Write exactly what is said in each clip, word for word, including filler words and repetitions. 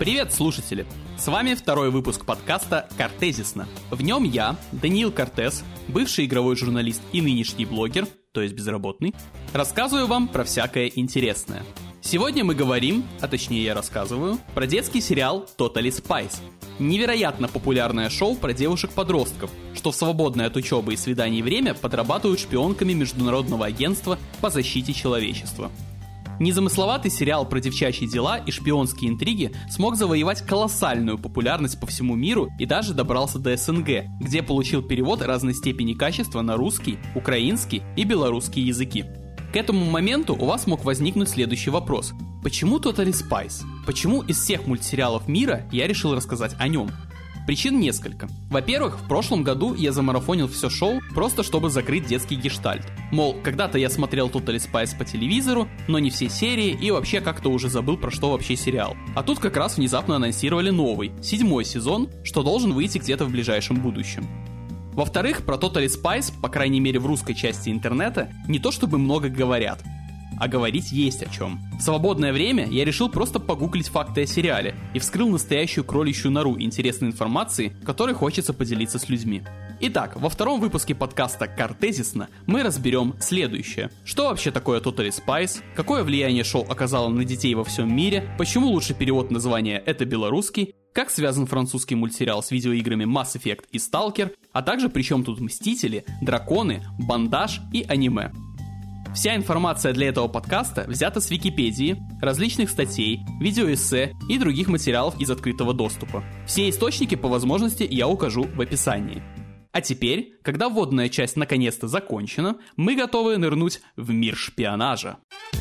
Привет, слушатели! С вами второй выпуск подкаста «Кортезисно». В нем я, Даниил Кортес, бывший игровой журналист и нынешний блогер, то есть безработный, рассказываю вам про всякое интересное. Сегодня мы говорим, а точнее я рассказываю, про детский сериал Totally Spies. Невероятно популярное шоу про девушек-подростков, что в свободное от учебы и свиданий время подрабатывают шпионками Международного агентства по защите человечества. Незамысловатый сериал про девчачьи дела и шпионские интриги смог завоевать колоссальную популярность по всему миру и даже добрался до СНГ, где получил перевод разной степени качества на русский, украинский и белорусский языки. К этому моменту у вас мог возникнуть следующий вопрос. Почему Totally Spies? Почему из всех мультсериалов мира я решил рассказать о нем? Причин несколько. Во-первых, в прошлом году я замарафонил все шоу, просто чтобы закрыть детский гештальт. Мол, когда-то я смотрел Totally Spies по телевизору, но не все серии и вообще как-то уже забыл, про что вообще сериал. А тут как раз внезапно анонсировали новый, седьмой сезон, что должен выйти где-то в ближайшем будущем. Во-вторых, про Totally Spies, по крайней мере в русской части интернета, не то чтобы много говорят. А говорить есть о чем. В свободное время я решил просто погуглить факты о сериале и вскрыл настоящую кроличью нору интересной информации, которой хочется поделиться с людьми. Итак, во втором выпуске подкаста «Кортезисно» мы разберем следующее. Что вообще такое Totally Spies, какое влияние шоу оказало на детей во всем мире, почему лучший перевод названия это белорусский, как связан французский мультсериал с видеоиграми Mass Effect и Stalker, а также при чем тут Мстители, Драконы, Бандаж и аниме. Вся информация для этого подкаста взята с Википедии, различных статей, видеоэссе и других материалов из открытого доступа. Все источники по возможности я укажу в описании. А теперь, когда вводная часть наконец-то закончена, мы готовы нырнуть в мир шпионажа.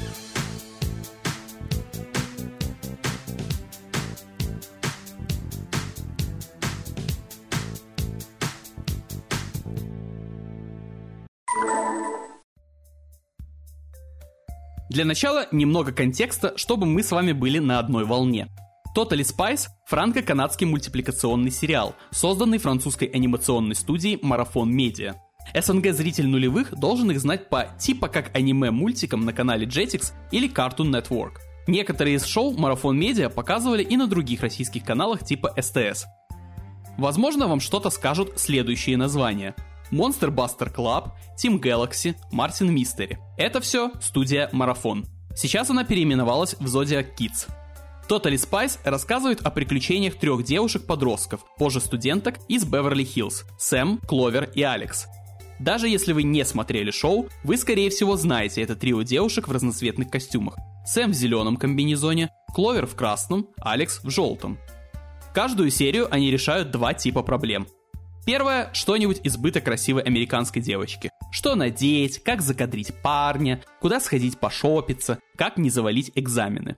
Для начала немного контекста, чтобы мы с вами были на одной волне. Totally Spies – франко-канадский мультипликационный сериал, созданный французской анимационной студией Marathon Media. СНГ-зритель нулевых должен их знать по типа как аниме-мультикам на канале Jetix или Cartoon Network. Некоторые из шоу Marathon Media показывали и на других российских каналах типа СТС. Возможно, вам что-то скажут следующие названия. Monster Buster Club, Team Galaxy, Martin Mystery. Это все студия Marathon. Сейчас она переименовалась в Zodiac Kids. Totally Spies рассказывает о приключениях трех девушек-подростков, позже студенток из Беверли-Хиллз – Сэм, Кловер и Алекс. Даже если вы не смотрели шоу, вы скорее всего знаете это трио девушек в разноцветных костюмах. Сэм в зеленом комбинезоне, Кловер в красном, Алекс в желтом. Каждую серию они решают два типа проблем. Первое – что-нибудь избыто красивой американской девочки. Что надеть, как закадрить парня, куда сходить пошопиться, как не завалить экзамены.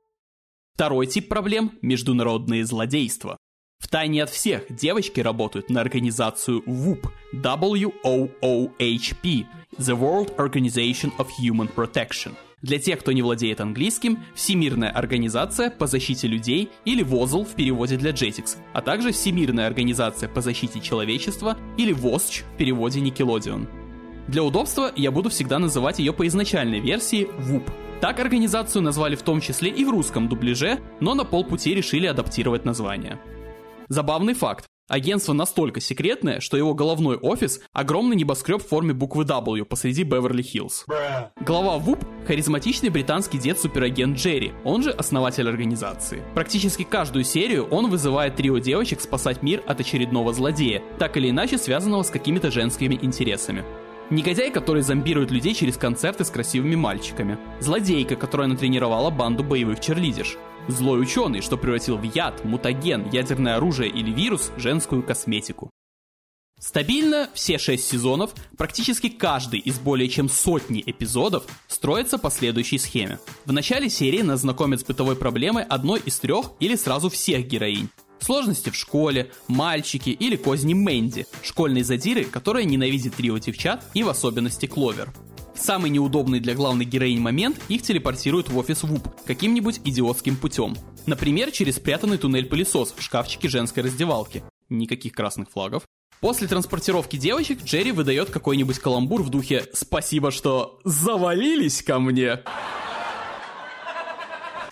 Второй тип проблем – международные злодейства. Втайне от всех девочки работают на организацию вуп – дабл ю о о эйч пи – The World Organization of Human Protection. Для тех, кто не владеет английским, Всемирная организация по защите людей или ВОЗЛ в переводе для Jetix, а также Всемирная организация по защите человечества или ВОСЧ в переводе Nickelodeon. Для удобства я буду всегда называть ее по изначальной версии вуп. Так организацию назвали в том числе и в русском дубляже, но на полпути решили адаптировать название. Забавный факт. Агентство настолько секретное, что его головной офис – огромный небоскреб в форме буквы W посреди Беверли-Хиллз. Глава вуп – харизматичный британский дед-суперагент Джерри, он же основатель организации. Практически каждую серию он вызывает трио девочек спасать мир от очередного злодея, так или иначе связанного с какими-то женскими интересами. Негодяй, который зомбирует людей через концерты с красивыми мальчиками. Злодейка, которая натренировала банду боевых черлидерш. Злой ученый, что превратил в яд, мутаген, ядерное оружие или вирус женскую косметику. Стабильно все шесть сезонов, практически каждый из более чем сотни эпизодов строится по следующей схеме. В начале серии нас знакомят с бытовой проблемой одной из трех или сразу всех героинь. Сложности в школе, мальчики или козни Мэнди, школьной задиры, которая ненавидит трио девчат и в особенности Кловер. В самый неудобный для главной героинь момент их телепортируют в офис вуп каким-нибудь идиотским путем. Например, через спрятанный туннель-пылесос в шкафчике женской раздевалки. Никаких красных флагов. После транспортировки девочек Джерри выдает какой-нибудь каламбур в духе «Спасибо, что завалились ко мне».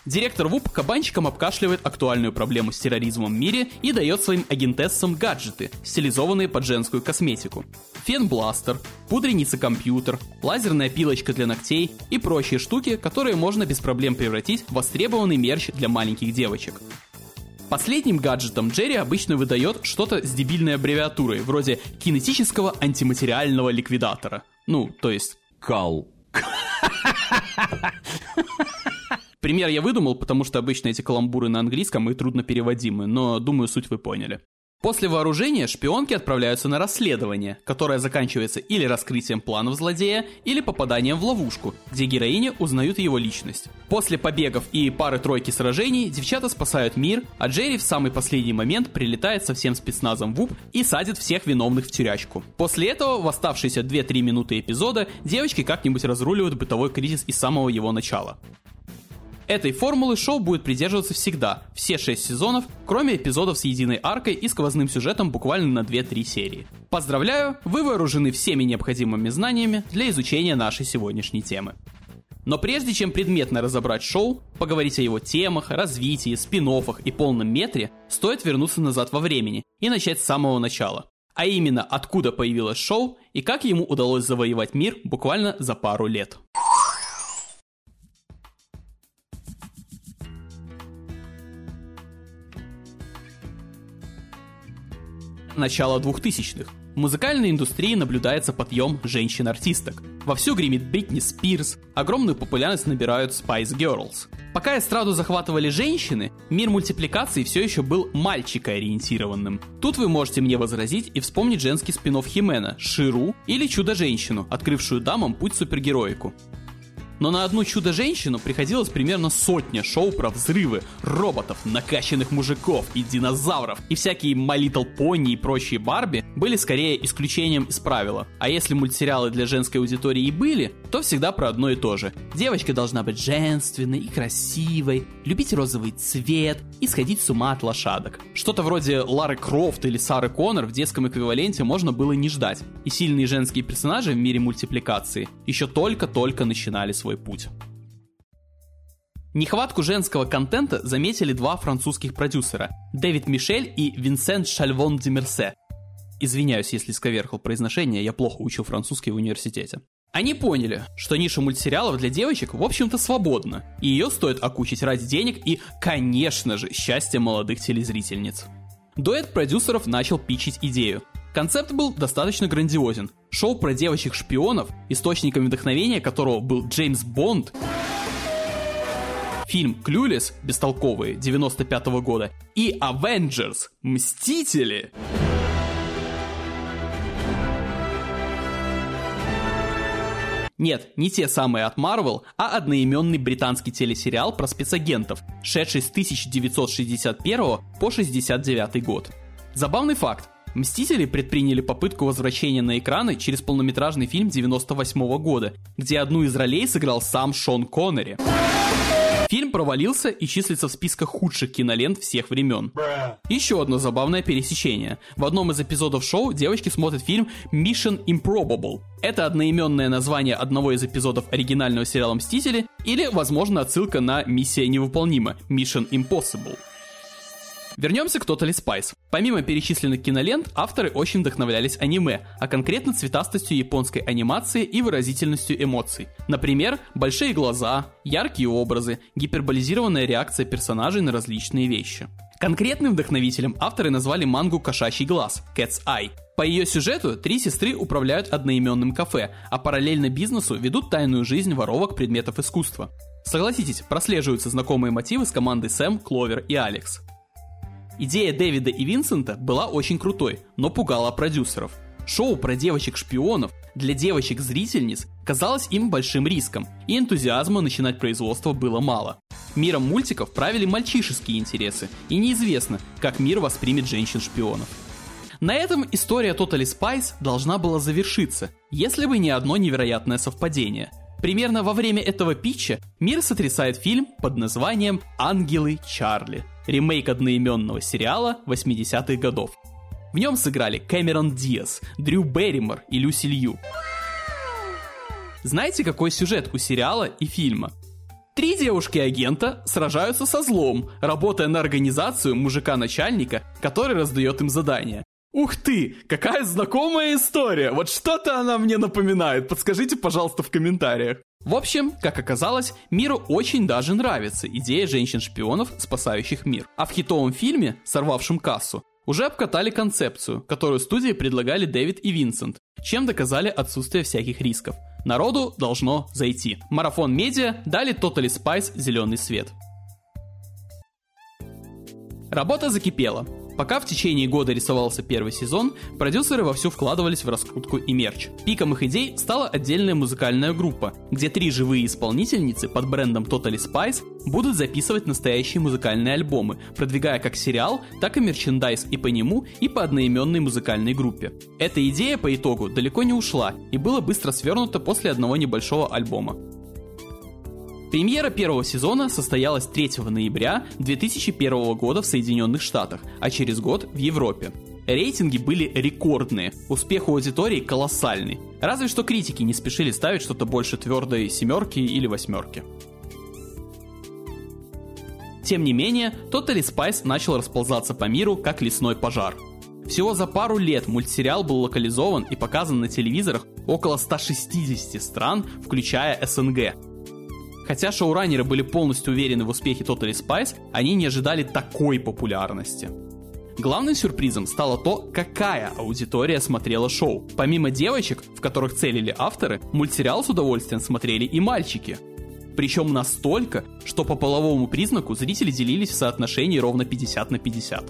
Директор ВУП кабанчиком обкашливает актуальную проблему с терроризмом в мире и дает своим агентессам гаджеты, стилизованные под женскую косметику. Фен-бластер, пудреница-компьютер, лазерная пилочка для ногтей и прочие штуки, которые можно без проблем превратить в востребованный мерч для маленьких девочек. Последним гаджетом Джерри обычно выдает что-то с дебильной аббревиатурой, вроде кинетического антиматериального ликвидатора. Ну, то есть... Кал. Пример я выдумал, потому что обычно эти каламбуры на английском и трудно переводимы, но думаю, суть вы поняли. После вооружения шпионки отправляются на расследование, которое заканчивается или раскрытием планов злодея, или попаданием в ловушку, где героини узнают его личность. После побегов и пары-тройки сражений девчата спасают мир, а Джерри в самый последний момент прилетает со всем спецназом ВУП и садит всех виновных в тюрячку. После этого в оставшиеся две-три минуты эпизода девочки как-нибудь разруливают бытовой кризис из самого его начала. Этой формулы шоу будет придерживаться всегда, все шесть сезонов, кроме эпизодов с единой аркой и сквозным сюжетом буквально на две-три серии. Поздравляю, вы вооружены всеми необходимыми знаниями для изучения нашей сегодняшней темы. Но прежде чем предметно разобрать шоу, поговорить о его темах, развитии, спин-оффах и полном метре, стоит вернуться назад во времени и начать с самого начала. А именно, откуда появилось шоу и как ему удалось завоевать мир буквально за пару лет. Начало двухтысячных. В музыкальной индустрии наблюдается подъем женщин-артисток. Вовсю гремит Бритни Спирс, огромную популярность набирают Spice Girls. Пока эстраду захватывали женщины, мир мультипликации все еще был мальчикоориентированным. Тут вы можете мне возразить и вспомнить женский спин-офф Хи-Мэна, Ши-Ру или Чудо-женщину, открывшую дамам путь в супергероику. Но на одну Чудо-женщину приходилось примерно сотня шоу про взрывы, роботов, накачанных мужиков и динозавров, и всякие My Little Pony и прочие Барби были скорее исключением из правила. А если мультсериалы для женской аудитории и были, то всегда про одно и то же. Девочка должна быть женственной и красивой, любить розовый цвет и сходить с ума от лошадок. Что-то вроде Лары Крофт или Сары Коннор в детском эквиваленте можно было не ждать, и сильные женские персонажи в мире мультипликации еще только-только начинали свой путь. Нехватку женского контента заметили два французских продюсера – Дэвид Мишель и Винсент Шальвон де Мерсе. Извиняюсь, если сковерхал произношение, я плохо учил французский в университете. Они поняли, что ниша мультсериалов для девочек в общем-то свободна, и ее стоит окучить ради денег и, конечно же, счастья молодых телезрительниц. Дуэт продюсеров начал питчить идею. Концепт был достаточно грандиозен. Шоу про девочек-шпионов, источником вдохновения которого был Джеймс Бонд, фильм «Клюлес» бестолковые девяносто пятого года и «Авенджерс» Мстители. Нет, не те самые от Marvel, а одноименный британский телесериал про спецагентов, шедший с тысяча девятьсот шестьдесят первого по шестьдесят девятый год. Забавный факт. «Мстители» предприняли попытку возвращения на экраны через полнометражный фильм девяносто восьмого года, где одну из ролей сыграл сам Шон Коннери. Фильм провалился и числится в списках худших кинолент всех времен. Еще одно забавное пересечение. В одном из эпизодов шоу девочки смотрят фильм Mission Improbable. Это одноименное название одного из эпизодов оригинального сериала «Мстители» или, возможно, отсылка на «Миссия невыполнима» Mission Impossible. Вернемся к Totally Spice. Помимо перечисленных кинолент, авторы очень вдохновлялись аниме, а конкретно цветастостью японской анимации и выразительностью эмоций. Например, большие глаза, яркие образы, гиперболизированная реакция персонажей на различные вещи. Конкретным вдохновителем авторы назвали мангу «Кошачий глаз» Cat's Eye. По ее сюжету три сестры управляют одноименным кафе, а параллельно бизнесу ведут тайную жизнь воровок предметов искусства. Согласитесь, прослеживаются знакомые мотивы с командой Сэм, Кловер и Алекс. Идея Дэвида и Винсента была очень крутой, но пугала продюсеров. Шоу про девочек-шпионов для девочек-зрительниц казалось им большим риском, и энтузиазма начинать производство было мало. Миром мультиков правили мальчишеские интересы, и неизвестно, как мир воспримет женщин-шпионов. На этом история Totally Spice должна была завершиться, если бы не одно невероятное совпадение. Примерно во время этого питча мир сотрясает фильм под названием «Ангелы Чарли», ремейк одноименного сериала восьмидесятых годов. В нем сыграли Кэмерон Диаз, Дрю Берримор и Люси Лью. Знаете, какой сюжет у сериала и фильма? Три девушки-агента сражаются со злом, работая на организацию мужика-начальника, который раздает им задания. Ух ты, какая знакомая история, вот что-то она мне напоминает, подскажите, пожалуйста, в комментариях. В общем, как оказалось, миру очень даже нравится идея женщин-шпионов, спасающих мир. А в хитовом фильме, сорвавшем кассу, уже обкатали концепцию, которую студии предлагали Дэвид и Винсент, чем доказали отсутствие всяких рисков. Народу должно зайти. Марафон Медиа дали Totally Spies зеленый свет. Работа закипела. Пока в течение года рисовался первый сезон, продюсеры вовсю вкладывались в раскрутку и мерч. Пиком их идей стала отдельная музыкальная группа, где три живые исполнительницы под брендом Totally Spies будут записывать настоящие музыкальные альбомы, продвигая как сериал, так и мерчендайз и по нему, и по одноименной музыкальной группе. Эта идея по итогу далеко не ушла и была быстро свернута после одного небольшого альбома. Премьера первого сезона состоялась третьего ноября две тысячи первого года в Соединенных Штатах, а через год в Европе. Рейтинги были рекордные, успех у аудитории колоссальный. Разве что критики не спешили ставить что-то больше твердой семерки или восьмерки. Тем не менее, Totally Spies начал расползаться по миру как лесной пожар. Всего за пару лет мультсериал был локализован и показан на телевизорах около ста шестидесяти стран, включая СНГ. Хотя шоураннеры были полностью уверены в успехе Totally Spies, они не ожидали такой популярности. Главным сюрпризом стало то, какая аудитория смотрела шоу. Помимо девочек, в которых целили авторы, мультсериал с удовольствием смотрели и мальчики. Причем настолько, что по половому признаку зрители делились в соотношении ровно пятьдесят на пятьдесят.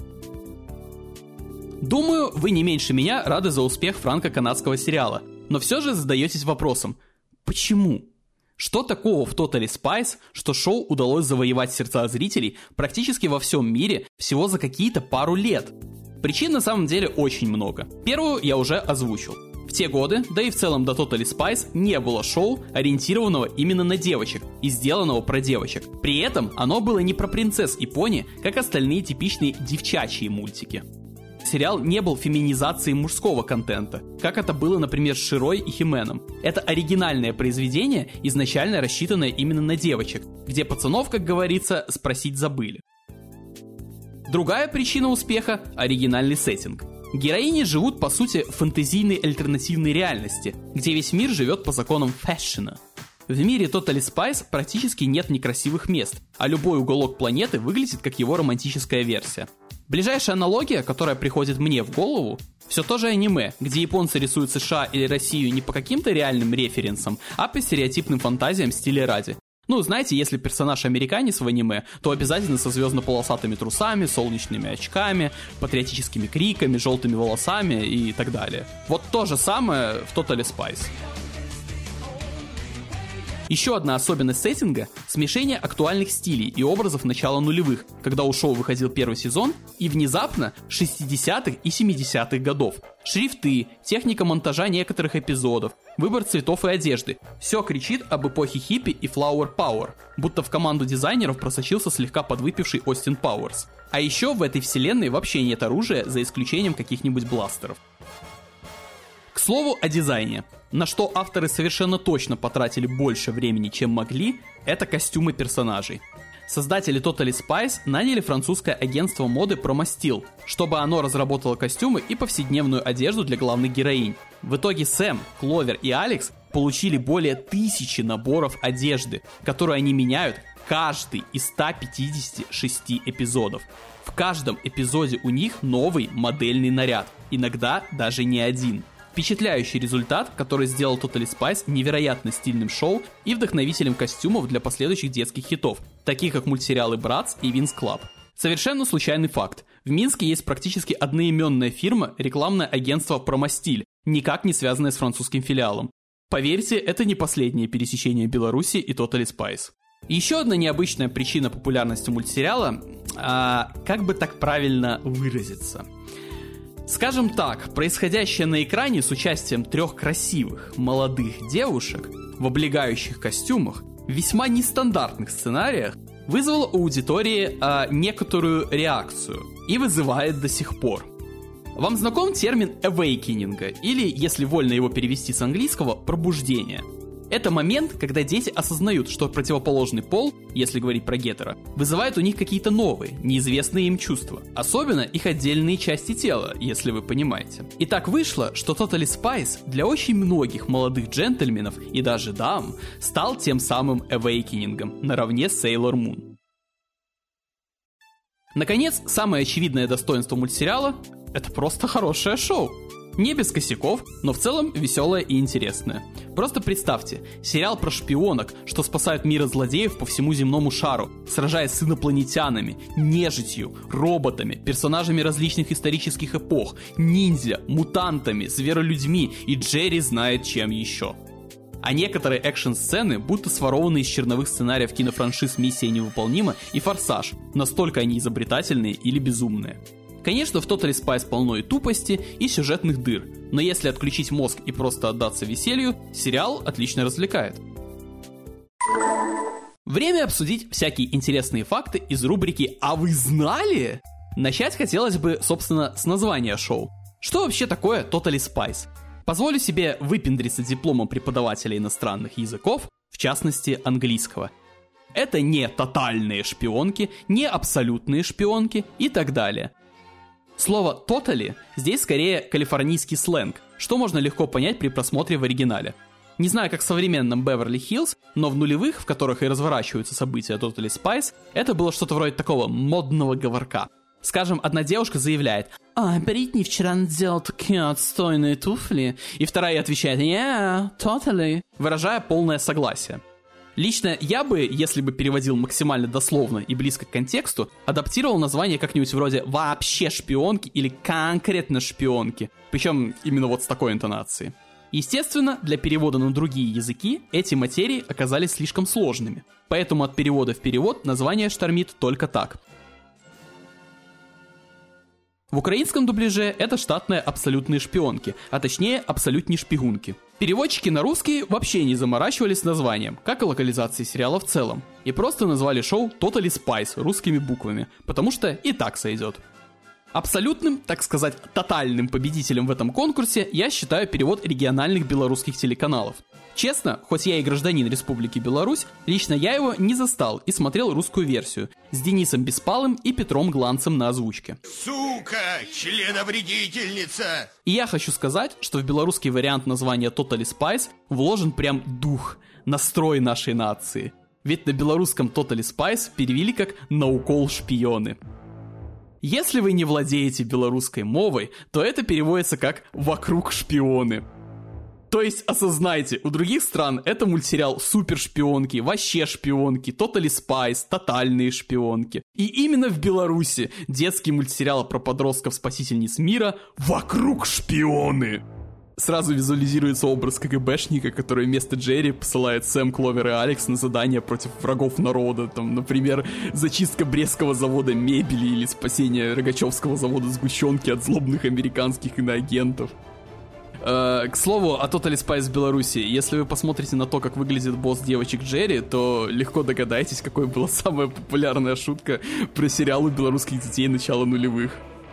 Думаю, вы не меньше меня рады за успех франко-канадского сериала, но все же задаетесь вопросом: почему? Что такого в Totally Spies, что шоу удалось завоевать сердца зрителей практически во всем мире всего за какие-то пару лет? Причин на самом деле очень много. Первую я уже озвучил. В те годы, да и в целом до Totally Spies, не было шоу, ориентированного именно на девочек и сделанного про девочек. При этом оно было не про принцесс и пони, как остальные типичные девчачьи мультики. Сериал не был феминизацией мужского контента, как это было, например, с Широй и Хи-Мэном. Это оригинальное произведение, изначально рассчитанное именно на девочек, где пацанов, как говорится, спросить забыли. Другая причина успеха – оригинальный сеттинг. Героини живут, по сути, в фэнтезийной альтернативной реальности, где весь мир живет по законам фэшена. В мире Totally Spies практически нет некрасивых мест, а любой уголок планеты выглядит как его романтическая версия. Ближайшая аналогия, которая приходит мне в голову, все то же аниме, где японцы рисуют США или Россию не по каким-то реальным референсам, а по стереотипным фантазиям стиля ради. Ну, знаете, если персонаж американец в аниме, то обязательно со звездно-полосатыми трусами, солнечными очками, патриотическими криками, желтыми волосами и так далее. Вот то же самое в Totally Spies. Еще одна особенность сеттинга – смешение актуальных стилей и образов начала нулевых, когда у шоу выходил первый сезон, и внезапно шестидесятых и семидесятых годов. Шрифты, техника монтажа некоторых эпизодов, выбор цветов и одежды – все кричит об эпохе хиппи и flower power, будто в команду дизайнеров просочился слегка подвыпивший Остин Пауэрс. А еще в этой вселенной вообще нет оружия, за исключением каких-нибудь бластеров. К слову о дизайне. На что авторы совершенно точно потратили больше времени, чем могли, это костюмы персонажей. Создатели Totally Spies наняли французское агентство моды Promostyle, чтобы оно разработало костюмы и повседневную одежду для главных героинь. В итоге Сэм, Кловер и Алекс получили более тысячи наборов одежды, которые они меняют каждый из ста пятидесяти шести эпизодов. В каждом эпизоде у них новый модельный наряд, иногда даже не один. Впечатляющий результат, который сделал Totally Spies невероятно стильным шоу и вдохновителем костюмов для последующих детских хитов, таких как мультсериалы «Братц» и «Винкс Клаб». Совершенно случайный факт. В Минске есть практически одноименная фирма, рекламное агентство Promostyle, никак не связанное с французским филиалом. Поверьте, это не последнее пересечение Беларуси и Totally Spies. Еще одна необычная причина популярности мультсериала, а, как бы так правильно выразиться... Скажем так, происходящее на экране с участием трех красивых, молодых девушек в облегающих костюмах в весьма нестандартных сценариях вызвало у аудитории а, некоторую реакцию и вызывает до сих пор. Вам знаком термин «awakening», или, если вольно его перевести с английского, «пробуждение»? Это момент, когда дети осознают, что противоположный пол, если говорить про гетеро, вызывает у них какие-то новые, неизвестные им чувства. Особенно их отдельные части тела, если вы понимаете. И так вышло, что Totally Spice для очень многих молодых джентльменов и даже дам стал тем самым awakening наравне с Sailor Moon. Наконец, самое очевидное достоинство мультсериала — это просто хорошее шоу. Не без косяков, но в целом веселое и интересное. Просто представьте, сериал про шпионок, что спасают мир от злодеев по всему земному шару, сражаясь с инопланетянами, нежитью, роботами, персонажами различных исторических эпох, ниндзя, мутантами, зверолюдьми и Джерри знает чем еще. А некоторые экшн-сцены будто сворованы из черновых сценариев кинофраншиз «Миссия невыполнима» и «Форсаж», настолько они изобретательные или безумные. Конечно, в Totally Spice полно и тупости, и сюжетных дыр, но если отключить мозг и просто отдаться веселью, сериал отлично развлекает. Время обсудить всякие интересные факты из рубрики «А вы знали?». Начать хотелось бы, собственно, с названия шоу. Что вообще такое Totally Spice? Позволю себе выпендриться дипломом преподавателя иностранных языков, в частности английского. Это не тотальные шпионки, не абсолютные шпионки и так далее. Слово «totally» здесь скорее калифорнийский сленг, что можно легко понять при просмотре в оригинале. Не знаю, как в современном Беверли-Хиллз, но в нулевых, в которых и разворачиваются события Totally Spice, это было что-то вроде такого модного говорка. Скажем, одна девушка заявляет: «А, Бритни вчера надела такие отстойные туфли», и вторая отвечает: «Yeah, totally», выражая полное согласие. Лично я бы, если бы переводил максимально дословно и близко к контексту, адаптировал название как-нибудь вроде «вообще шпионки» или «конкретно шпионки», причем именно вот с такой интонацией. Естественно, для перевода на другие языки эти материи оказались слишком сложными, поэтому от перевода в перевод название штормит только так. В украинском дубляже это штатные абсолютные шпионки, а точнее абсолютные шпигунки. Переводчики на русский вообще не заморачивались с названием, как и локализацией сериала в целом, и просто назвали шоу Totally Spice русскими буквами, потому что и так сойдет. Абсолютным, так сказать, тотальным победителем в этом конкурсе я считаю перевод региональных белорусских телеканалов. Честно, хоть я и гражданин Республики Беларусь, лично я его не застал и смотрел русскую версию с Денисом Беспалым и Петром Гланцем на озвучке. Сука, членовредительница! И я хочу сказать, что в белорусский вариант названия Totally Spice вложен прям дух, настрой нашей нации. Ведь на белорусском Totally Spice перевели как «на укол шпионы». Если вы не владеете белорусской мовой, то это переводится как «вокруг шпионы». То есть, осознайте, у других стран это мультсериал «Супершпионки», «Вообще шпионки», «Totally Spice», «Тотальные шпионки». И именно в Беларуси детский мультсериал про подростков-спасительниц мира «Вокруг шпионы». Сразу визуализируется образ КГБшника, который вместо Джерри посылает Сэм, Кловер и Алекс на задание против врагов народа. Там, например, зачистка Брестского завода мебели или спасение Рогачевского завода сгущенки от злобных американских иноагентов. Uh, к слову, о Totally Spice в Беларуси. Если вы посмотрите на то, как выглядит босс девочек Джерри, то легко догадаетесь, какой была самая популярная шутка про сериалы белорусских детей начала нулевых.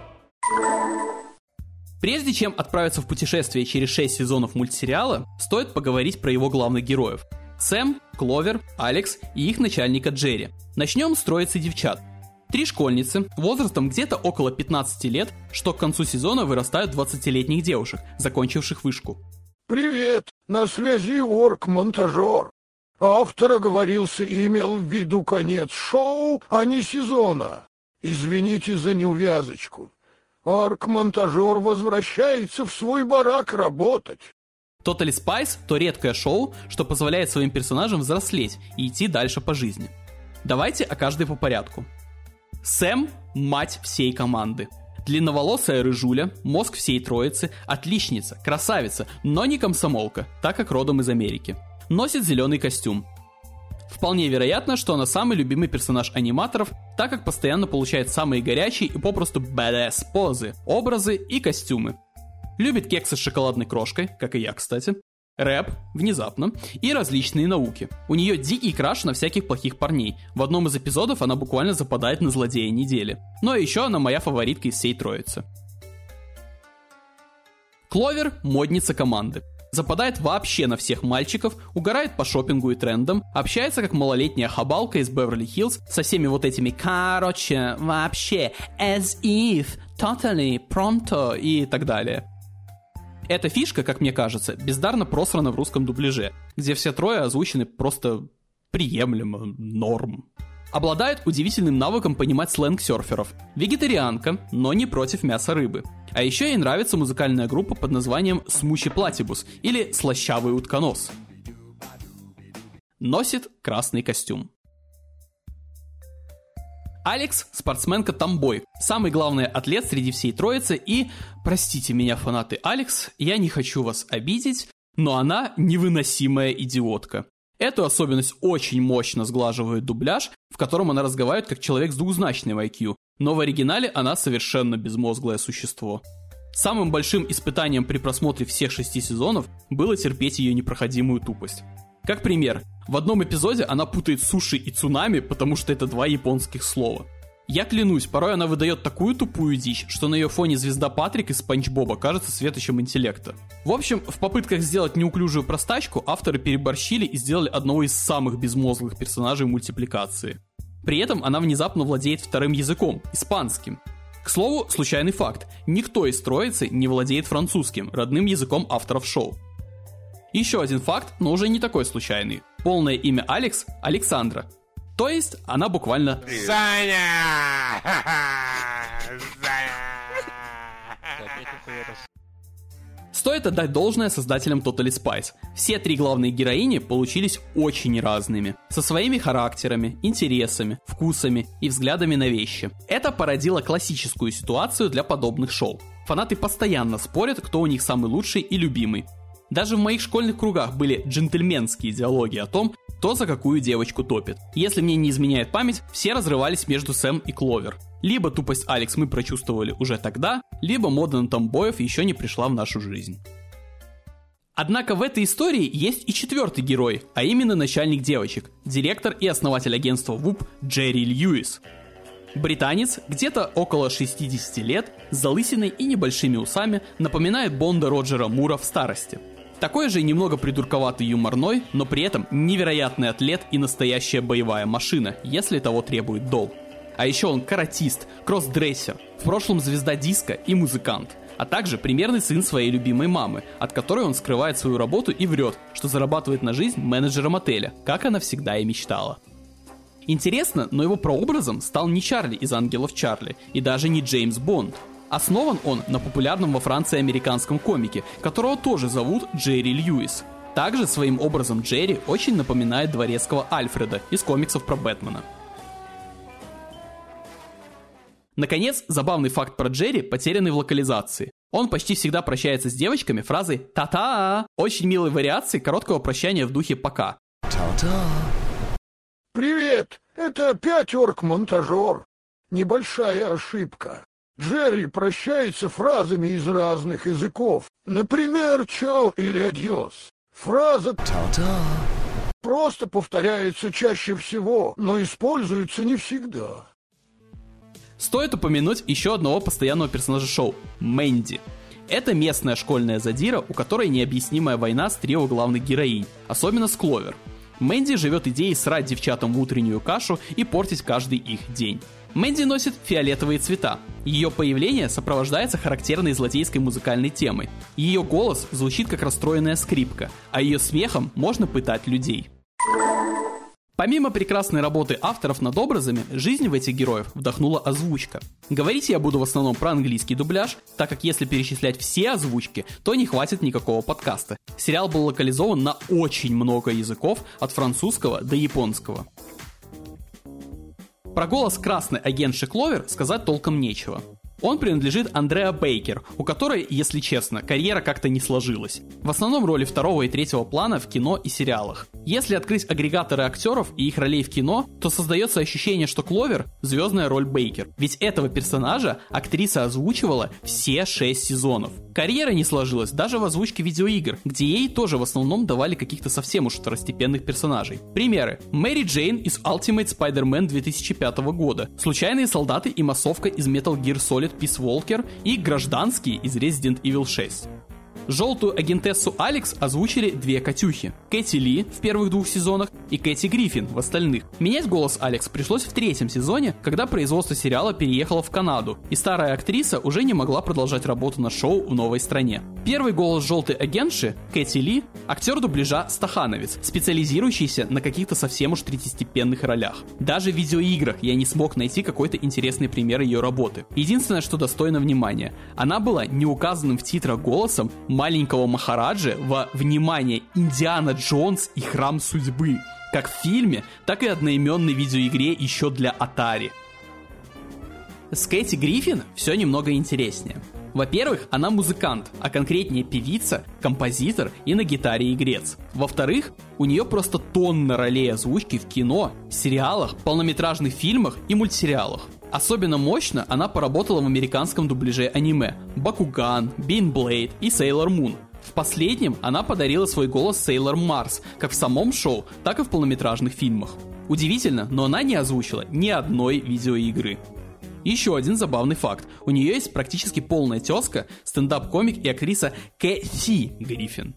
Прежде чем отправиться в путешествие через шесть сезонов мультсериала, стоит поговорить про его главных героев. Сэм, Кловер, Алекс и их начальника Джерри. Начнем с троицы девчат. Три школьницы, возрастом где-то около пятнадцати лет, что к концу сезона вырастают двадцатилетних девушек, закончивших вышку. Привет, на связи орг-монтажер. Автор оговорился и имел в виду конец шоу, а не сезона. Извините за неувязочку. Орг-монтажер возвращается в свой барак работать. Totally Spice – то редкое шоу, что позволяет своим персонажам взрослеть и идти дальше по жизни. Давайте о каждой по порядку. Сэм – мать всей команды. Длинноволосая рыжуля, мозг всей троицы, отличница, красавица, но не комсомолка, так как родом из Америки. Носит зеленый костюм. Вполне вероятно, что она самый любимый персонаж аниматоров, так как постоянно получает самые горячие и попросту badass позы, образы и костюмы. Любит кексы с шоколадной крошкой, как и я, кстати. Рэп, внезапно, и различные науки. У нее дикий краш на всяких плохих парней. В одном из эпизодов она буквально западает на злодея недели. Но еще она моя фаворитка из всей троицы. Кловер – модница команды. Западает вообще на всех мальчиков, угорает по шопингу и трендам, общается как малолетняя хабалка из Беверли-Хиллз со всеми вот этими «короче», «вообще», «as if», «totally», «pronto» и так далее. Эта фишка, как мне кажется, бездарно просрана в русском дубляже, где все трое озвучены просто приемлемо, норм. Обладает удивительным навыком понимать сленг серферов. Вегетарианка, но не против мяса рыбы. А еще ей нравится музыкальная группа под названием Смучи Платибус или Слащавый утконос. Носит красный костюм. Алекс – спортсменка-томбой, самый главный атлет среди всей троицы и, простите меня, фанаты Алекс, я не хочу вас обидеть, но она невыносимая идиотка. Эту особенность очень мощно сглаживает дубляж, в котором она разговаривает как человек с двузначным ай кью, но в оригинале она совершенно безмозглое существо. Самым большим испытанием при просмотре всех шести сезонов было терпеть ее непроходимую тупость. Как пример, в одном эпизоде она путает суши и цунами, потому что это два японских слова. Я клянусь, порой она выдает такую тупую дичь, что на ее фоне звезда Патрик из Спанч Боба кажется светочем интеллекта. В общем, в попытках сделать неуклюжую простачку, авторы переборщили и сделали одного из самых безмозглых персонажей мультипликации. При этом она внезапно владеет вторым языком – испанским. К слову, случайный факт – никто из троицы не владеет французским, родным языком авторов шоу. Еще один факт, но уже не такой случайный. Полное имя Алекс – Александра. То есть, она буквально Саня! Стоит отдать должное создателям Totally Spice. Все три главные героини получились очень разными, со своими характерами, интересами, вкусами и взглядами на вещи. Это породило классическую ситуацию для подобных шоу. Фанаты постоянно спорят, кто у них самый лучший и любимый. Даже в моих школьных кругах были джентльменские диалоги о том, кто за какую девочку топит. Если мне не изменяет память, все разрывались между Сэм и Кловер. Либо тупость Алекс мы прочувствовали уже тогда, либо мода на томбоев еще не пришла в нашу жизнь. Однако в этой истории есть и четвертый герой, а именно начальник девочек, директор и основатель агентства вуп Джерри Льюис. Британец, где-то около шестидесяти лет, с залысиной и небольшими усами, напоминает Бонда Роджера Мура в старости. Такой же немного придурковатый юморной, но при этом невероятный атлет и настоящая боевая машина, если того требует дол. А еще он каратист, кроссдрессер, в прошлом звезда диска и музыкант, а также примерный сын своей любимой мамы, от которой он скрывает свою работу и врет, что зарабатывает на жизнь менеджером отеля, как она всегда и мечтала. Интересно, но его прообразом стал не Чарли из «Ангелов Чарли» и даже не Джеймс Бонд. Основан он на популярном во Франции американском комике, которого тоже зовут Джерри Льюис. Также своим образом Джерри очень напоминает дворецкого Альфреда из комиксов про Бэтмена. Наконец, забавный факт про Джерри, потерянный в локализации. Он почти всегда прощается с девочками фразой «та-та», очень милой вариацией короткого прощания в духе «пока». Та-та. Привет, это опять орк-монтажер. Небольшая ошибка. Джерри прощается фразами из разных языков. Например, «чао» или «адьос». Фраза Та-та. просто повторяется чаще всего, но используется не всегда. Стоит упомянуть еще одного постоянного персонажа шоу – Мэнди. Это местная школьная задира, у которой необъяснимая война с трио главных героинь, особенно с Кловер. Мэнди живет идеей срать девчатам в утреннюю кашу и портить каждый их день. Мэнди носит фиолетовые цвета. Ее появление сопровождается характерной злодейской музыкальной темой. Ее голос звучит как расстроенная скрипка, а ее смехом можно пытать людей. Помимо прекрасной работы авторов над образами, жизнь в этих героев вдохнула озвучка. Говорить я буду в основном про английский дубляж, так как если перечислять все озвучки, то не хватит никакого подкаста. Сериал был локализован на очень много языков, от французского до японского. Про голос красной агентши Кловер сказать толком нечего. Он принадлежит Андреа Бейкер, у которой, если честно, карьера как-то не сложилась. В основном роли второго и третьего плана в кино и сериалах. Если открыть агрегаторы актеров и их ролей в кино, то создается ощущение, что Кловер – звездная роль Бейкер. Ведь этого персонажа актриса озвучивала все шесть сезонов. Карьера не сложилась даже в озвучке видеоигр, где ей тоже в основном давали каких-то совсем уж второстепенных персонажей. Примеры. Мэри Джейн из Ultimate Spider-Man две тысячи пятого года, Случайные солдаты и массовка из Metal Gear Solid Peace Walker и Гражданские из Resident Evil шесть. Желтую агентессу Алекс озвучили две Катюхи. Кэти Ли в первых двух сезонах и Кэти Гриффин в остальных. Менять голос Алекс пришлось в третьем сезоне, когда производство сериала переехало в Канаду, и старая актриса уже не могла продолжать работу на шоу в новой стране. Первый голос желтой агентши, Кэти Ли, актер дубляжа стахановец, специализирующийся на каких-то совсем уж третьестепенных ролях. Даже в видеоиграх я не смог найти какой-то интересный пример ее работы. Единственное, что достойно внимания, она была неуказанным в титрах голосом маленького Махараджи во, внимание, Индиана Джонс и Храм Судьбы, как в фильме, так и одноименной видеоигре еще для Atari. С Кэти Гриффин все немного интереснее. Во-первых, она музыкант, а конкретнее певица, композитор и на гитаре игрец. Во-вторых, у нее просто тонна ролей озвучки в кино, сериалах, полнометражных фильмах и мультсериалах. Особенно мощно она поработала в американском дубляже аниме «Бакуган», «Бейнблейд» и «Сейлор Мун». В последнем она подарила свой голос Сейлор Марс, как в самом шоу, так и в полнометражных фильмах. Удивительно, но она не озвучила ни одной видеоигры. Еще один забавный факт. У нее есть практически полная тезка, стендап-комик и актриса Кэти Гриффин.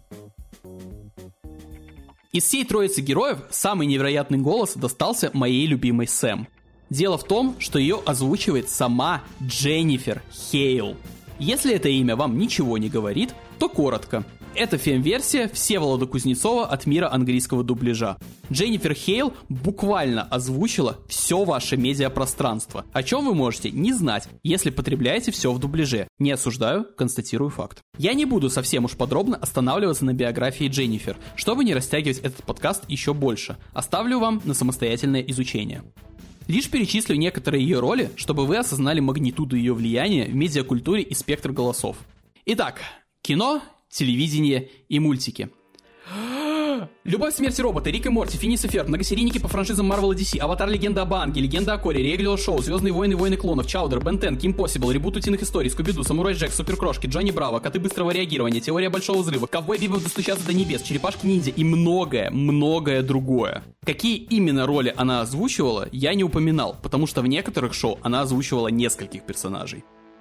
Из всей троицы героев самый невероятный голос достался моей любимой Сэм. Дело в том, что ее озвучивает сама Дженнифер Хейл. Если это имя вам ничего не говорит, то коротко. Это фем-версия Всеволода Кузнецова от мира английского дубляжа. Дженнифер Хейл буквально озвучила все ваше медиапространство, о чем вы можете не знать, если потребляете все в дубляже. Не осуждаю, констатирую факт. Я не буду совсем уж подробно останавливаться на биографии Дженнифер, чтобы не растягивать этот подкаст еще больше. Оставлю вам на самостоятельное изучение. Лишь перечислю некоторые ее роли, чтобы вы осознали магнитуду ее влияния в медиакультуре и спектр голосов. Итак, кино, телевидение и мультики. Любовь, смерть и роботы, Рик и Морти, Финис и Ферб, многосерийники по франшизам Marvel и ди си, Аватар, Легенда об Аанге, Легенда о Корре, Регулар Шоу, Звездные войны, Войны клонов, Чаудер, Бен десять, Ким Possible, ребут Утиных историй, Скуби-Ду, Самурай Джек, Суперкрошки, Джонни Браво, Коты быстрого реагирования, Теория большого взрыва, Ковбой Бибоп достучаться до небес, Черепашки-ниндзя и многое, многое другое. Какие именно роли она озвучивала, я не упоминал, потому что в некоторых шоу она озвучивала нескольких персонажей.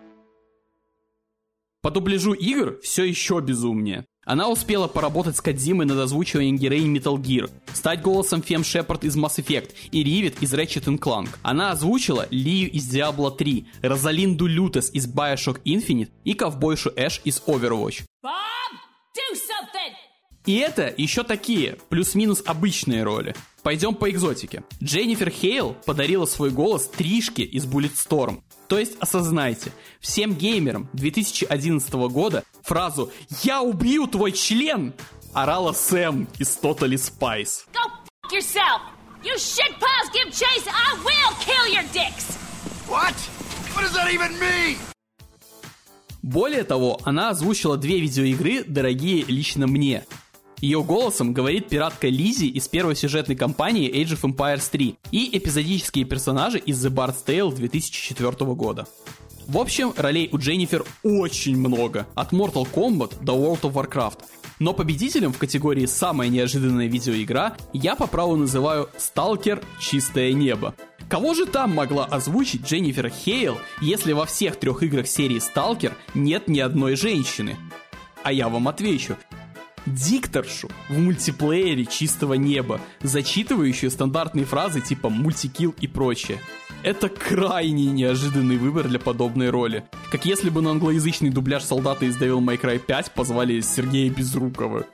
По дубляжу игр все еще безумнее. Она успела поработать с Кодзимой над озвучиванием героинь Metal Gear, стать голосом Фем Шепард из Mass Effect и Ривет из Ratchet энд Clank. Она озвучила Лию из Diablo три, Розалинду Лютес из Bioshock Infinite и ковбойшу Эш из Overwatch. Bob, do something! И это еще такие, плюс-минус обычные роли. Пойдем по экзотике. Дженнифер Хейл подарила свой голос Тришке из Bulletstorm. То есть осознайте, всем геймерам две тысячи одиннадцатого года фразу «Я убью твой член!» орала Сэм из Totally Spice. Go f*** yourself! You shitpaws give chase, I will kill your dicks! What? What does that even mean? Более того, она озвучила две видеоигры, дорогие лично мне. Ее голосом говорит пиратка Лиззи из первой сюжетной кампании Age of Empires три и эпизодические персонажи из The Bard's Tale две тысячи четвёртого года. В общем, ролей у Дженнифер очень много, от Mortal Kombat до World of Warcraft. Но победителем в категории «Самая неожиданная видеоигра» я по праву называю Stalker Чистое небо. Кого же там могла озвучить Дженнифер Хейл, если во всех трех играх серии Stalker нет ни одной женщины? А я вам отвечу. Дикторшу в мультиплеере Чистого неба, зачитывающую стандартные фразы типа мультикилл и прочее. Это крайне неожиданный выбор для подобной роли. Как если бы на англоязычный дубляж солдата из Devil May Cry пять позвали Сергея Безрукова.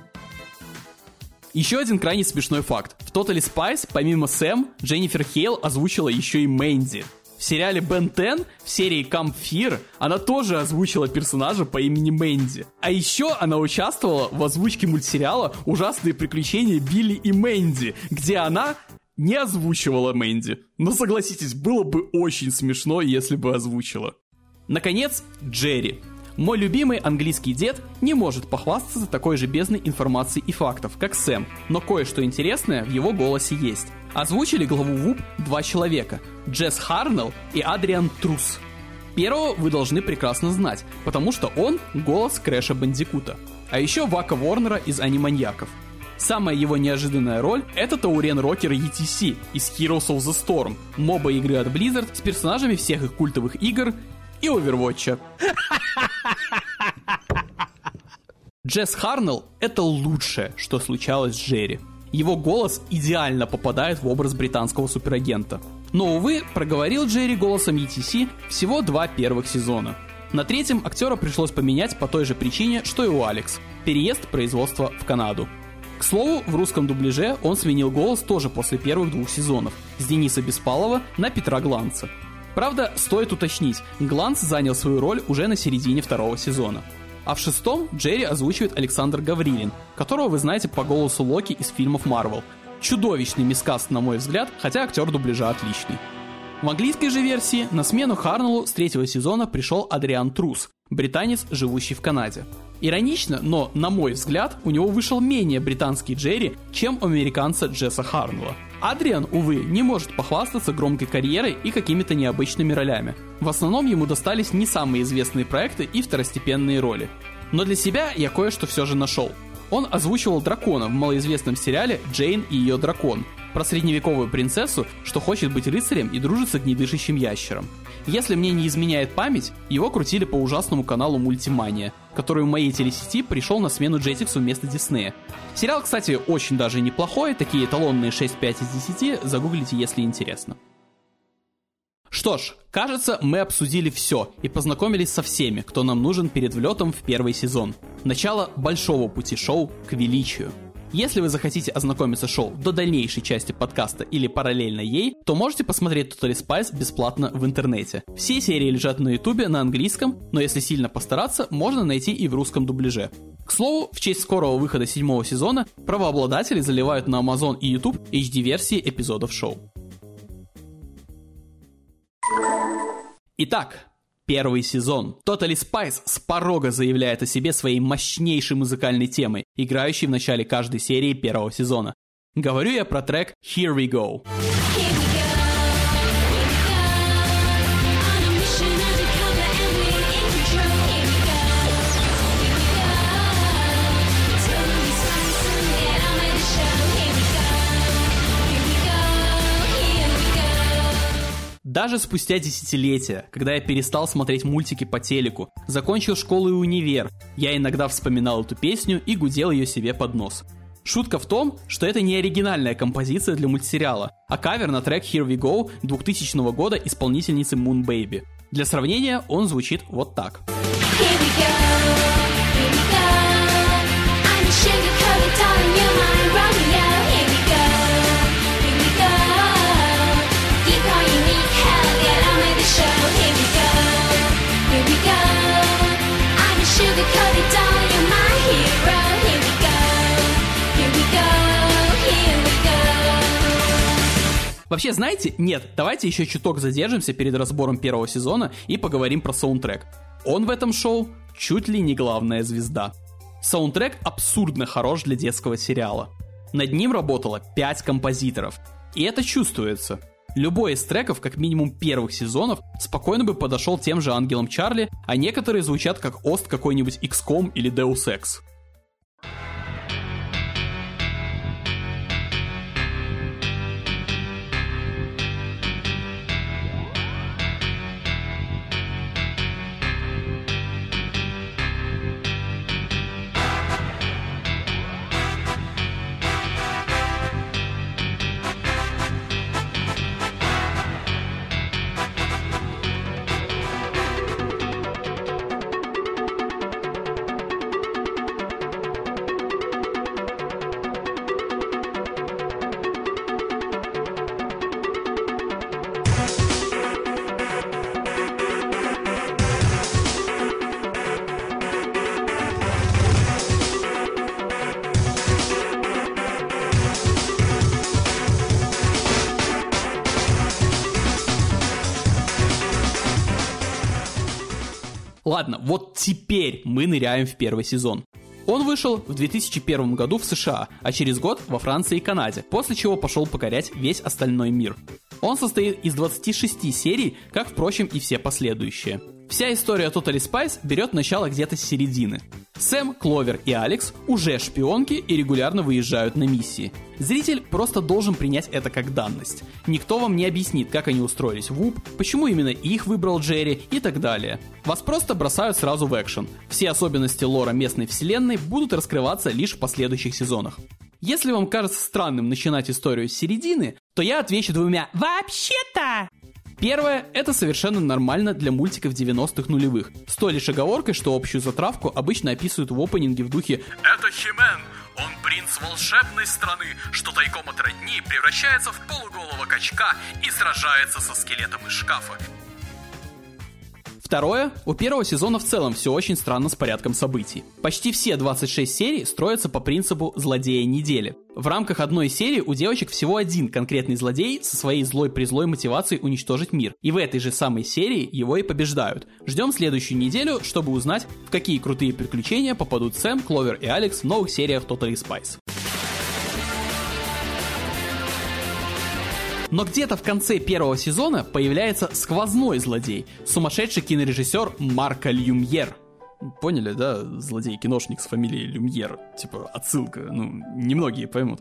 Еще один крайне смешной факт. В Totally Spice, помимо Сэм, Дженнифер Хейл озвучила еще и Мэнди. В сериале Бен десять, в серии Camp Fear, она тоже озвучила персонажа по имени Мэнди. А еще она участвовала в озвучке мультсериала «Ужасные приключения Билли и Мэнди», где она не озвучивала Мэнди. Но согласитесь, было бы очень смешно, если бы озвучила. Наконец, Джерри. Мой любимый английский дед не может похвастаться такой же бездной информации и фактов, как Сэм, но кое-что интересное в его голосе есть. Озвучили главу ВУП два человека – Джесс Харнелл и Адриан Трус. Первого вы должны прекрасно знать, потому что он – голос Крэша Бандикута. А еще Вака Ворнера из «Аниманьяков». Самая его неожиданная роль – это Таурен Рокер и ти си из Heroes of the Storm, моба игры от Blizzard с персонажами всех их культовых игр и Overwatch. Джесс Харнелл — это лучшее, что случалось с Джерри. Его голос идеально попадает в образ британского суперагента. Но, увы, проговорил Джерри голосом и ти си всего два первых сезона. На третьем актера пришлось поменять по той же причине, что и у Алекс – переезд производства в Канаду. К слову, в русском дубляже он сменил голос тоже после первых двух сезонов с Дениса Беспалова на Петра Гланца. Правда, стоит уточнить, Гланц занял свою роль уже на середине второго сезона. А в шестом Джерри озвучивает Александр Гаврилин, которого вы знаете по голосу Локи из фильмов Marvel. Чудовищный мискаст, на мой взгляд, хотя актер дубляжа отличный. В английской же версии на смену Харнеллу с третьего сезона пришел Адриан Трус, британец, живущий в Канаде. Иронично, но, на мой взгляд, у него вышел менее британский Джерри, чем у американца Джесса Харнелла. Адриан, увы, не может похвастаться громкой карьерой и какими-то необычными ролями. В основном ему достались не самые известные проекты и второстепенные роли. Но для себя я кое-что все же нашел. Он озвучивал дракона в малоизвестном сериале «Джейн и ее дракон», про средневековую принцессу, что хочет быть рыцарем и дружит с огнедышащим ящером. Если мне не изменяет память, его крутили по ужасному каналу Мультимания, который в моей телесети пришел на смену Джетиксу вместо Диснея. Сериал, кстати, очень даже неплохой, такие эталонные шесть пять из десяти, загуглите, если интересно. Что ж, кажется, мы обсудили все и познакомились со всеми, кто нам нужен перед влетом в первый сезон. Начало большого пути шоу к величию. Если вы захотите ознакомиться с шоу до дальнейшей части подкаста или параллельно ей, то можете посмотреть Totally Spies бесплатно в интернете. Все серии лежат на ютубе на английском, но если сильно постараться, можно найти и в русском дубляже. К слову, в честь скорого выхода седьмого сезона, правообладатели заливают на Amazon и YouTube эйч ди-версии эпизодов шоу. Итак, первый сезон. Totally Spies с порога заявляет о себе своей мощнейшей музыкальной темой, играющей в начале каждой серии первого сезона. Говорю я про трек Here We Go. Даже спустя десятилетия, когда я перестал смотреть мультики по телеку, закончил школу и универ, я иногда вспоминал эту песню и гудел ее себе под нос. Шутка в том, что это не оригинальная композиция для мультсериала, а кавер на трек Here We Go двухтысячного года исполнительницы Moon Baby. Для сравнения он звучит вот так. Вообще, знаете, нет, давайте еще чуток задержимся перед разбором первого сезона и поговорим про саундтрек. Он в этом шоу чуть ли не главная звезда. Саундтрек абсурдно хорош для детского сериала. Над ним работало пять композиторов. И это чувствуется. Любой из треков, как минимум первых сезонов, спокойно бы подошел тем же Ангелам Чарли, а некоторые звучат как ост какой-нибудь икс ком или Deus Ex. Ладно, вот теперь мы ныряем в первый сезон. Он вышел в две тысячи первом году в США, а через год во Франции и Канаде, после чего пошел покорять весь остальной мир. Он состоит из двадцати шести серий, как, впрочем, и все последующие. Вся история Totally Spies берет начало где-то с середины. Сэм, Кловер и Алекс уже шпионки и регулярно выезжают на миссии. Зритель просто должен принять это как данность. Никто вам не объяснит, как они устроились в ВУП, почему именно их выбрал Джерри и так далее. Вас просто бросают сразу в экшен. Все особенности лора местной вселенной будут раскрываться лишь в последующих сезонах. Если вам кажется странным начинать историю с середины, то я отвечу двумя «вообще-то». Первое – это совершенно нормально для мультиков девяностых нулевых, с той лишь оговоркой, что общую затравку обычно описывают в опенинге в духе «Это Хи-Мен, он принц волшебной страны, что тайком от родни превращается в полуголого качка и сражается со скелетом из шкафа». Второе, у первого сезона в целом все очень странно с порядком событий. Почти все двадцать шесть серий строятся по принципу злодея недели. В рамках одной серии у девочек всего один конкретный злодей со своей злой-призлой мотивацией уничтожить мир. И в этой же самой серии его и побеждают. Ждем следующую неделю, чтобы узнать, в какие крутые приключения попадут Сэм, Кловер и Алекс в новых сериях Totally Spies. Но где-то в конце первого сезона появляется сквозной злодей, сумасшедший кинорежиссер Марко Люмьер. Поняли, да? Злодей-киношник с фамилией Люмьер. Типа отсылка, ну, немногие поймут.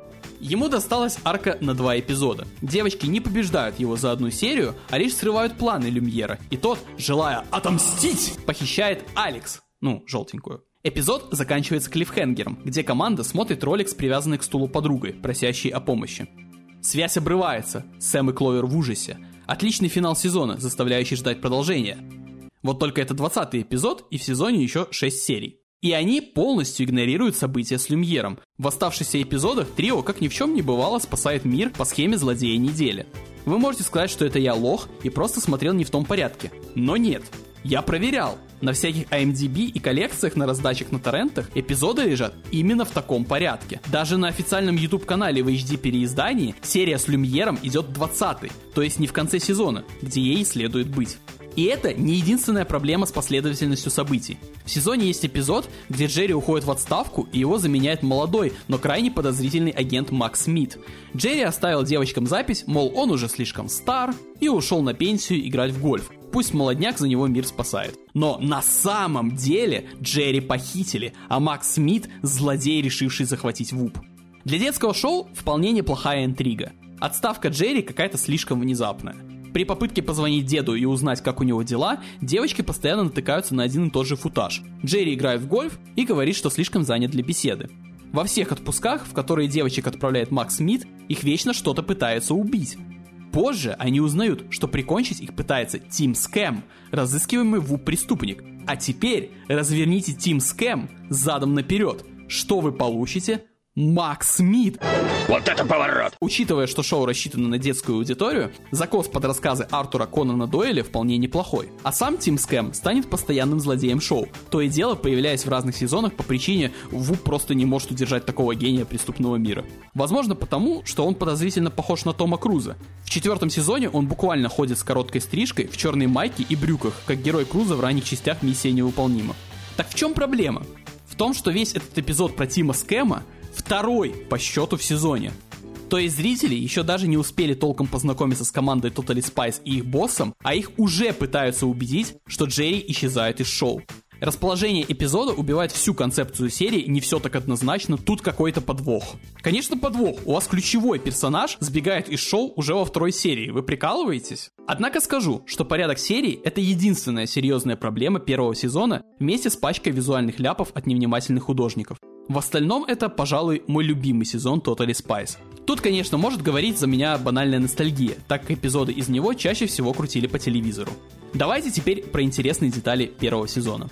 Ему досталась арка на два эпизода. Девочки не побеждают его за одну серию, а лишь срывают планы Люмьера. И тот, желая отомстить, похищает Алекс, ну, желтенькую. Эпизод заканчивается клиффхенгером, где команда смотрит ролик с привязанной к стулу подругой, просящей о помощи. Связь обрывается, Сэм и Кловер в ужасе. Отличный финал сезона, заставляющий ждать продолжения. Вот только это двадцатый эпизод, и в сезоне еще шесть серий. И они полностью игнорируют события с Люмьером. В оставшихся эпизодах трио, как ни в чем не бывало, спасает мир по схеме злодея недели. Вы можете сказать, что это я лох и просто смотрел не в том порядке. Но нет. Я проверял. На всяких ай эм ди би и коллекциях на раздачах на торрентах эпизоды лежат именно в таком порядке. Даже на официальном YouTube-канале в эйч ди переиздании серия с Люмьером идет двадцатой, то есть не в конце сезона, где ей следует быть. И это не единственная проблема с последовательностью событий. В сезоне есть эпизод, где Джерри уходит в отставку, и его заменяет молодой, но крайне подозрительный агент Макс Смит. Джерри оставил девочкам запись, мол, он уже слишком стар, и ушел на пенсию играть в гольф. Пусть молодняк за него мир спасает. Но на самом деле Джерри похитили, а Макс Смит – злодей, решивший захватить ВУП. Для детского шоу вполне неплохая интрига. Отставка Джерри какая-то слишком внезапная. При попытке позвонить деду и узнать, как у него дела, девочки постоянно натыкаются на один и тот же футаж. Джерри играет в гольф и говорит, что слишком занят для беседы. Во всех отпусках, в которые девочек отправляет Макс Смит, их вечно что-то пытается убить. Позже они узнают, что прикончить их пытается Тим Скэм, разыскиваемый ВУП-преступник. А теперь разверните Тим Скэм задом наперед. Что вы получите? Макс Смит. Вот это поворот! Учитывая, что шоу рассчитано на детскую аудиторию, закос под рассказы Артура Конана Дойля вполне неплохой. А сам Тим Скэм станет постоянным злодеем шоу, то и дело появляясь в разных сезонах по причине ВУП просто не может удержать такого гения преступного мира. Возможно потому, что он подозрительно похож на Тома Круза. В четвертом сезоне он буквально ходит с короткой стрижкой, в черной майке и брюках, как герой Круза в ранних частях «Миссия невыполнима». Так в чем проблема? В том, что весь этот эпизод про Тима Скэма второй по счету в сезоне. То есть зрители еще даже не успели толком познакомиться с командой Totally Spies и их боссом, а их уже пытаются убедить, что Джерри исчезает из шоу. Расположение эпизода убивает всю концепцию серии, не все так однозначно, тут какой-то подвох. Конечно, подвох, у вас ключевой персонаж сбегает из шоу уже во второй серии, вы прикалываетесь? Однако скажу, что порядок серий — это единственная серьезная проблема первого сезона вместе с пачкой визуальных ляпов от невнимательных художников. В остальном это, пожалуй, мой любимый сезон Totally Spies. Тут, конечно, может говорить за меня банальная ностальгия, так как эпизоды из него чаще всего крутили по телевизору. Давайте теперь про интересные детали первого сезона.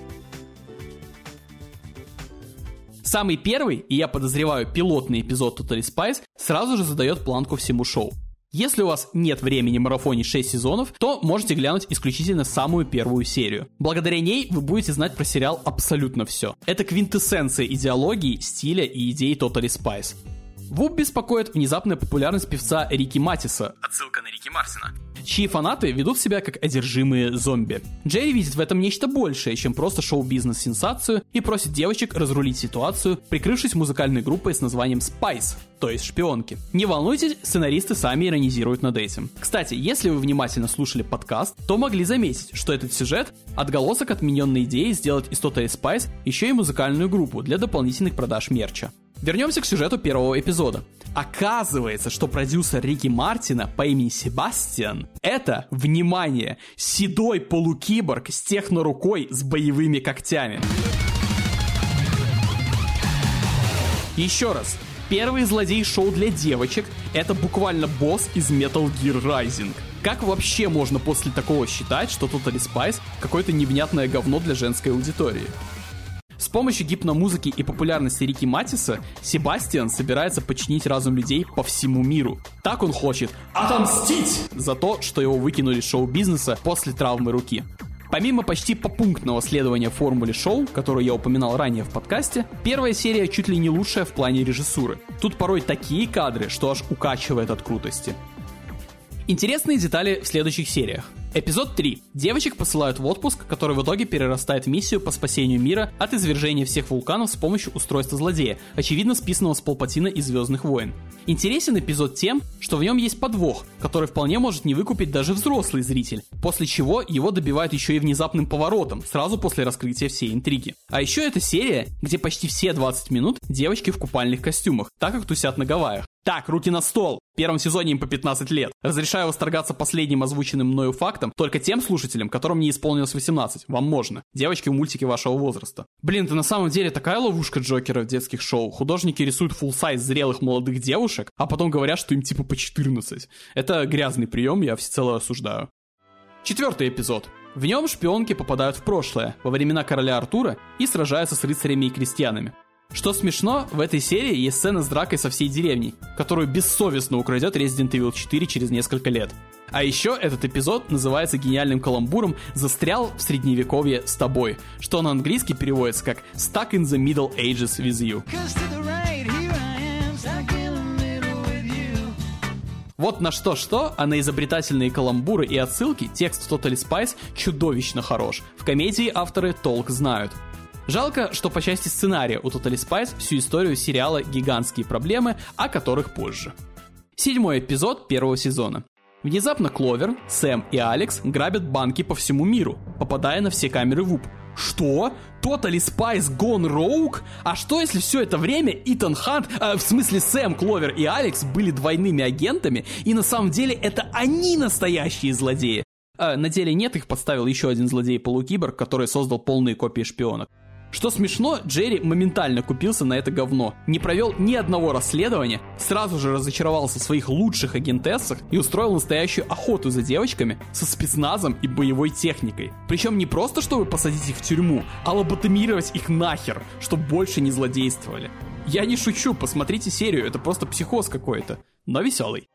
Самый первый, и я подозреваю пилотный эпизод Totally Spies, сразу же задает планку всему шоу. Если у вас нет времени марафонить шесть сезонов, то можете глянуть исключительно самую первую серию. Благодаря ней вы будете знать про сериал абсолютно все. Это квинтэссенция идеологии, стиля и идей Totally Spies. Вуп беспокоит внезапная популярность певца Рики Матиса, отсылка на Рики Мартина, чьи фанаты ведут себя как одержимые зомби. Джерри видит в этом нечто большее, чем просто шоу-бизнес-сенсацию, и просит девочек разрулить ситуацию, прикрывшись музыкальной группой с названием Spice, то есть шпионки. Не волнуйтесь, сценаристы сами иронизируют над этим. Кстати, если вы внимательно слушали подкаст, то могли заметить, что этот сюжет — отголосок отмененной идеи сделать из Totally Spice еще и музыкальную группу для дополнительных продаж мерча. Вернемся к сюжету первого эпизода. Оказывается, что продюсер Рики Мартина по имени Себастьян — это, внимание, седой полукиборг с технорукой с боевыми когтями. Еще раз. Первый злодей шоу для девочек — это буквально босс из Metal Gear Rising. Как вообще можно после такого считать, что Totally Spice — какое-то невнятное говно для женской аудитории? С помощью гипномузыки и популярности Рики Матиса Себастьян собирается подчинить разум людей по всему миру. Так он хочет отомстить за то, что его выкинули из шоу-бизнеса после травмы руки. Помимо почти попунктного следования формуле шоу, которую я упоминал ранее в подкасте, первая серия чуть ли не лучшая в плане режиссуры. Тут порой такие кадры, что аж укачивает от крутости. Интересные детали в следующих сериях. Эпизод три. Девочек посылают в отпуск, который в итоге перерастает в миссию по спасению мира от извержения всех вулканов с помощью устройства злодея, очевидно списанного с Палпатина из «Звездных войн». Интересен эпизод тем, что в нем есть подвох, который вполне может не выкупить даже взрослый зритель, после чего его добивают еще и внезапным поворотом, сразу после раскрытия всей интриги. А еще это серия, где почти все двадцать минут девочки в купальных костюмах, так как тусят на Гавайях. Так, руки на стол! В первом сезоне им по пятнадцать лет. Разрешаю восторгаться последним озвученным мною фактом только тем слушателям, которым не исполнилось восемнадцать. Вам можно. Девочки в мультике вашего возраста. Блин, это на самом деле такая ловушка Джокера в детских шоу. Художники рисуют фулл-сайз зрелых молодых девушек, а потом говорят, что им типа по четырнадцать. Это грязный прием, я всецело осуждаю. Четвертый эпизод. В нем шпионки попадают в прошлое, во времена короля Артура, и сражаются с рыцарями и крестьянами. Что смешно, в этой серии есть сцена с дракой со всей деревней, которую бессовестно украдет Resident Evil четыре через несколько лет. А еще этот эпизод называется гениальным каламбуром «Застрял в средневековье с тобой», что на английский переводится как «Stuck in the Middle Ages with you». Вот на что-что, а на изобретательные каламбуры и отсылки текст в Totally Spice чудовищно хорош. В комедии авторы толк знают. Жалко, что по части сценария у Totally Spice всю историю сериала гигантские проблемы, о которых позже. Седьмой эпизод первого сезона. Внезапно Кловер, Сэм и Алекс грабят банки по всему миру, попадая на все камеры ВУП. Что? Totally Spice Gone Rogue? А что если все это время Итан Хант, э, в смысле Сэм, Кловер и Алекс были двойными агентами, и на самом деле это они настоящие злодеи? Э, на деле нет, их подставил еще один злодей-полукиборг, который создал полные копии шпионок. Что смешно, Джерри моментально купился на это говно, не провел ни одного расследования, сразу же разочаровался в своих лучших агентессах и устроил настоящую охоту за девочками со спецназом и боевой техникой. Причем не просто, чтобы посадить их в тюрьму, а лоботомировать их нахер, чтобы больше не злодействовали. Я не шучу, посмотрите серию, это просто психоз какой-то, но веселый.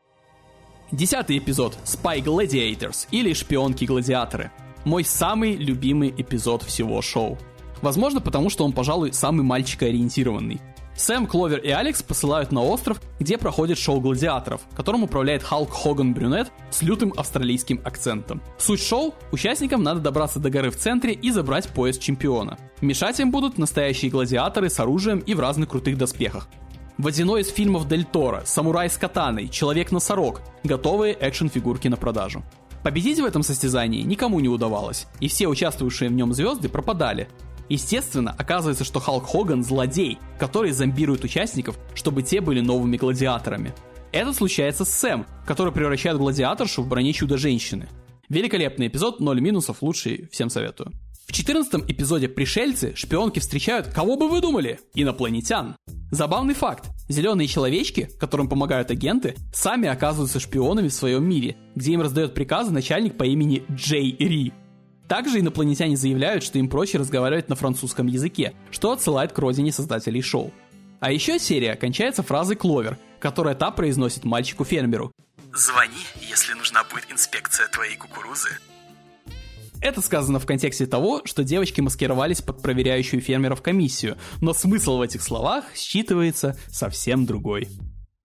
Десятый эпизод. Spy Gladiators, или Шпионки-гладиаторы. Мой самый любимый эпизод всего шоу. Возможно, потому что он, пожалуй, самый мальчикоориентированный. Сэм, Кловер и Алекс посылают на остров, где проходит шоу гладиаторов, которым управляет Халк Хоган-брюнет с лютым австралийским акцентом. Суть шоу – участникам надо добраться до горы в центре и забрать пояс чемпиона. Мешать им будут настоящие гладиаторы с оружием и в разных крутых доспехах. Водяной из фильмов Дель Торо, самурай с катаной, человек-носорог – готовые экшн-фигурки на продажу. Победить в этом состязании никому не удавалось, и все участвующие в нем звезды пропадали. Естественно, оказывается, что Халк Хоган – злодей, который зомбирует участников, чтобы те были новыми гладиаторами. Это случается с Сэм, который превращает гладиаторшу в броне Чудо-женщины. Великолепный эпизод, ноль минусов, лучший, всем советую. В четырнадцатом эпизоде «Пришельцы» шпионки встречают, кого бы вы думали? Инопланетян. Забавный факт. Зеленые человечки, которым помогают агенты, сами оказываются шпионами в своем мире, где им раздает приказы начальник по имени Джей Ри. Также инопланетяне заявляют, что им проще разговаривать на французском языке, что отсылает к родине создателей шоу. А еще серия кончается фразой Кловер, которая та произносит мальчику-фермеру. «Звони, если нужна будет инспекция твоей кукурузы». Это сказано в контексте того, что девочки маскировались под проверяющую фермеров комиссию, но смысл в этих словах считывается совсем другой.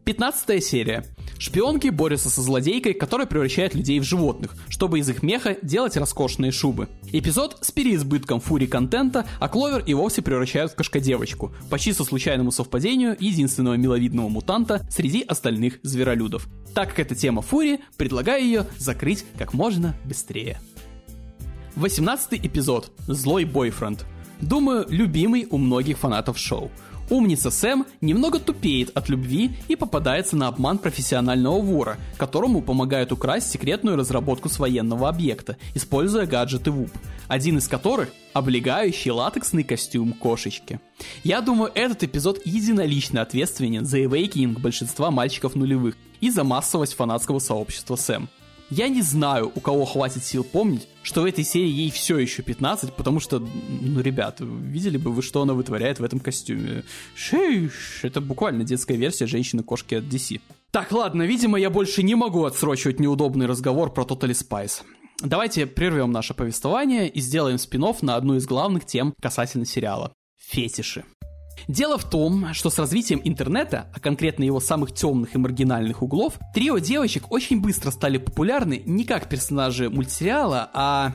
пятнадцатая серия. Шпионки борются со злодейкой, которая превращает людей в животных, чтобы из их меха делать роскошные шубы. Эпизод с переизбытком фури-контента, а Кловер и вовсе превращают в кошкодевочку, по чисто случайному совпадению единственного миловидного мутанта среди остальных зверолюдов. Так как это тема фури, предлагаю ее закрыть как можно быстрее. восемнадцатый эпизод. Злой бойфренд. Думаю, любимый у многих фанатов шоу. Умница Сэм немного тупеет от любви и попадается на обман профессионального вора, которому помогают украсть секретную разработку с военного объекта, используя гаджеты ВУП, один из которых – облегающий латексный костюм кошечки. Я думаю, этот эпизод единолично ответственен за эвейкинг большинства мальчиков нулевых и за массовость фанатского сообщества Сэм. Я не знаю, у кого хватит сил помнить, что в этой серии ей все еще пятнадцать, потому что, ну, ребят, видели бы вы, что она вытворяет в этом костюме. Шиш, это буквально детская версия женщины-кошки от ди си. Так, ладно, видимо, я больше не могу отсрочивать неудобный разговор про Totally Spies. Давайте прервем наше повествование и сделаем спин-офф на одну из главных тем касательно сериала – фетиши. Дело в том, что с развитием интернета, а конкретно его самых темных и маргинальных углов, трио девочек очень быстро стали популярны не как персонажи мультсериала, а...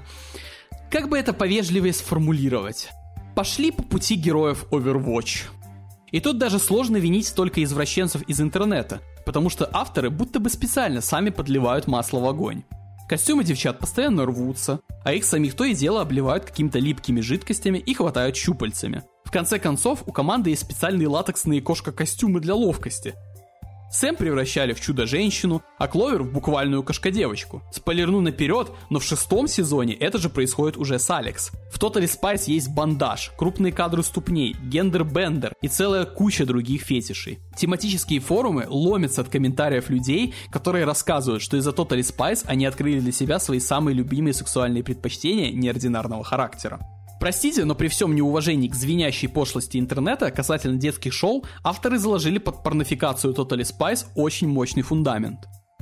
как бы это повежливее сформулировать? Пошли по пути героев Overwatch. И тут даже сложно винить только извращенцев из интернета, потому что авторы будто бы специально сами подливают масло в огонь. Костюмы девчат постоянно рвутся, а их самих то и дело обливают какими-то липкими жидкостями и хватают щупальцами. В конце концов, у команды есть специальные латексные кошка-костюмы для ловкости. Сэм превращали в чудо-женщину, а Кловер в буквальную кошка-девочку. Спойлерну наперед, но в шестом сезоне это же происходит уже с Алекс. В Totally Spies есть бандаж, крупные кадры ступней, гендер-бендер и целая куча других фетишей. Тематические форумы ломятся от комментариев людей, которые рассказывают, что из-за Totally Spies они открыли для себя свои самые любимые сексуальные предпочтения неординарного характера. Простите, но при всем неуважении к звенящей пошлости интернета касательно детских шоу, авторы заложили под порнофикацию Totally Spies очень мощный фундамент.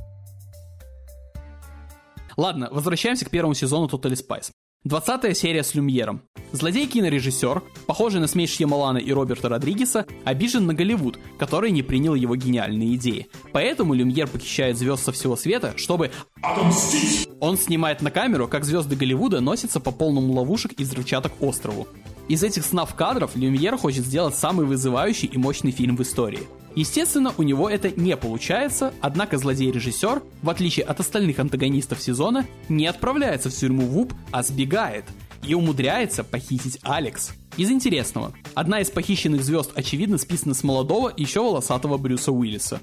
Ладно, возвращаемся к первому сезону Totally Spies. двадцатая серия с Люмьером. Злодей-кинорежиссер, похожий на смесь Шьямалана и Роберта Родригеса, обижен на Голливуд, который не принял его гениальные идеи. Поэтому Люмьер похищает звезд со всего света, чтобы отомстить. Он снимает на камеру, как звезды Голливуда носятся по полному ловушек и взрывчаток острову. Из этих снав кадров Люмьер хочет сделать самый вызывающий и мощный фильм в истории. Естественно, у него это не получается, однако злодей-режиссер, в отличие от остальных антагонистов сезона, не отправляется в тюрьму ВУП, а сбегает. И умудряется похитить Алекс. Из интересного, одна из похищенных звезд очевидно списана с молодого, еще волосатого Брюса Уиллиса.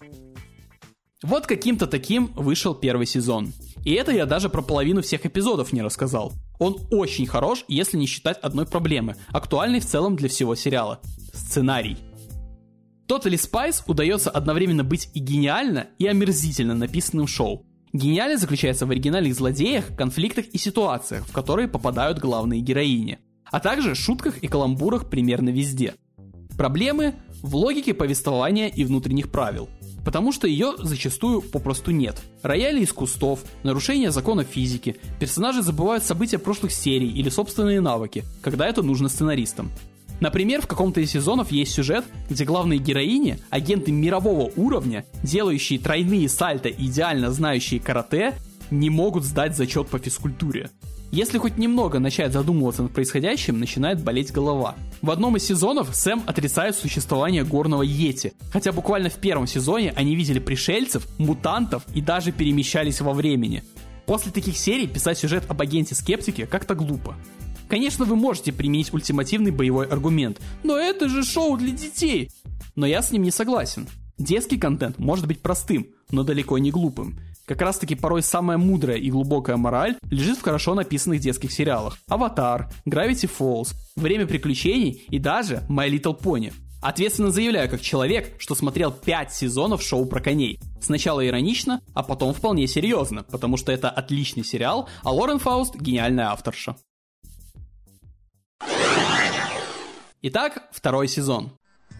Вот каким-то таким вышел первый сезон. И это я даже про половину всех эпизодов не рассказал. Он очень хорош, если не считать одной проблемы, актуальной в целом для всего сериала. Сценарий. Totally Spies удается одновременно быть и гениально, и омерзительно написанным шоу. Гениальность заключается в оригинальных злодеях, конфликтах и ситуациях, в которые попадают главные героини, а также шутках и каламбурах примерно везде. Проблемы в логике повествования и внутренних правил, потому что ее зачастую попросту нет. Рояли из кустов, нарушение законов физики, персонажи забывают события прошлых серий или собственные навыки, когда это нужно сценаристам. Например, в каком-то из сезонов есть сюжет, где главные героини, агенты мирового уровня, делающие тройные сальто и идеально знающие карате, не могут сдать зачет по физкультуре. Если хоть немного начать задумываться над происходящим, начинает болеть голова. В одном из сезонов Сэм отрицает существование горного йети, хотя буквально в первом сезоне они видели пришельцев, мутантов и даже перемещались во времени. После таких серий писать сюжет об агенте-скептике как-то глупо. Конечно, вы можете применить ультимативный боевой аргумент, но это же шоу для детей. Но я с ним не согласен. Детский контент может быть простым, но далеко не глупым. Как раз таки порой самая мудрая и глубокая мораль лежит в хорошо написанных детских сериалах. «Аватар», «Gravity Falls», «Время приключений» и даже «My Little Pony». Ответственно заявляю как человек, что смотрел пять сезонов шоу про коней. Сначала иронично, а потом вполне серьезно, потому что это отличный сериал, а Лорен Фауст – гениальная авторша. Итак, второй сезон.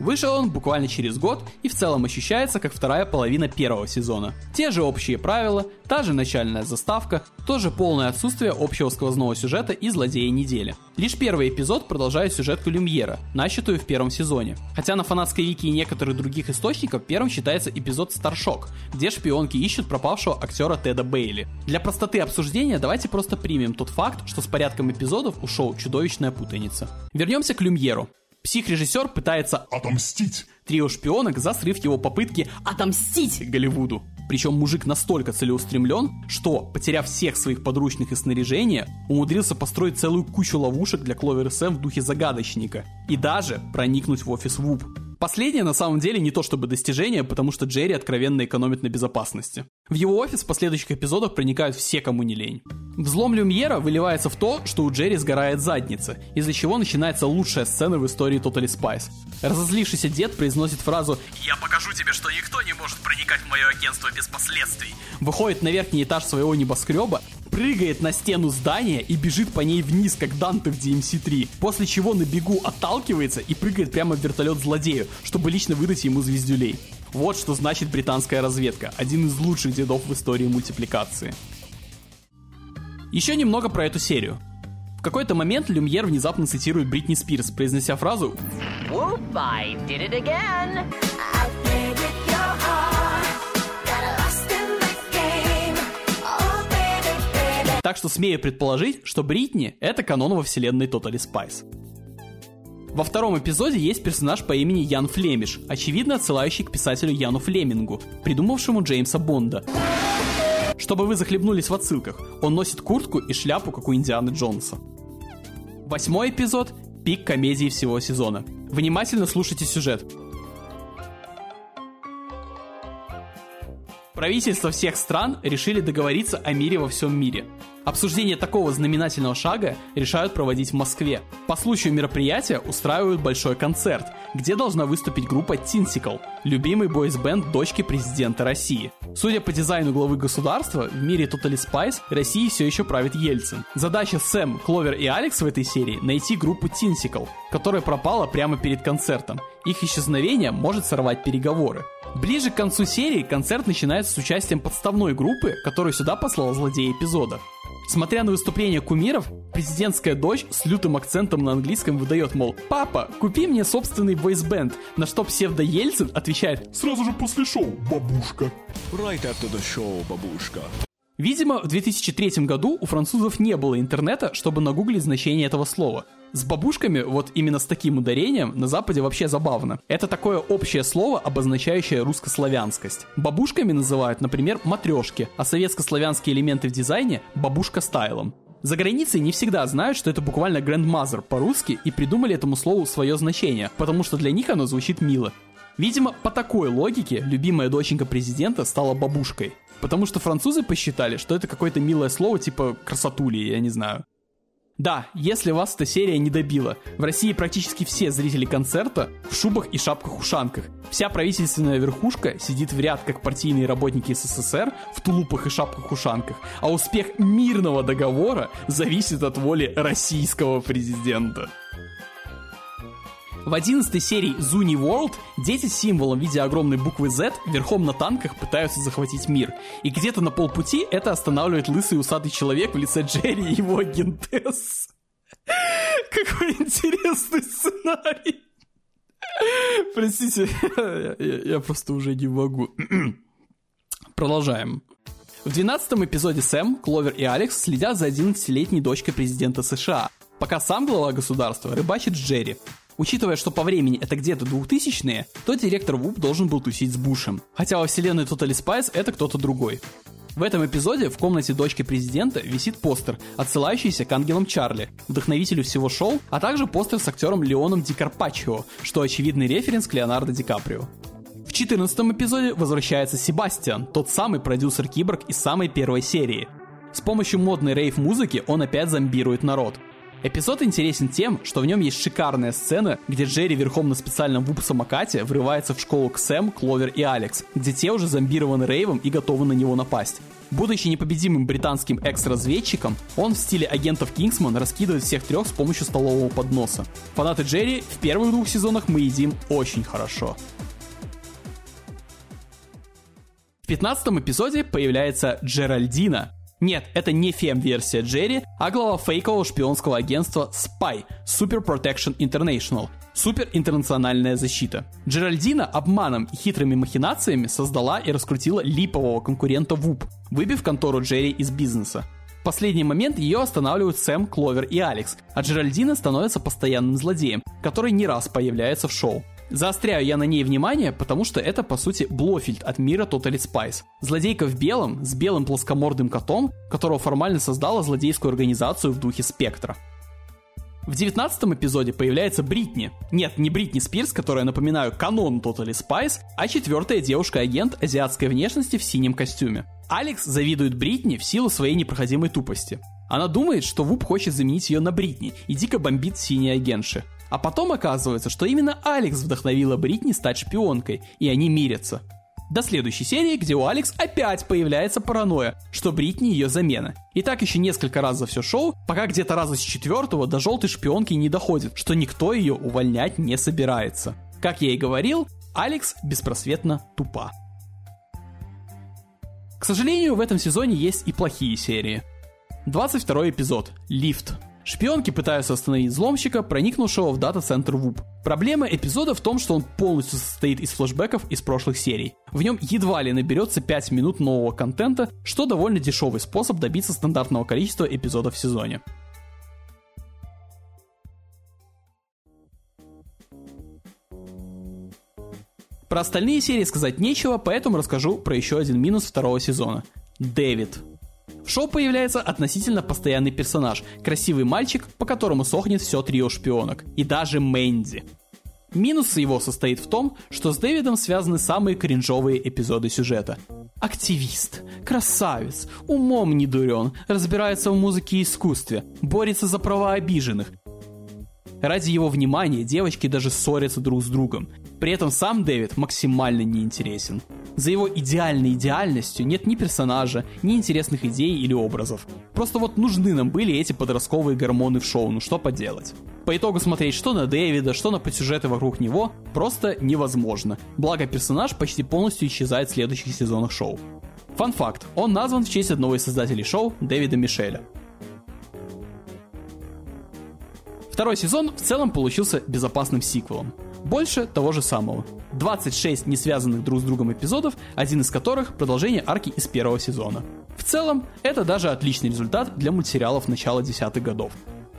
Вышел он буквально через год и в целом ощущается как вторая половина первого сезона. Те же общие правила, та же начальная заставка, тоже полное отсутствие общего сквозного сюжета и злодея недели. Лишь первый эпизод продолжает сюжетку Люмьера, начатую в первом сезоне. Хотя на фанатской вики и некоторых других источников первым считается эпизод «Старшок», где шпионки ищут пропавшего актера Теда Бейли. Для простоты обсуждения давайте просто примем тот факт, что с порядком эпизодов у шоу чудовищная путаница. Вернемся к Люмьеру. Псих-режиссер пытается отомстить трио шпионок за срыв его попытки отомстить Голливуду. Причем мужик настолько целеустремлен, что, потеряв всех своих подручных и снаряжения, умудрился построить целую кучу ловушек для Кловер и Сэм в духе загадочника и даже проникнуть в офис ВУП. Последнее на самом деле не то чтобы достижение, потому что Джерри откровенно экономит на безопасности. В его офис в последующих эпизодах проникают все, кому не лень. Взлом Люмьера выливается в то, что у Джерри сгорает задница, из-за чего начинается лучшая сцена в истории Totally Spies. Разозлившийся дед произносит фразу «Я покажу тебе, что никто не может проникать в мое агентство без последствий». Выходит на верхний этаж своего небоскреба, прыгает на стену здания и бежит по ней вниз, как Данте в ди эм си три, после чего на бегу отталкивается и прыгает прямо в вертолет злодею, чтобы лично выдать ему звездюлей. Вот что значит британская разведка, один из лучших дедов в истории мультипликации. Еще немного про эту серию. В какой-то момент Люмьер внезапно цитирует Бритни Спирс, произнося фразу Whoop, I did it again. Так что смею предположить, что Бритни — это канон во вселенной Totally Spies. Во втором эпизоде есть персонаж по имени Ян Флемиш, очевидно отсылающий к писателю Яну Флемингу, придумавшему Джеймса Бонда. Чтобы вы захлебнулись в отсылках, он носит куртку и шляпу, как у Индианы Джонса. Восьмой эпизод — пик комедии всего сезона. Внимательно слушайте сюжет. Правительства всех стран решили договориться о мире во всем мире. Обсуждение такого знаменательного шага решают проводить в Москве. По случаю мероприятия устраивают большой концерт, где должна выступить группа Тинсикл, любимый бойс-бенд дочки президента России. Судя по дизайну главы государства, в мире Totally Spies России все еще правит Ельцин. Задача Сэм, Кловер и Алекс в этой серии — найти группу Тинсикл, которая пропала прямо перед концертом. Их исчезновение может сорвать переговоры. Ближе к концу серии концерт начинается с участием подставной группы, которую сюда послал злодей эпизода. Смотря на выступление кумиров, президентская дочь с лютым акцентом на английском выдает, мол, «Папа, купи мне собственный бойсбенд», на что псевдо-Ельцин отвечает «Сразу же после шоу, бабушка». Right after the show, бабушка. Видимо, в две тысячи третьем году у французов не было интернета, чтобы нагуглить значение этого слова. С бабушками, вот именно с таким ударением, на Западе вообще забавно. Это такое общее слово, обозначающее русско-славянскость. Бабушками называют, например, матрешки, а советско-славянские элементы в дизайне — бабушка-стайлом. За границей не всегда знают, что это буквально grandmother по-русски, и придумали этому слову свое значение, потому что для них оно звучит мило. Видимо, по такой логике любимая доченька президента стала бабушкой. Потому что французы посчитали, что это какое-то милое слово типа красотули, я не знаю. Да, если вас эта серия не добила, в России практически все зрители концерта в шубах и шапках-ушанках. Вся правительственная верхушка сидит в ряд, как партийные работники СССР, в тулупах и шапках-ушанках, а успех мирного договора зависит от воли российского президента. В одиннадцатой серии Zuni World дети с символом в виде огромной буквы Z верхом на танках пытаются захватить мир. И где-то на полпути это останавливает лысый усатый человек в лице Джерри и его агентесс. Какой интересный сценарий. Простите, я, я просто уже не могу. Продолжаем. В двенадцатом эпизоде Сэм, Кловер и Алекс следят за одиннадцатилетней дочкой президента США, пока сам глава государства рыбачит с Джерри. Учитывая, что по времени это где-то двухтысячные, то директор ВУП должен был тусить с Бушем. Хотя во вселенной Totally Spies это кто-то другой. В этом эпизоде в комнате дочки президента висит постер, отсылающийся к ангелам Чарли, вдохновителю всего шоу, а также постер с актером Леоном Ди Карпаччо, что очевидный референс к Леонардо Ди Каприо. В четырнадцатом эпизоде возвращается Себастьян, тот самый продюсер-киборг из самой первой серии. С помощью модной рейв-музыки он опять зомбирует народ. Эпизод интересен тем, что в нем есть шикарная сцена, где Джерри верхом на специальном вуп-самокате врывается в школу к Сэм, Кловер и Алекс, где те уже зомбированы рейвом и готовы на него напасть. Будучи непобедимым британским экс-разведчиком, он в стиле агентов Кингсман раскидывает всех трех с помощью столового подноса. Фанаты Джерри, в первых двух сезонах мы едим очень хорошо. В пятнадцатом эпизоде появляется Джеральдина. Нет, это не фем-версия Джерри, а глава фейкового шпионского агентства спай Super Protection International. Суперинтернациональная защита. Джеральдина обманом и хитрыми махинациями создала и раскрутила липового конкурента вуп, выбив контору Джерри из бизнеса. В последний момент ее останавливают Сэм, Кловер и Алекс, а Джеральдина становится постоянным злодеем, который не раз появляется в шоу. Заостряю я на ней внимание, потому что это, по сути, Блофельд от мира Totally Spies. Злодейка в белом, с белым плоскомордым котом, которого формально создала злодейскую организацию в духе Спектра. В девятнадцатом эпизоде появляется Бритни. Нет, не Бритни Спирс, которая, напоминаю, канон Totally Spies, а четвертая девушка-агент азиатской внешности в синем костюме. Алекс завидует Бритни в силу своей непроходимой тупости. Она думает, что вуп хочет заменить ее на Бритни и дико бомбит синие агентши. А потом оказывается, что именно Алекс вдохновила Бритни стать шпионкой, и они мирятся. До следующей серии, где у Алекс опять появляется паранойя, что Бритни ее замена. И так еще несколько раз за все шоу, пока где-то раза с четвертого до желтой шпионки не доходит, что никто ее увольнять не собирается. Как я и говорил, Алекс беспросветно тупа. К сожалению, в этом сезоне есть и плохие серии. двадцать второй эпизод. Лифт. Шпионки пытаются остановить взломщика, проникнувшего в дата-центр вуп. Проблема эпизода в том, что он полностью состоит из флешбеков из прошлых серий. В нем едва ли наберется пять минут нового контента, что довольно дешевый способ добиться стандартного количества эпизодов в сезоне. Про остальные серии сказать нечего, поэтому расскажу про еще один минус второго сезона. Дэвид. В шоу появляется относительно постоянный персонаж, красивый мальчик, по которому сохнет все трио шпионок, и даже Мэнди. Минус его состоит в том, что с Дэвидом связаны самые кринжовые эпизоды сюжета. Активист, красавец, умом не дурен, разбирается в музыке и искусстве, борется за права обиженных. Ради его внимания девочки даже ссорятся друг с другом. При этом сам Дэвид максимально неинтересен. За его идеальной идеальностью нет ни персонажа, ни интересных идей или образов. Просто вот нужны нам были эти подростковые гормоны в шоу, ну что поделать. По итогу смотреть что на Дэвида, что на подсюжеты вокруг него просто невозможно. Благо персонаж почти полностью исчезает в следующих сезонах шоу. Фан-факт, он назван в честь одного из создателей шоу, Дэвида Мишеля. Второй сезон в целом получился безопасным сиквелом. Больше того же самого. двадцать шесть не связанных друг с другом эпизодов, один из которых продолжение арки из первого сезона. В целом, это даже отличный результат для мультсериалов начала десятых годов.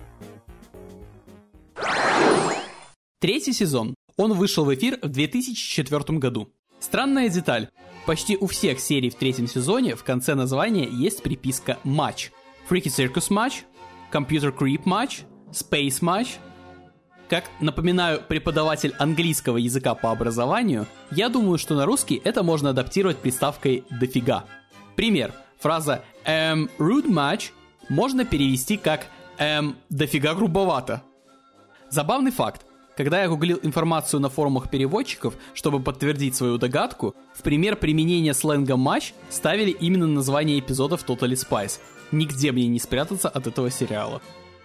Третий сезон. Он вышел в эфир в две тысячи четвёртом году. Странная деталь. Почти у всех серий в третьем сезоне в конце названия есть приписка «Матч». Freaky Circus Match, Computer Creep Match, Space Match. Как, напоминаю, преподаватель английского языка по образованию, я думаю, что на русский это можно адаптировать приставкой «дофига». Пример. Фраза «эм, rude match» можно перевести как «эм, дофига грубовато». Забавный факт. Когда я гуглил информацию на форумах переводчиков, чтобы подтвердить свою догадку, в пример применения сленга «матч» ставили именно название эпизодов Totally Spies. Нигде мне не спрятаться от этого сериала.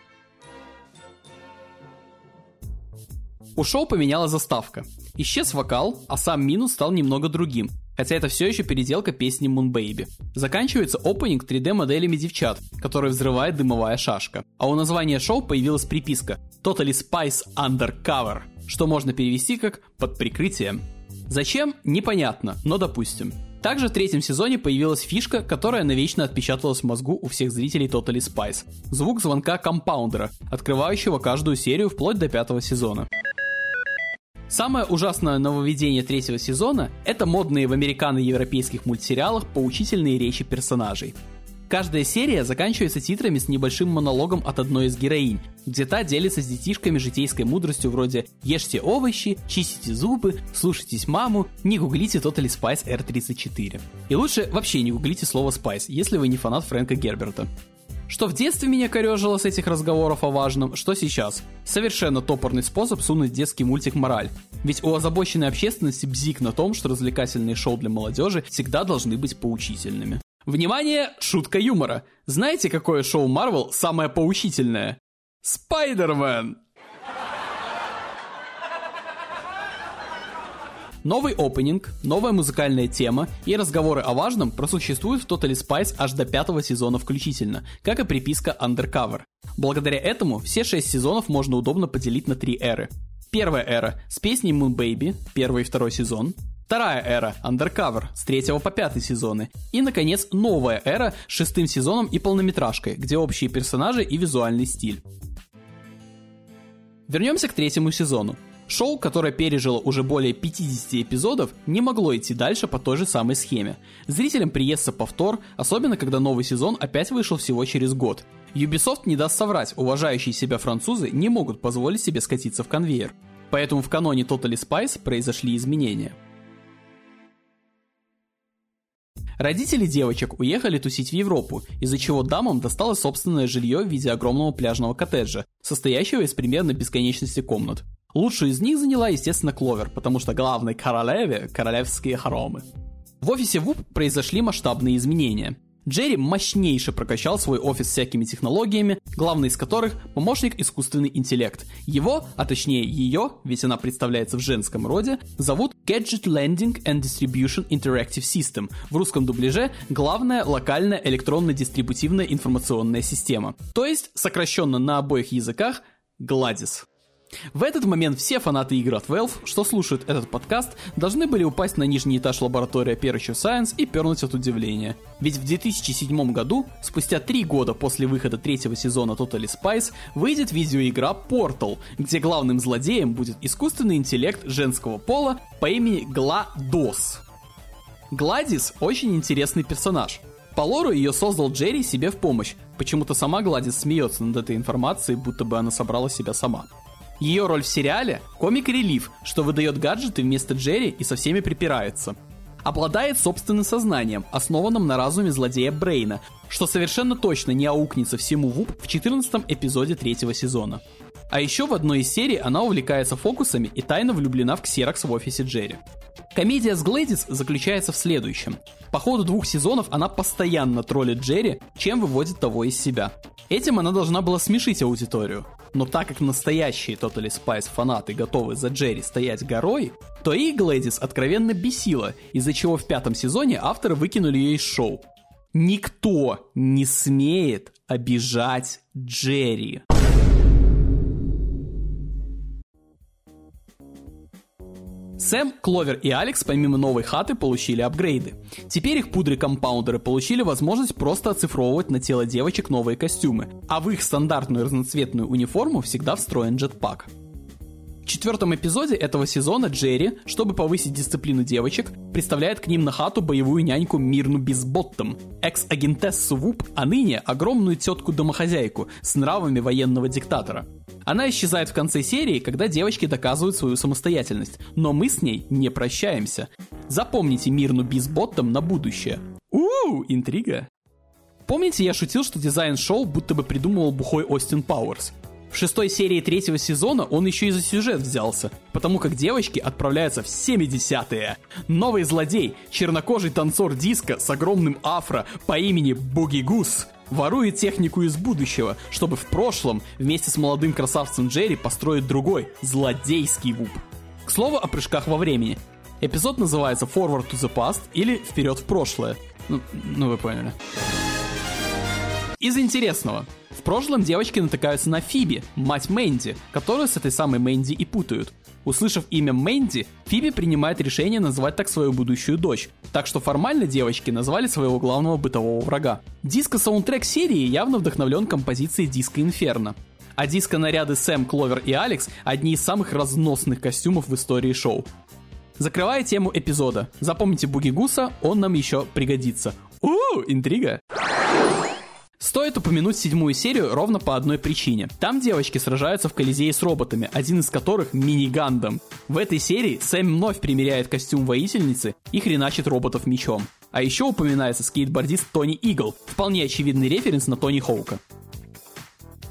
У шоу поменяла заставка. Исчез вокал, а сам Минус стал немного другим, хотя это все еще переделка песни Moon Baby. Заканчивается опенинг три дэ-моделями девчат, которые взрывает дымовая шашка. А у названия шоу появилась приписка Totally Spies Undercover, что можно перевести как «под прикрытием». Зачем? Непонятно, но допустим. Также в третьем сезоне появилась фишка, которая навечно отпечаталась в мозгу у всех зрителей Totally Spies. Звук звонка компаундера, открывающего каждую серию вплоть до пятого сезона. Самое ужасное нововведение третьего сезона – это модные в американо-европейских мультсериалах поучительные речи персонажей. Каждая серия заканчивается титрами с небольшим монологом от одной из героинь, где та делится с детишками житейской мудростью вроде «Ешьте овощи», «Чистите зубы», «Слушайтесь маму», «Не гуглите Totally Spies эр тридцать четыре». И лучше вообще не гуглите слово «Spice», если вы не фанат Фрэнка Герберта. Что в детстве меня корёжило с этих разговоров о важном, что сейчас. Совершенно топорный способ сунуть в детский мультик мораль. Ведь у озабоченной общественности бзик на том, что развлекательные шоу для молодежи всегда должны быть поучительными. Внимание, шутка юмора. Знаете, какое шоу Marvel самое поучительное? Спайдермен! Новый опенинг, новая музыкальная тема и разговоры о важном просуществуют в Totally Spies аж до пятого сезона включительно, как и приписка Undercover. Благодаря этому все шесть сезонов можно удобно поделить на три эры. Первая эра с песней Moon Baby, первый и второй сезон. Вторая эра Undercover с третьего по пятый сезоны. И, наконец, новая эра с шестым сезоном и полнометражкой, где общие персонажи и визуальный стиль. Вернемся к третьему сезону. Шоу, которое пережило уже более пятьдесят эпизодов, не могло идти дальше по той же самой схеме. Зрителям приестся повтор, особенно когда новый сезон опять вышел всего через год. Ubisoft не даст соврать, уважающие себя французы не могут позволить себе скатиться в конвейер. Поэтому в каноне Totally Spies произошли изменения. Родители девочек уехали тусить в Европу, из-за чего дамам досталось собственное жилье в виде огромного пляжного коттеджа, состоящего из примерно бесконечности комнат. Лучшую из них заняла, естественно, Кловер, потому что главной королеве – королевские хоромы. В офисе вуп произошли масштабные изменения. Джерри мощнейше прокачал свой офис всякими технологиями, главной из которых – помощник искусственный интеллект. Его, а точнее ее, ведь она представляется в женском роде, зовут Gadget Landing and Distribution Interactive System, в русском дубляже главная локальная электронно-дистрибутивная информационная система. То есть, сокращенно на обоих языках, Гладис. В этот момент все фанаты игр от Valve, что слушают этот подкаст, должны были упасть на нижний этаж лаборатории Aperture Science и пернуть от удивления. Ведь в две тысячи седьмом году, спустя три года после выхода третьего сезона Totally Spies, выйдет видеоигра Portal, где главным злодеем будет искусственный интеллект женского пола по имени Гладос. Гладис очень интересный персонаж. По лору ее создал Джерри себе в помощь. Почему-то сама Гладис смеется над этой информацией, будто бы она собрала себя сама. Ее роль в сериале – комик-релив, что выдает гаджеты вместо Джерри и со всеми припирается. Обладает собственным сознанием, основанным на разуме злодея Брейна, что совершенно точно не аукнется всему вуп в четырнадцатом эпизоде третьего сезона. А еще в одной из серий она увлекается фокусами и тайно влюблена в ксерокс в офисе Джерри. Комедия с Гладис заключается в следующем. По ходу двух сезонов она постоянно троллит Джерри, чем выводит того из себя. Этим она должна была смешить аудиторию. Но так как настоящие Totally Spies фанаты готовы за Джерри стоять горой, то и Гладис откровенно бесила, из-за чего в пятом сезоне авторы выкинули ее из шоу. Никто не смеет обижать Джерри. Сэм, Кловер и Алекс помимо новой хаты получили апгрейды. Теперь их пудры-компаундеры получили возможность просто оцифровывать на тело девочек новые костюмы, а в их стандартную разноцветную униформу всегда встроен джетпак. В четвертом эпизоде этого сезона Джерри, чтобы повысить дисциплину девочек, представляет к ним на хату боевую няньку Мирну Бизботтом, экс-агентессу вуп, а ныне огромную тетку-домохозяйку с нравами военного диктатора. Она исчезает в конце серии, когда девочки доказывают свою самостоятельность, но мы с ней не прощаемся. Запомните Мирну Бизботтом на будущее. У-у-у, интрига. Помните, я шутил, что дизайн шоу будто бы придумывал бухой Остин Пауэрс? В шестой серии третьего сезона он еще и за сюжет взялся, потому как девочки отправляются в семидесятые. Новый злодей, чернокожий танцор диско с огромным афро по имени Буги Гус, ворует технику из будущего, чтобы в прошлом вместе с молодым красавцем Джерри построить другой, злодейский вуп. К слову о прыжках во времени. Эпизод называется Forward to the Past или Вперед в прошлое. Ну, ну вы поняли. Из интересного. В прошлом девочки натыкаются на Фиби, мать Мэнди, которую с этой самой Мэнди и путают. Услышав имя Мэнди, Фиби принимает решение назвать так свою будущую дочь, так что формально девочки назвали своего главного бытового врага. Диско-саундтрек серии явно вдохновлен композицией Диско Инферно. А диско-наряды Сэм, Кловер и Алекс – одни из самых разносных костюмов в истории шоу. Закрывая тему эпизода, запомните Буги Гуса, он нам еще пригодится. У-у-у, интрига! Стоит упомянуть седьмую серию ровно по одной причине. Там девочки сражаются в Колизее с роботами, один из которых мини-гандам. В этой серии Сэм вновь примеряет костюм воительницы и хреначит роботов мечом. А еще упоминается скейтбордист Тони Игл, вполне очевидный референс на Тони Хоука.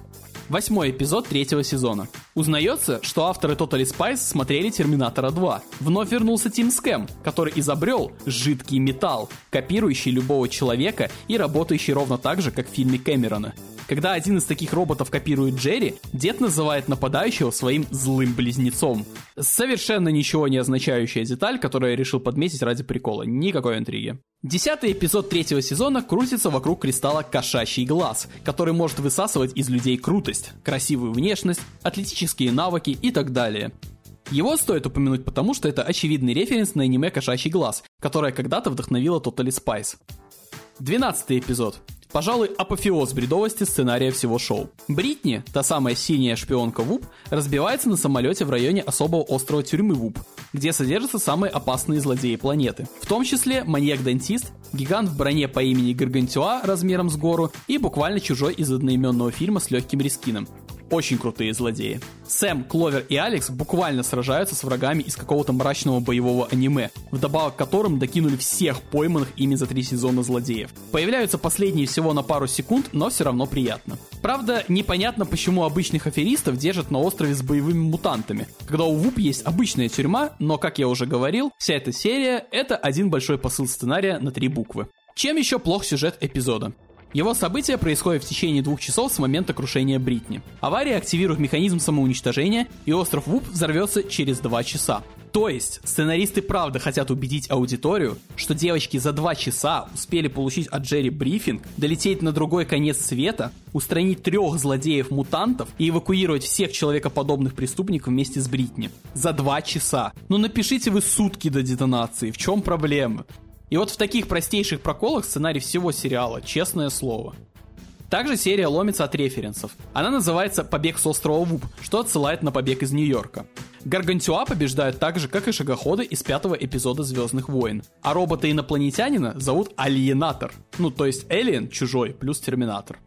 Восьмой эпизод третьего сезона. Узнается, что авторы Totally Spies смотрели Терминатора два. Вновь вернулся Тим Скэм, который изобрел жидкий металл, копирующий любого человека и работающий ровно так же, как в фильме Кэмерона. Когда один из таких роботов копирует Джерри, дед называет нападающего своим злым близнецом. Совершенно ничего не означающая деталь, которую я решил подметить ради прикола. Никакой интриги. Десятый эпизод третьего сезона крутится вокруг кристалла Кошачий Глаз, который может высасывать из людей крутость, красивую внешность, атлетические навыки и так далее. Его стоит упомянуть потому, что это очевидный референс на аниме «Кошачий Глаз», которое когда-то вдохновило Totally Spies. Двенадцатый эпизод. Пожалуй, апофеоз бредовости сценария всего шоу. Бритни, та самая синяя шпионка ВУП, разбивается на самолете в районе особого острова тюрьмы ВУП, где содержатся самые опасные злодеи планеты. В том числе маньяк-дантист, гигант в броне по имени Гаргантюа размером с гору и буквально чужой из одноименного фильма с легким рескином. Очень крутые злодеи. Сэм, Кловер и Алекс буквально сражаются с врагами из какого-то мрачного боевого аниме, вдобавок к которым докинули всех пойманных ими за три сезона злодеев. Появляются последние всего на пару секунд, но все равно приятно. Правда, непонятно, почему обычных аферистов держат на острове с боевыми мутантами, когда у ВУП есть обычная тюрьма, но, как я уже говорил, вся эта серия — это один большой посыл сценария на три буквы. Чем еще плох сюжет эпизода? Его события происходят в течение двух часов с момента крушения Бритни. Авария активирует механизм самоуничтожения, и остров ВУП взорвется через два часа. То есть, сценаристы правда хотят убедить аудиторию, что девочки за два часа успели получить от Джерри брифинг, долететь на другой конец света, устранить трех злодеев-мутантов и эвакуировать всех человекоподобных преступников вместе с Бритни. За два часа. Ну напишите вы сутки до детонации, в чем проблема? И вот в таких простейших проколах сценарий всего сериала, честное слово. Также серия ломится от референсов. Она называется «Побег с острова ВУП», что отсылает на побег из Нью-Йорка. Гаргантюа побеждают так же, как и шагоходы из пятого эпизода «Звездных войн». А робота-инопланетянина зовут Алиенатор. Ну, то есть Alien, чужой, плюс Терминатор.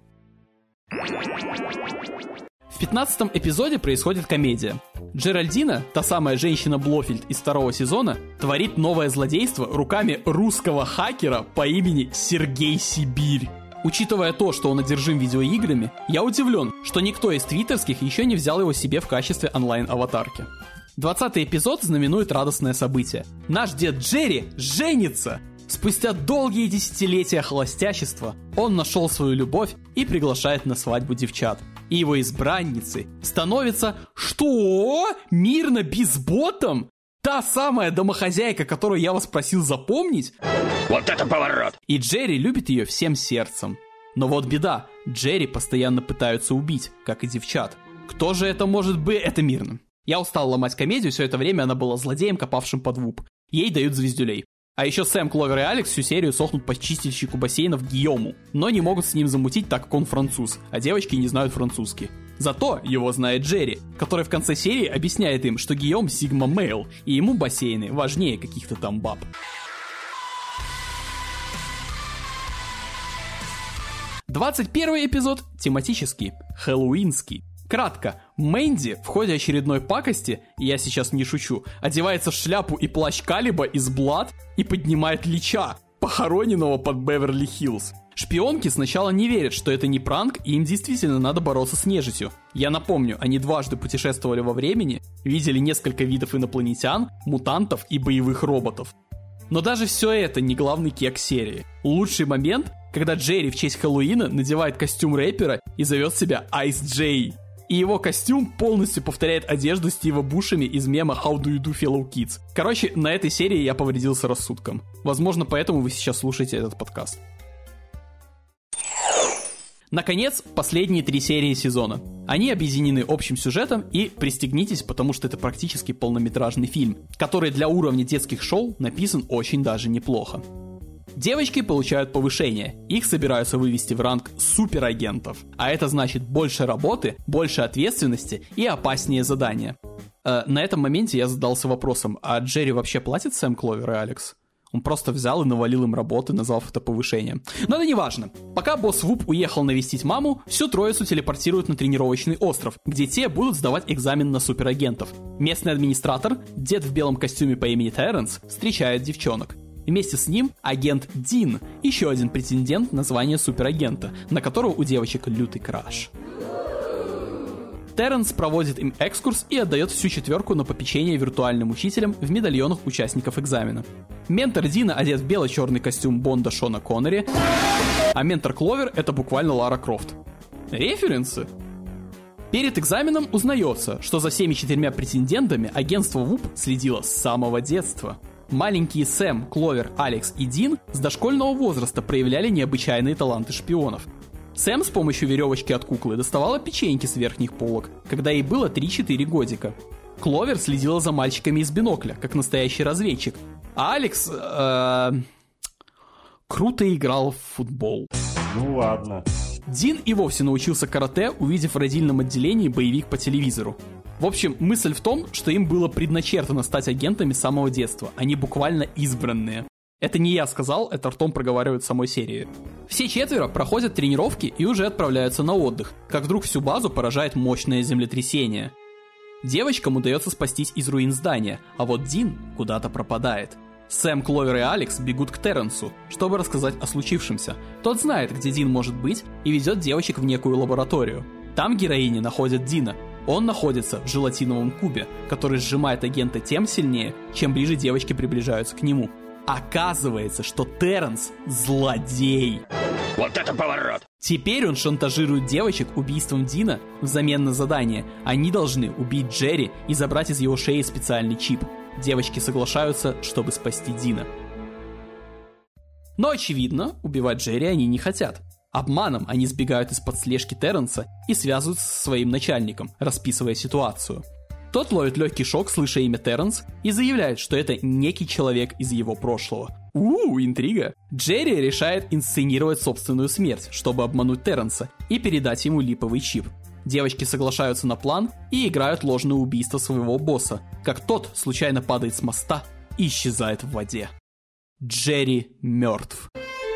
В пятнадцатом эпизоде происходит комедия. Джеральдина, та самая женщина Блофельд из второго сезона, творит новое злодейство руками русского хакера по имени Сергей Сибирь. Учитывая то, что он одержим видеоиграми, я удивлен, что никто из твиттерских еще не взял его себе в качестве онлайн-аватарки. двадцатый эпизод знаменует радостное событие. Наш дед Джерри женится! Спустя долгие десятилетия холостячества он нашел свою любовь и приглашает на свадьбу девчат. И его избранницей становится... Что? Мирна Безботом? Та самая домохозяйка, которую я вас просил запомнить? Вот это поворот! И Джерри любит ее всем сердцем. Но вот беда, Джерри постоянно пытаются убить, как и девчат. Кто же это может быть? Это Мирна. Я устал ломать комедию, все это время она была злодеем, копавшим под ВУП. Ей дают звездюлей. А еще Сэм, Кловер и Алекс всю серию сохнут по чистильщику бассейнов Гийому, но не могут с ним замутить, так как он француз, а девочки не знают французский. Зато его знает Джерри, который в конце серии объясняет им, что Гийом Сигма Мейл, и ему бассейны важнее каких-то там баб. двадцать первый эпизод тематический, хэллоуинский. Кратко, Мэнди в ходе очередной пакости, и я сейчас не шучу, одевается в шляпу и плащ Калиба из Блад и поднимает Лича, похороненного под Беверли-Хиллз. Шпионки сначала не верят, что это не пранк, и им действительно надо бороться с нежитью. Я напомню, они дважды путешествовали во времени, видели несколько видов инопланетян, мутантов и боевых роботов. Но даже все это не главный кек серии. Лучший момент, когда Джерри в честь Хэллоуина надевает костюм рэпера и зовет себя Ice J. И его костюм полностью повторяет одежду Стива Бушеми из мема How do you do, fellow kids? Короче, на этой серии я повредился рассудком. Возможно, поэтому вы сейчас слушаете этот подкаст. Наконец, последние три серии сезона. Они объединены общим сюжетом, и пристегнитесь, потому что это практически полнометражный фильм, который для уровня детских шоу написан очень даже неплохо. Девочки получают повышение, их собираются вывести в ранг суперагентов, а это значит больше работы, больше ответственности и опаснее задания. Э, на этом моменте я задался вопросом, а Джерри вообще платит Сэм, Кловер и Алекс? Он просто взял и навалил им работы, назвав это повышением. Но это не важно. Пока босс ВУП уехал навестить маму, всю троицу телепортируют на тренировочный остров, где те будут сдавать экзамен на суперагентов. Местный администратор, дед в белом костюме по имени Терренс, встречает девчонок. Вместе с ним агент Дин, еще один претендент на звание суперагента, на которого у девочек лютый краш. Терренс проводит им экскурс и отдает всю четверку на попечение виртуальным учителям в медальонах участников экзамена. Ментор Дина одет в бело-черный костюм Бонда Шона Коннери, а ментор Кловер — это буквально Лара Крофт. Референсы? Перед экзаменом узнается, что за всеми четырьмя претендентами агентство ВУП следило с самого детства. Маленькие Сэм, Кловер, Алекс и Дин с дошкольного возраста проявляли необычайные таланты шпионов. Сэм с помощью веревочки от куклы доставала печеньки с верхних полок, когда ей было три-четыре годика. Кловер следила за мальчиками из бинокля, как настоящий разведчик. А Алекс... Э, круто играл в футбол. Ну ладно. Дин и вовсе научился карате, увидев в родильном отделении боевик по телевизору. В общем, мысль в том, что им было предначертано стать агентами с самого детства. Они буквально избранные. Это не я сказал, это ртом проговаривают в самой серии. Все четверо проходят тренировки и уже отправляются на отдых, как вдруг всю базу поражает мощное землетрясение. Девочкам удается спастись из руин здания, а вот Дин куда-то пропадает. Сэм, Кловер и Алекс бегут к Терренсу, чтобы рассказать о случившемся. Тот знает, где Дин может быть, и ведет девочек в некую лабораторию. Там героини находят Дина. Он находится в желатиновом кубе, который сжимает агента тем сильнее, чем ближе девочки приближаются к нему. Оказывается, что Терренс – злодей. Вот это поворот! Теперь он шантажирует девочек убийством Дина взамен на задание. Они должны убить Джерри и забрать из его шеи специальный чип. Девочки соглашаются, чтобы спасти Дина. Но, очевидно, убивать Джерри они не хотят. Обманом они сбегают из-под слежки Терренса и связываются со своим начальником, расписывая ситуацию. Тот ловит легкий шок, слыша имя Терренс, и заявляет, что это некий человек из его прошлого. Ууу, интрига. Джерри решает инсценировать собственную смерть, чтобы обмануть Терренса и передать ему липовый чип. Девочки соглашаются на план и играют ложное убийство своего босса, как тот случайно падает с моста и исчезает в воде. Джерри мертв.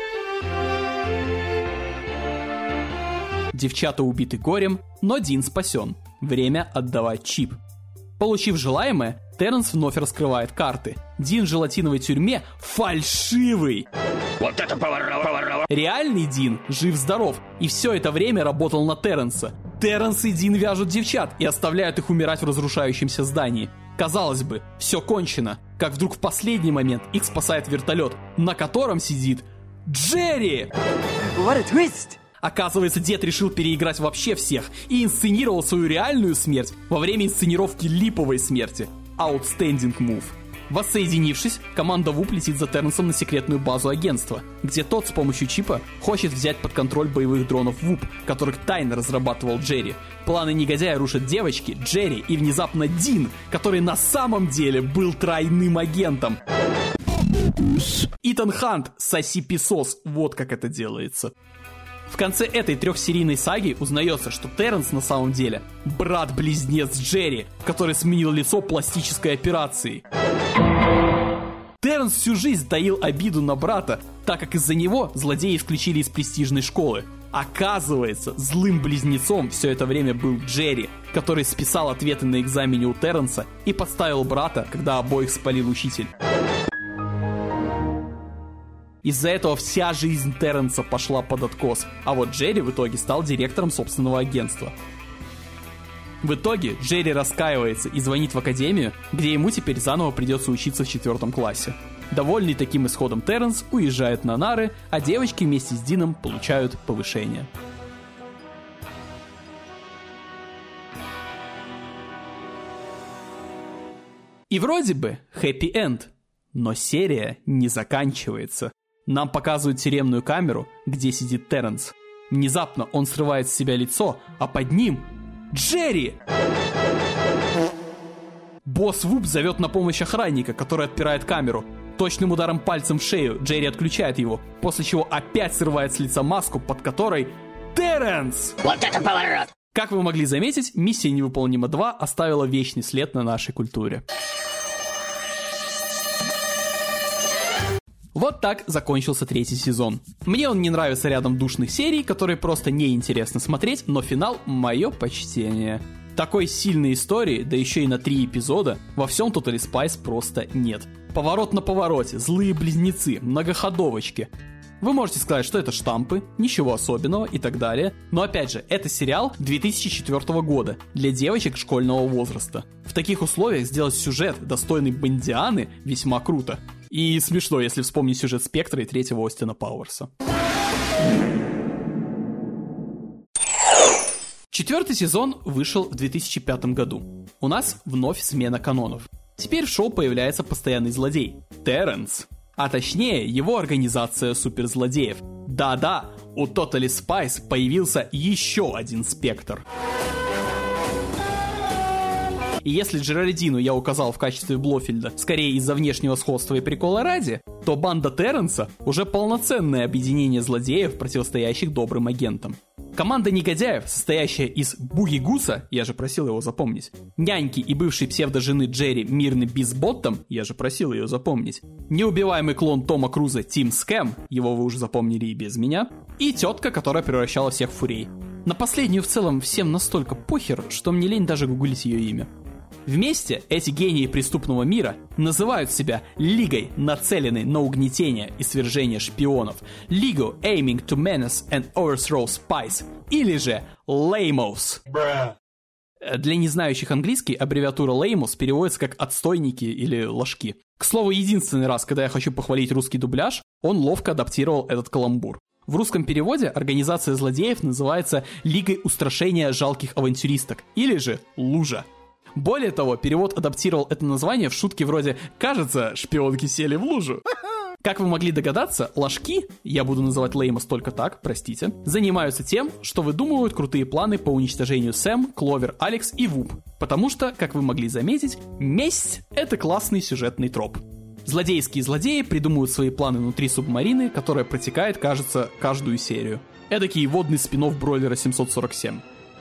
Девчата убиты горем, но Дин спасен. Время отдавать чип. Получив желаемое, Терренс вновь раскрывает карты. Дин в желатиновой тюрьме фальшивый. Вот это поворот, поворот. Реальный Дин жив-здоров и все это время работал на Терренса. Терренс и Дин вяжут девчат и оставляют их умирать в разрушающемся здании. Казалось бы, все кончено, как вдруг в последний момент их спасает вертолет, на котором сидит Джерри! What a twist! Оказывается, дед решил переиграть вообще всех и инсценировал свою реальную смерть во время инсценировки липовой смерти. Outstanding move. Воссоединившись, команда ВУП летит за Терренсом на секретную базу агентства, где тот с помощью чипа хочет взять под контроль боевых дронов ВУП, которых тайно разрабатывал Джерри. Планы негодяя рушат девочки, Джерри и внезапно Дин, который на самом деле был тройным агентом. Итан Хант, соси писос, вот как это делается. В конце этой трехсерийной саги узнается, что Терренс на самом деле брат-близнец Джерри, который сменил лицо пластической операцией. Терренс всю жизнь таил обиду на брата, так как из-за него злодеи исключили из престижной школы. Оказывается, злым близнецом все это время был Джерри, который списал ответы на экзамене у Терренса и подставил брата, когда обоих спалил учитель. Из-за этого вся жизнь Терренса пошла под откос, а вот Джерри в итоге стал директором собственного агентства. В итоге Джерри раскаивается и звонит в академию, где ему теперь заново придется учиться в четвертом классе. Довольный таким исходом Терренс уезжает на нары, а девочки вместе с Дином получают повышение. И вроде бы хэппи-энд, но серия не заканчивается. Нам показывают тюремную камеру, где сидит Терренс. Внезапно он срывает с себя лицо, а под ним Джерри! Босс ВУП зовет на помощь охранника, который отпирает камеру. Точным ударом пальцем в шею Джерри отключает его, после чего опять срывает с лица маску, под которой Терренс! Вот это поворот! Как вы могли заметить, «Миссия невыполнима два» оставила вечный след на нашей культуре. Вот так закончился третий сезон. Мне он не нравится рядом душных серий, которые просто неинтересно смотреть, но финал — мое почтение. Такой сильной истории, да еще и на три эпизода, во всем Totally Spies просто нет. Поворот на повороте, злые близнецы, многоходовочки. Вы можете сказать, что это штампы, ничего особенного и так далее, но опять же, это сериал две тысячи четвёртого года для девочек школьного возраста. В таких условиях сделать сюжет, достойный Бондианы, весьма круто. И смешно, если вспомнить сюжет Спектра и третьего Остина Пауэрса. Четвертый сезон вышел в две тысячи пятом году. У нас вновь смена канонов. Теперь в шоу появляется постоянный злодей – Терренс. А точнее, его организация суперзлодеев. Да-да, у Totally Spies появился еще один Спектр. И если Джеральдину я указал в качестве Блофельда скорее из-за внешнего сходства и прикола ради, то банда Терренса уже полноценное объединение злодеев, противостоящих добрым агентам. Команда негодяев, состоящая из Буги Гуса, я же просил его запомнить, няньки и бывшей псевдожены Джерри Мирны Бизботтом, я же просил ее запомнить, неубиваемый клон Тома Круза Тим Скэм, его вы уже запомнили и без меня, и тетка, которая превращала всех в фурей. На последнюю в целом всем настолько похер, что мне лень даже гуглить ее имя. Вместе эти гении преступного мира называют себя Лигой, нацеленной на угнетение и свержение шпионов, League aiming to menace and overthrow spies, или же Lamos. Для незнающих английский аббревиатура Lamos переводится как «отстойники» или «ложки». К слову, единственный раз, когда я хочу похвалить русский дубляж, он ловко адаптировал этот каламбур. В русском переводе организация злодеев называется Лигой устрашения жалких авантюристок, или же Лужа. Более того, перевод адаптировал это название в шутке вроде «Кажется, шпионки сели в лужу». Как вы могли догадаться, ложки, я буду называть Леймос только так, простите, занимаются тем, что выдумывают крутые планы по уничтожению Сэм, Кловер, Алекс и Вуп. Потому что, как вы могли заметить, месть — это классный сюжетный троп. Злодейские злодеи придумывают свои планы внутри субмарины, которая протекает, кажется, каждую серию. Эдакий водный спин-офф Бройлера семьсот сорок семь.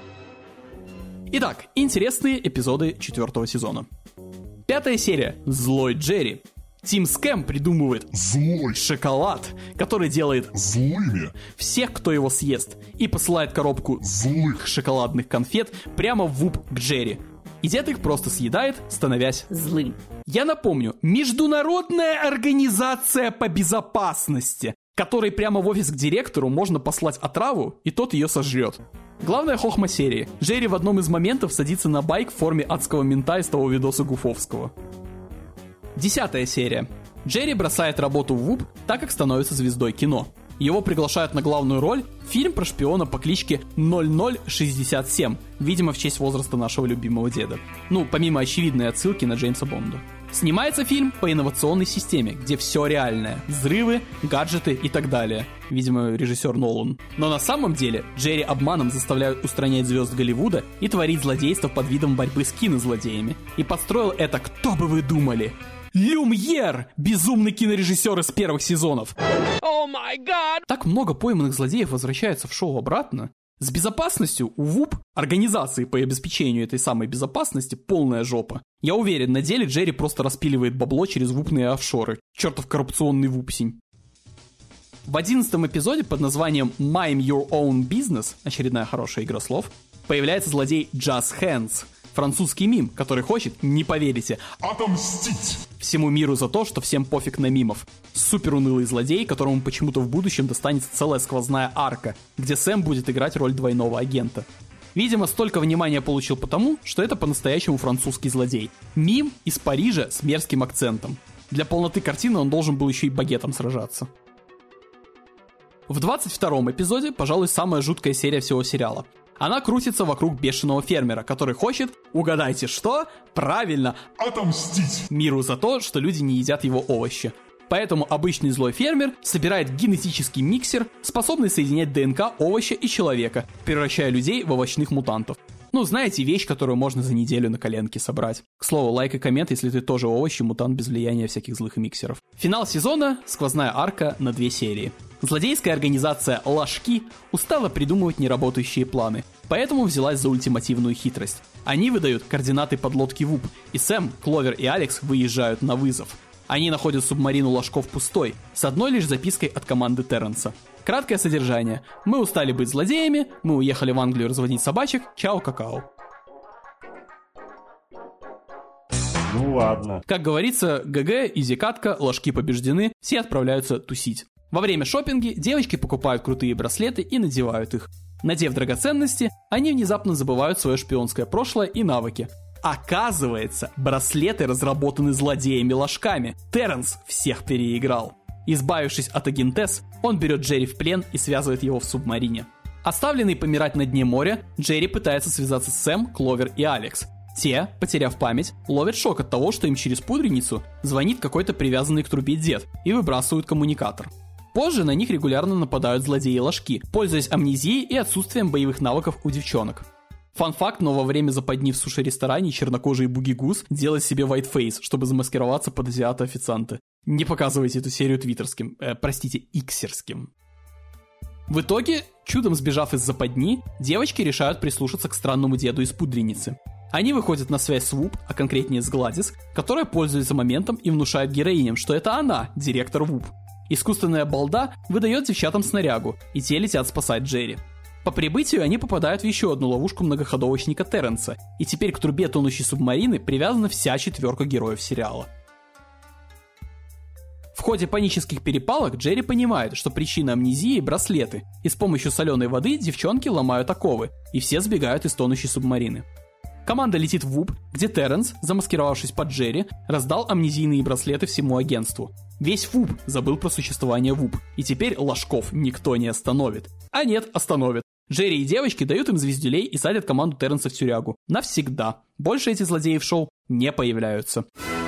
Итак, интересные эпизоды четвертого сезона. Пятая серия. Злой Джерри. Тим Скэм придумывает злой шоколад, который делает злыми всех, кто его съест, и посылает коробку злых шоколадных конфет прямо в вуп к Джерри. И дед их просто съедает, становясь злым. Я напомню, Международная организация по безопасности, которой прямо в офис к директору можно послать отраву, и тот ее сожрет. Главная хохма серии. Джерри в одном из моментов садится на байк в форме адского мента из того видоса Гуфовского. Десятая серия. Джерри бросает работу в вуп, так как становится звездой кино. Его приглашают на главную роль в фильм про шпиона по кличке ноль ноль шестьдесят семь, видимо в честь возраста нашего любимого деда. Ну, помимо очевидной отсылки на Джеймса Бонда. Снимается фильм по инновационной системе, где все реальное. Взрывы, гаджеты и так далее. Видимо, режиссер Нолан. Но на самом деле Джерри обманом заставляют устранять звезд Голливуда и творить злодейство под видом борьбы с кинозлодеями. И подстроил это, кто бы вы думали? Люмьер! Безумный кинорежиссер из первых сезонов. Oh my God! Так много пойманных злодеев возвращаются в шоу обратно. С безопасностью у ВУП, организации по обеспечению этой самой безопасности, полная жопа. Я уверен, на деле Джерри просто распиливает бабло через вупные офшоры. Чертов коррупционный вупсень. В одиннадцатом эпизоде под названием Mime Your Own Business, очередная хорошая игра слов, появляется злодей Just Hands. Французский мим, который хочет, не поверите, отомстить всему миру за то, что всем пофиг на мимов. Супер унылый злодей, которому почему-то в будущем достанется целая сквозная арка, где Сэм будет играть роль двойного агента. Видимо, столько внимания получил потому, что это по-настоящему французский злодей. Мим из Парижа с мерзким акцентом. Для полноты картины он должен был еще и багетом сражаться. В двадцать втором эпизоде, пожалуй, самая жуткая серия всего сериала. Она крутится вокруг бешеного фермера, который хочет, угадайте что, правильно, отомстить миру за то, что люди не едят его овощи. Поэтому обычный злой фермер собирает генетический миксер, способный соединять ДНК овоща и человека, превращая людей в овощных мутантов. Ну, знаете, вещь, которую можно за неделю на коленке собрать. К слову, лайк и коммент, если ты тоже овощ и мутант без влияния всяких злых миксеров. Финал сезона – сквозная арка на две серии. Злодейская организация «Ложки» устала придумывать неработающие планы, поэтому взялась за ультимативную хитрость. Они выдают координаты подлодки ВУП, и Сэм, Кловер и Алекс выезжают на вызов. Они находят субмарину Ложков пустой, с одной лишь запиской от команды Терренса. Краткое содержание. Мы устали быть злодеями, мы уехали в Англию разводить собачек, чао-какао. Ну ладно. Как говорится, ГГ, изи катка, ложки побеждены, все отправляются тусить. Во время шопинга девочки покупают крутые браслеты и надевают их. Надев драгоценности, они внезапно забывают свое шпионское прошлое и навыки. Оказывается, браслеты разработаны злодеями-ложками. Терренс всех переиграл. Избавившись от агентесс, он берет Джерри в плен и связывает его в субмарине. Оставленный помирать на дне моря, Джерри пытается связаться с Сэм, Кловер и Алекс. Те, потеряв память, ловят шок от того, что им через пудреницу звонит какой-то привязанный к трубе дед и выбрасывают коммуникатор. Позже на них регулярно нападают злодеи-ложки, пользуясь амнезией и отсутствием боевых навыков у девчонок. Фан-факт, но во время западни в суши-ресторане чернокожий буги-гус делает себе whiteface, чтобы замаскироваться под азиата-официанта. Не показывайте эту серию твиттерским, э, простите, иксерским. В итоге, чудом сбежав из западни, девочки решают прислушаться к странному деду из пудреницы. Они выходят на связь с ВУП, а конкретнее с Гладис, которая пользуется моментом и внушает героиням, что это она, директор ВУП. Искусственная балда выдает девчатам снарягу, и те летят спасать Джерри. По прибытию они попадают в еще одну ловушку многоходовочника Терренса, и теперь к трубе тонущей субмарины привязана вся четверка героев сериала. В ходе панических перепалок Джерри понимает, что причина амнезии – браслеты, и с помощью соленой воды девчонки ломают оковы, и все сбегают из тонущей субмарины. Команда летит в ВУП, где Терренс, замаскировавшись под Джерри, раздал амнезийные браслеты всему агентству. Весь ВУП забыл про существование ВУП, и теперь ложков никто не остановит. А нет, остановит. Джерри и девочки дают им звездюлей и садят команду Терренса в тюрягу. Навсегда. Больше эти злодеи в шоу не появляются.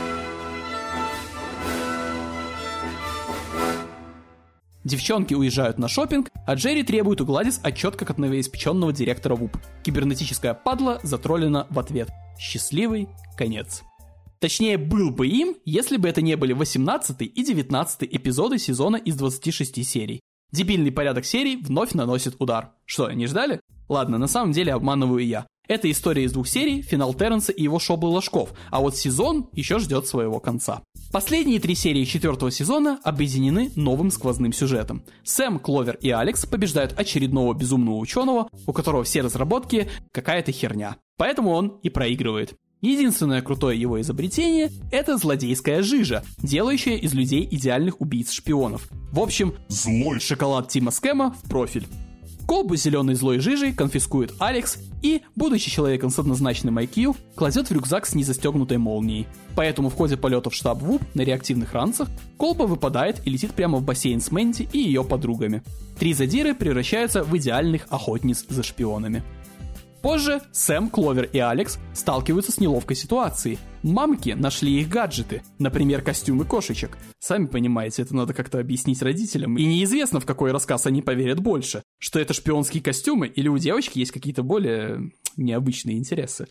Девчонки уезжают на шопинг, а Джерри требует у Гладис отчет как от новоиспеченного директора ВУП. Кибернетическая падла затроллена в ответ. Счастливый конец. Точнее, был бы им, если бы это не были восемнадцатый и девятнадцатый эпизоды сезона из двадцати шести серий. Дебильный порядок серий вновь наносит удар. Что, не ждали? Ладно, на самом деле обманываю я. Это история из двух серий, финал Терренса и его шоблы ложков, а вот сезон еще ждет своего конца. Последние три серии четвертого сезона объединены новым сквозным сюжетом. Сэм, Кловер и Алекс побеждают очередного безумного ученого, у которого все разработки какая-то херня. Поэтому он и проигрывает. Единственное крутое его изобретение – это злодейская жижа, делающая из людей идеальных убийц-шпионов. В общем, злой шоколад Тима Скэма в профиль. Колбу зеленой злой жижей конфискует Алекс и, будучи человеком с однозначным ай кью, кладет в рюкзак с незастегнутой молнией. Поэтому в ходе полета в штаб ВУП на реактивных ранцах колба выпадает и летит прямо в бассейн с Мэнди и ее подругами. Три задиры превращаются в идеальных охотниц за шпионами. Позже Сэм, Кловер и Алекс сталкиваются с неловкой ситуацией. Мамки нашли их гаджеты, например, костюмы кошечек. Сами понимаете, это надо как-то объяснить родителям, и неизвестно, в какой рассказ они поверят больше, что это шпионские костюмы или у девочки есть какие-то более необычные интересы.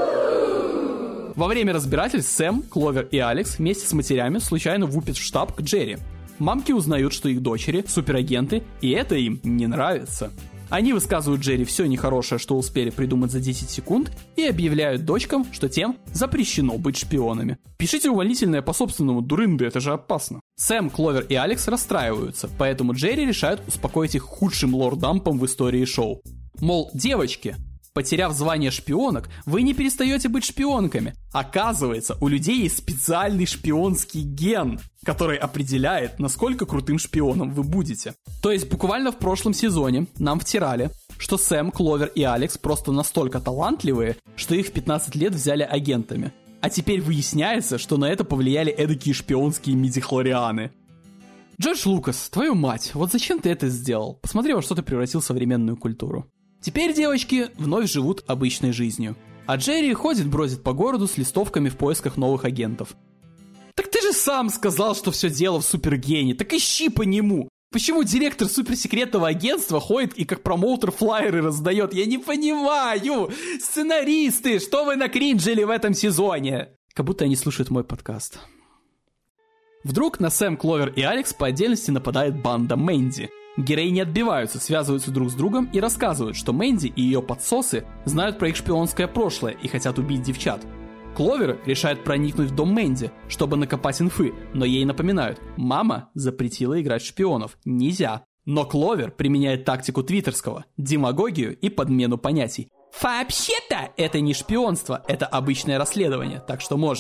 Во время разбирательств Сэм, Кловер и Алекс вместе с матерями случайно вупят в штаб к Джерри. Мамки узнают, что их дочери суперагенты, и это им не нравится. Они высказывают Джерри все нехорошее, что успели придумать за десять секунд, и объявляют дочкам, что тем запрещено быть шпионами. Пишите увольнительное по собственному, дурынды, это же опасно. Сэм, Кловер и Алекс расстраиваются, поэтому Джерри решает успокоить их худшим лор-дампом в истории шоу. Мол, девочки, потеряв звание шпионок, вы не перестаете быть шпионками. Оказывается, у людей есть специальный шпионский ген, который определяет, насколько крутым шпионом вы будете. То есть буквально в прошлом сезоне нам втирали, что Сэм, Кловер и Алекс просто настолько талантливые, что их в пятнадцать лет взяли агентами. А теперь выясняется, что на это повлияли эдакие шпионские мидихлорианы. Джордж Лукас, твою мать, вот зачем ты это сделал? Посмотри, во что ты превратил современную культуру. Теперь девочки вновь живут обычной жизнью. А Джерри ходит, бродит по городу с листовками в поисках новых агентов. Так ты же сам сказал, что все дело в супергении, так ищи по нему. Почему директор суперсекретного агентства ходит и как промоутер флаеры раздает? Я не понимаю! Сценаристы, что вы накринжили в этом сезоне? Как будто они слушают мой подкаст. Вдруг на Сэм, Кловер и Алекс по отдельности нападает банда Мэнди. Героини отбиваются, связываются друг с другом и рассказывают, что Мэнди и ее подсосы знают про их шпионское прошлое и хотят убить девчат. Кловер решает проникнуть в дом Мэнди, чтобы накопать инфы, но ей напоминают: мама запретила играть в шпионов, нельзя. Но Кловер применяет тактику твиттерского, демагогию и подмену понятий. Вообще-то это не шпионство, это обычное расследование, так что можно.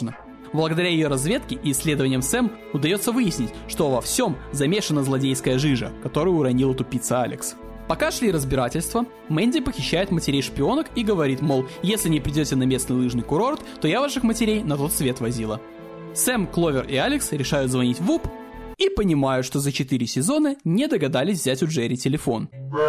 Благодаря ее разведке и исследованиям Сэм удается выяснить, что во всем замешана злодейская жижа, которую уронила тупица Алекс. Пока шли разбирательства, Мэнди похищает матерей шпионок и говорит, мол, если не придете на местный лыжный курорт, то я ваших матерей на тот свет возила. Сэм, Кловер и Алекс решают звонить в ВУП и понимают, что за четыре сезона не догадались взять у Джерри телефон.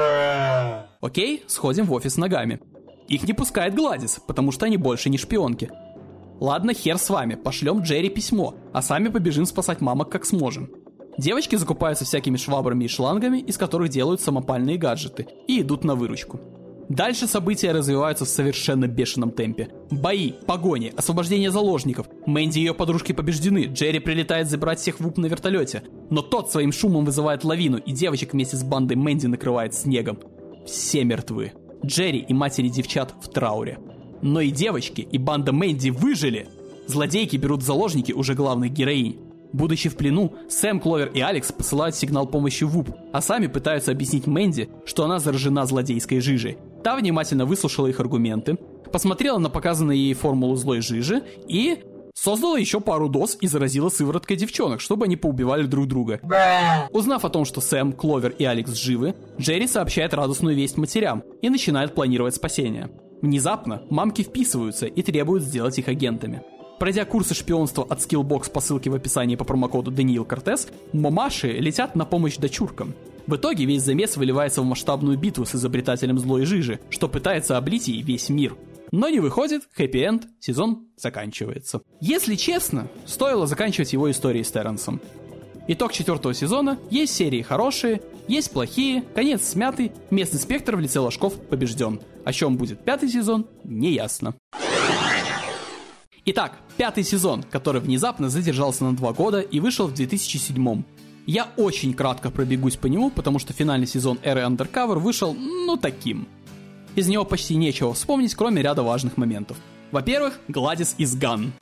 Окей, сходим в офис ногами. Их не пускает Гладис, потому что они больше не шпионки. Ладно, хер с вами, пошлем Джерри письмо, а сами побежим спасать мамок как сможем. Девочки закупаются всякими швабрами и шлангами, из которых делают самопальные гаджеты, и идут на выручку. Дальше события развиваются в совершенно бешеном темпе. Бои, погони, освобождение заложников. Мэнди и ее подружки побеждены, Джерри прилетает забрать всех в ВУП на вертолете. Но тот своим шумом вызывает лавину, и девочек вместе с бандой Мэнди накрывает снегом. Все мертвы. Джерри и матери девчат в трауре. Но и девочки, и банда Мэнди выжили. Злодейки берут в заложники уже главных героинь. Будучи в плену, Сэм, Кловер и Алекс посылают сигнал помощи в ВУП, а сами пытаются объяснить Мэнди, что она заражена злодейской жижей. Та внимательно выслушала их аргументы, посмотрела на показанную ей формулу злой жижи и создала еще пару доз и заразила сывороткой девчонок, чтобы они поубивали друг друга. Узнав о том, что Сэм, Кловер и Алекс живы, Джерри сообщает радостную весть матерям и начинает планировать спасение. Внезапно мамки вписываются и требуют сделать их агентами. Пройдя курсы шпионства от Skillbox по ссылке в описании по промокоду Даниил Кортес, мамаши летят на помощь дочуркам. В итоге весь замес выливается в масштабную битву с изобретателем злой жижи, что пытается облить ей весь мир. Но не выходит, хэппи-энд, сезон заканчивается. Если честно, стоило заканчивать его историей с Терренсом. Итог четвертого сезона, есть серии хорошие, есть плохие, конец смятый, местный спектр в лице ложков побежден. О чем будет пятый сезон, не ясно. Итак, пятый сезон, который внезапно задержался на два года и вышел в две тысячи седьмом. Я очень кратко пробегусь по нему, потому что финальный сезон Эры Undercover вышел, ну, таким. Из него почти нечего вспомнить, кроме ряда важных моментов. Во-первых, Гладис из Ган.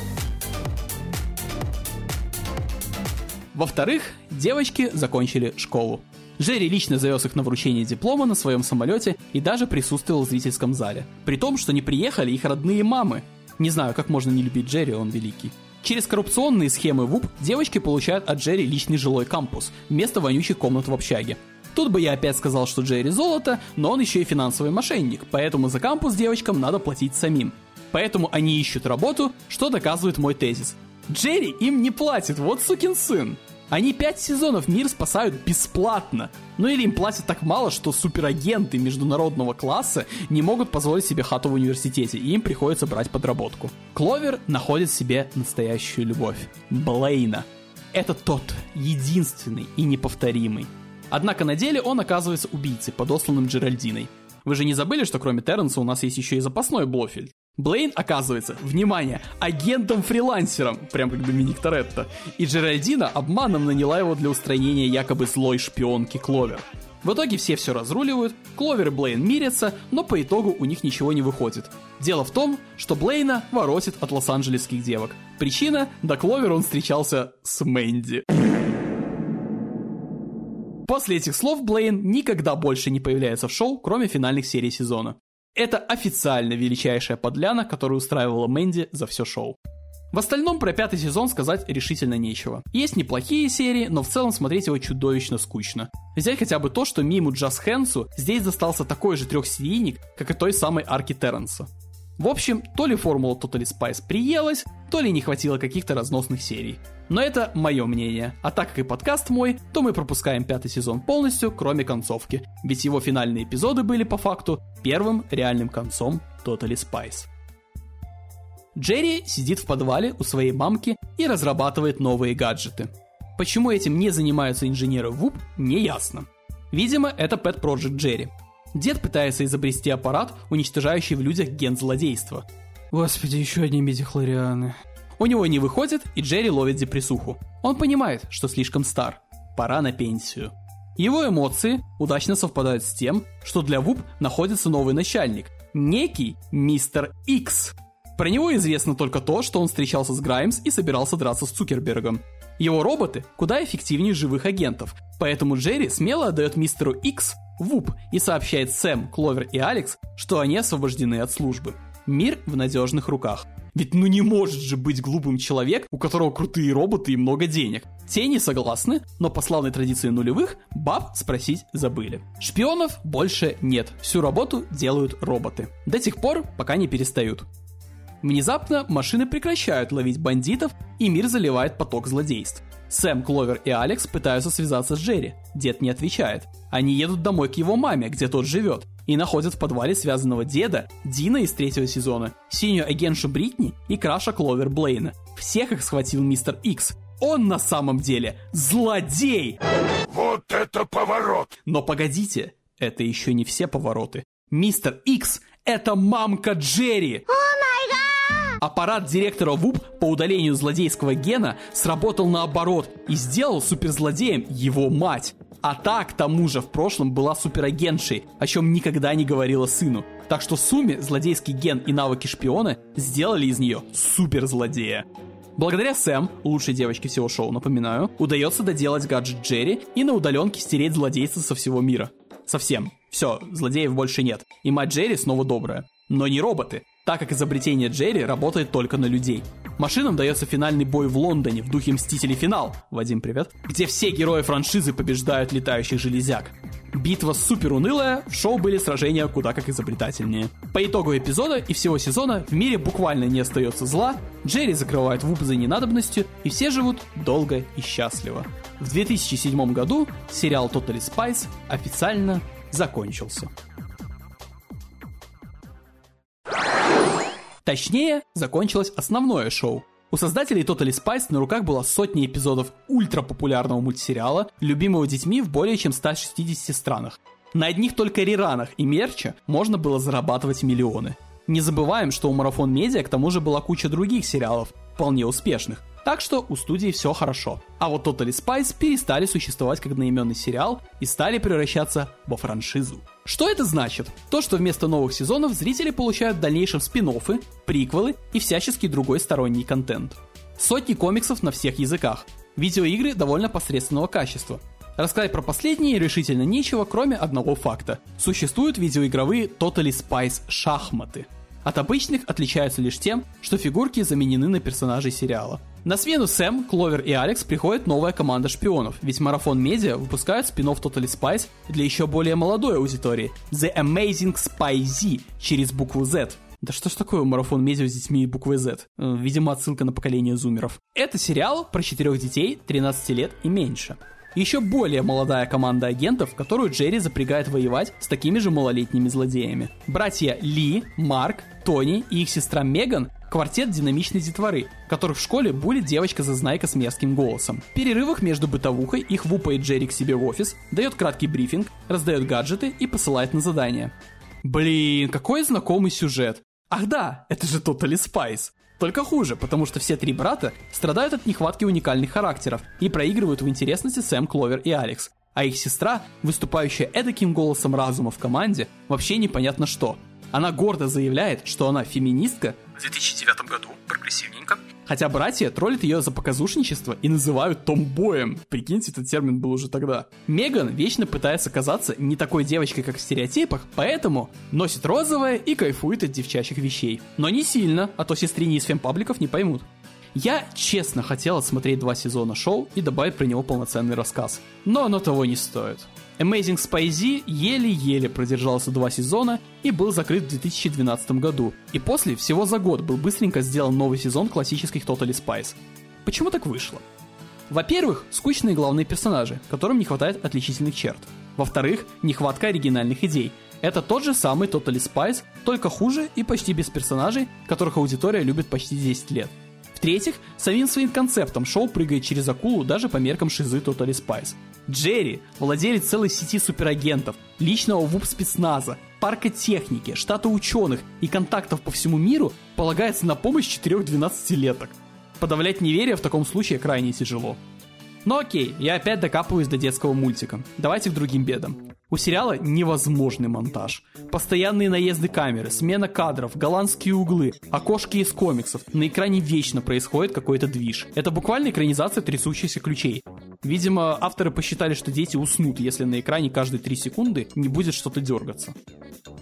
Во-вторых, девочки закончили школу. Джерри лично завез их на вручение диплома на своем самолете и даже присутствовал в зрительском зале. При том, что не приехали их родные мамы. Не знаю, как можно не любить Джерри, он великий. Через коррупционные схемы ВУП девочки получают от Джерри личный жилой кампус, вместо вонючих комнат в общаге. Тут бы я опять сказал, что Джерри золото, но он еще и финансовый мошенник, поэтому за кампус девочкам надо платить самим. Поэтому они ищут работу, что доказывает мой тезис. Джерри им не платит, вот сукин сын. Они пять сезонов мир спасают бесплатно. Ну или им платят так мало, что суперагенты международного класса не могут позволить себе хату в университете, и им приходится брать подработку. Кловер находит в себе настоящую любовь. Блейна. Это тот, единственный и неповторимый. Однако на деле он оказывается убийцей, подосланным Джеральдиной. Вы же не забыли, что кроме Терренса у нас есть еще и запасной Блофельд? Блейн оказывается, внимание, агентом-фрилансером, прям как Доминик Торетто, и Джеральдина обманом наняла его для устранения якобы злой шпионки Кловер. В итоге все все разруливают, Кловер и Блейн мирятся, но по итогу у них ничего не выходит. Дело в том, что Блейна воротит от лос-анджелесских девок. Причина – до Кловер он встречался с Мэнди. После этих слов Блейн никогда больше не появляется в шоу, кроме финальных серий сезона. Это официально величайшая подляна, которую устраивала Мэнди за все шоу. В остальном про пятый сезон сказать решительно нечего. Есть неплохие серии, но в целом смотреть его чудовищно скучно. Взять хотя бы то, что Миму Джаз Хэнсу здесь достался такой же трехсерийник, как и той самой арки Терренса. В общем, то ли формула Totally Spice приелась, то ли не хватило каких-то разносных серий. Но это мое мнение. А так как и подкаст мой, то мы пропускаем пятый сезон полностью, кроме концовки. Ведь его финальные эпизоды были по факту первым реальным концом Totally Spice. Джерри сидит в подвале у своей мамки и разрабатывает новые гаджеты. Почему этим не занимаются инженеры ВУП, не ясно. Видимо, это Pet Project Джерри. Дед пытается изобрести аппарат, уничтожающий в людях ген злодейства. Господи, еще одни мидихлорианы. У него не выходит, и Джерри ловит депрессуху. Он понимает, что слишком стар. Пора на пенсию. Его эмоции удачно совпадают с тем, что для ВУП находится новый начальник. Некий мистер Икс. Про него известно только то, что он встречался с Граймс и собирался драться с Цукербергом. Его роботы куда эффективнее живых агентов, поэтому Джерри смело отдает мистеру Икс ВУП и сообщает Сэм, Кловер и Алекс, что они освобождены от службы. Мир в надежных руках. Ведь ну не может же быть глупым человек, у которого крутые роботы и много денег. Те не согласны, но по славной традиции нулевых баб спросить забыли. Шпионов больше нет, всю работу делают роботы. До тех пор, пока не перестают. Внезапно машины прекращают ловить бандитов, и мир заливает поток злодейств. Сэм, Кловер и Алекс пытаются связаться с Джерри. Дед не отвечает. Они едут домой к его маме, где тот живет, и находят в подвале связанного деда, Дина из третьего сезона, синюю агентшу Бритни и краша Кловер Блейна. Всех их схватил мистер Икс. Он на самом деле злодей! Вот это поворот! Но погодите, это еще не все повороты. Мистер Икс — это мамка Джерри! Аппарат директора ВУП по удалению злодейского гена сработал наоборот и сделал суперзлодеем его мать. А та, к тому же, в прошлом была суперагентшей, о чем никогда не говорила сыну. Так что в сумме злодейский ген и навыки шпиона сделали из нее суперзлодея. Благодаря Сэм, лучшей девочке всего шоу, напоминаю, удается доделать гаджет Джерри и на удаленке стереть злодейство со всего мира. Совсем. Все, злодеев больше нет. И мать Джерри снова добрая. Но не роботы, так как изобретение Джерри работает только на людей. Машинам дается финальный бой в Лондоне в духе Мстителей Финал, Вадим, привет, где все герои франшизы побеждают летающих железяк. Битва супер унылая, в шоу были сражения куда как изобретательнее. По итогу эпизода и всего сезона в мире буквально не остается зла, Джерри закрывает ВУП за ненадобностью, и все живут долго и счастливо. В две тысячи седьмом году сериал Totally Spies официально закончился. Точнее, закончилось основное шоу. У создателей Totally Spies на руках было сотни эпизодов ультрапопулярного мультсериала, любимого детьми в более чем ста шестидесяти странах. На одних только реранах и мерче можно было зарабатывать миллионы. Не забываем, что у Марафон Медиа к тому же была куча других сериалов, вполне успешных. Так что у студии все хорошо. А вот Totally Spies перестали существовать как одноименный сериал и стали превращаться во франшизу. Что это значит? То, что вместо новых сезонов зрители получают в дальнейшем спин-оффы, приквелы и всяческий другой сторонний контент. Сотни комиксов на всех языках. Видеоигры довольно посредственного качества. Рассказать про последние решительно нечего, кроме одного факта. Существуют видеоигровые Totally Spies шахматы. От обычных отличаются лишь тем, что фигурки заменены на персонажей сериала. На смену Сэм, Кловер и Алекс приходит новая команда шпионов, ведь Марафон Медиа выпускает спин-офф Totally Spies для еще более молодой аудитории The Amazing Spy Z через букву Z. Да что ж такое Марафон Медиа с детьми и буквой Z? Видимо, отсылка на поколение зумеров. Это сериал про четырех детей тринадцати лет и меньше. Еще более молодая команда агентов, которую Джерри запрягает воевать с такими же малолетними злодеями. Братья Ли, Марк, Тони и их сестра Меган – квартет динамичной детворы, которых в школе булит девочка-зазнайка с мерзким голосом. В перерывах между бытовухой их вупает Джерри к себе в офис, дает краткий брифинг, раздает гаджеты и посылает на задание. Блин, какой знакомый сюжет. Ах да, это же Totally Spies. Только хуже, потому что все три брата страдают от нехватки уникальных характеров и проигрывают в интересности Сэм, Кловер и Алекс. А их сестра, выступающая эдаким голосом разума в команде, вообще непонятно что. Она гордо заявляет, что она феминистка в две тысячи девятом году, прогрессивненько. Хотя братья троллят ее за показушничество и называют томбоем. Прикиньте, этот термин был уже тогда. Меган вечно пытается казаться не такой девочкой, как в стереотипах, поэтому носит розовое и кайфует от девчачьих вещей. Но не сильно, а то сестрини из фемпабликов не поймут. Я честно хотел отсмотреть два сезона шоу и добавить про него полноценный рассказ. Но оно того не стоит. Amazing Spy Z еле-еле продержался два сезона и был закрыт в две тысячи двенадцатом году. И после, всего за год, был быстренько сделан новый сезон классических Totally Spies. Почему так вышло? Во-первых, скучные главные персонажи, которым не хватает отличительных черт. Во-вторых, нехватка оригинальных идей. Это тот же самый Totally Spies, только хуже и почти без персонажей, которых аудитория любит почти десять лет. В-третьих, самим своим концептом шоу прыгает через акулу даже по меркам шизы Totally Spies. Джерри, владелец целой сети суперагентов, личного ВУП-спецназа, парка техники, штата ученых и контактов по всему миру, полагается на помощь четырёх-двенадцатилеток. Подавлять неверие в таком случае крайне тяжело. Но окей, я опять докапываюсь до детского мультика. Давайте к другим бедам. У сериала невозможный монтаж. Постоянные наезды камеры, смена кадров, голландские углы, окошки из комиксов. На экране вечно происходит какой-то движ. Это буквально экранизация трясущихся ключей. Видимо, авторы посчитали, что дети уснут, если на экране каждые три секунды не будет что-то дергаться.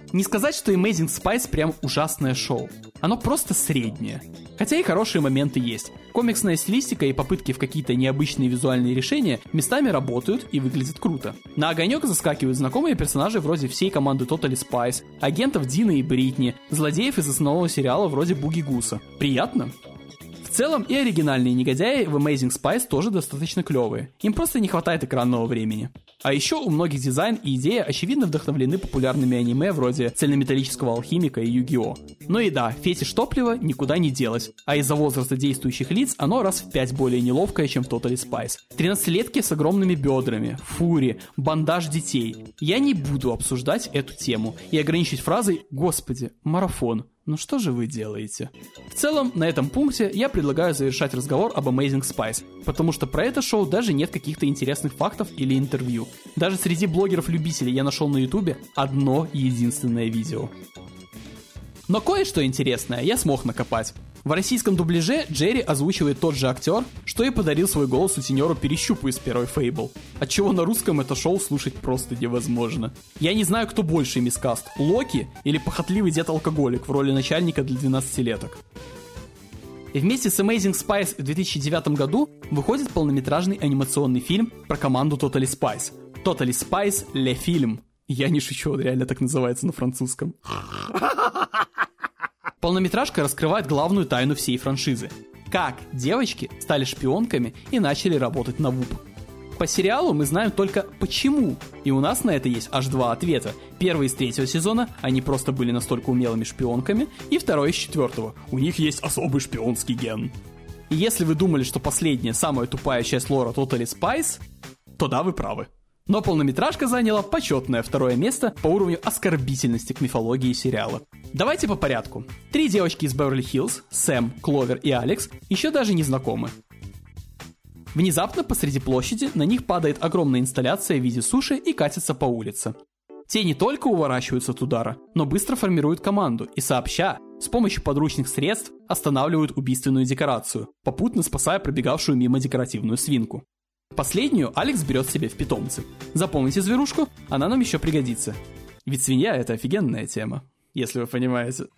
Не сказать, что Amazing Spice прям ужасное шоу. Оно просто среднее. Хотя и хорошие моменты есть. Комиксная стилистика и попытки в какие-то необычные визуальные решения местами работают и выглядят круто. На огонек заскакивают знакомые персонажи вроде всей команды Totally Spice, агентов Дина и Бритни, злодеев из основного сериала вроде Буги Гуса. Приятно? В целом и оригинальные негодяи в Amazing Spice тоже достаточно клевые. Им просто не хватает экранного времени. А еще у многих дизайн и идея очевидно вдохновлены популярными аниме вроде Цельнометаллического алхимика и Yu-Gi-Oh! Ну и да, фетиш топлива никуда не делось, а из-за возраста действующих лиц оно раз в пять более неловкое, чем в Totally Spice. тринадцатилетки с огромными бедрами, фури, бандаж детей. Я не буду обсуждать эту тему и ограничить фразой «Господи, марафон». Ну что же вы делаете? В целом, на этом пункте я предлагаю завершать разговор об Amazing Spice, потому что про это шоу даже нет каких-то интересных фактов или интервью. Даже среди блогеров-любителей я нашел на ютубе одно единственное видео. Но кое-что интересное я смог накопать. В российском дубляже Джерри озвучивает тот же актер, что и подарил свой голос сутенеру Перещупу из первой Фейбл, отчего на русском это шоу слушать просто невозможно. Я не знаю, кто больше мискаст, Локи или похотливый дед-алкоголик в роли начальника для двенадцатилеток. И вместе с Amazing Spice в две тысячи девятом году выходит полнометражный анимационный фильм про команду Totally Spice. Totally Spice Le Film. Я не шучу, он реально так называется на французском. Полнометражка раскрывает главную тайну всей франшизы. Как девочки стали шпионками и начали работать на ВУП. По сериалу мы знаем только почему, и у нас на это есть аж два ответа. Первый из третьего сезона, они просто были настолько умелыми шпионками, и второй из четвертого, у них есть особый шпионский ген. И если вы думали, что последняя, самая тупая часть лора Totally Spice, то да, вы правы. Но полнометражка заняла почетное второе место по уровню оскорбительности к мифологии сериала. Давайте по порядку. Три девочки из Беверли-Хиллз, Сэм, Кловер и Алекс, еще даже не знакомы. Внезапно посреди площади на них падает огромная инсталляция в виде суши и катится по улице. Те не только уворачиваются от удара, но быстро формируют команду и сообща, с помощью подручных средств, останавливают убийственную декорацию, попутно спасая пробегавшую мимо декоративную свинку. Последнюю Алекс берет себе в питомцы. Запомните зверушку, она нам еще пригодится. Ведь свинья — это офигенная тема, если вы понимаете.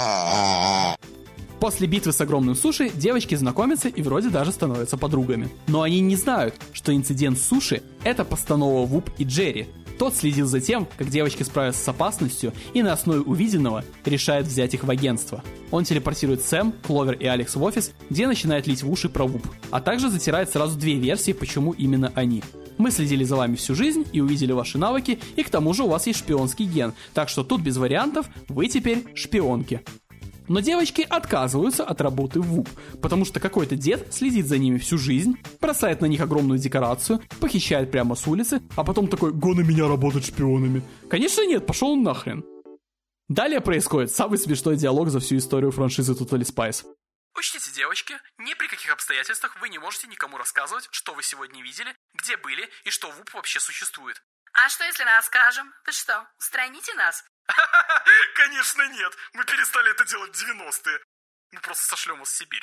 После битвы с огромным суши девочки знакомятся и вроде даже становятся подругами. Но они не знают, что инцидент с суши — это постанова Вуп и Джерри. Тот следил за тем, как девочки справятся с опасностью, и на основе увиденного решает взять их в агентство. Он телепортирует Сэм, Кловер и Алекс в офис, где начинает лить в уши про Вуп, а также затирает сразу две версии, почему именно они. Мы следили за вами всю жизнь и увидели ваши навыки, и к тому же у вас есть шпионский ген, так что тут без вариантов, вы теперь шпионки. Но девочки отказываются от работы в ВУП, потому что какой-то дед следит за ними всю жизнь, бросает на них огромную декорацию, похищает прямо с улицы, а потом такой «Го на меня работать шпионами». Конечно нет, пошел он нахрен. Далее происходит самый смешной диалог за всю историю франшизы Totally Spice. Учтите, девочки, ни при каких обстоятельствах вы не можете никому рассказывать, что вы сегодня видели, где были и что ВУП вообще существует. А что, если расскажем? Вы что, устраните нас? Конечно нет, мы перестали это делать в девяностые. Мы просто сошлем вас в Сибирь.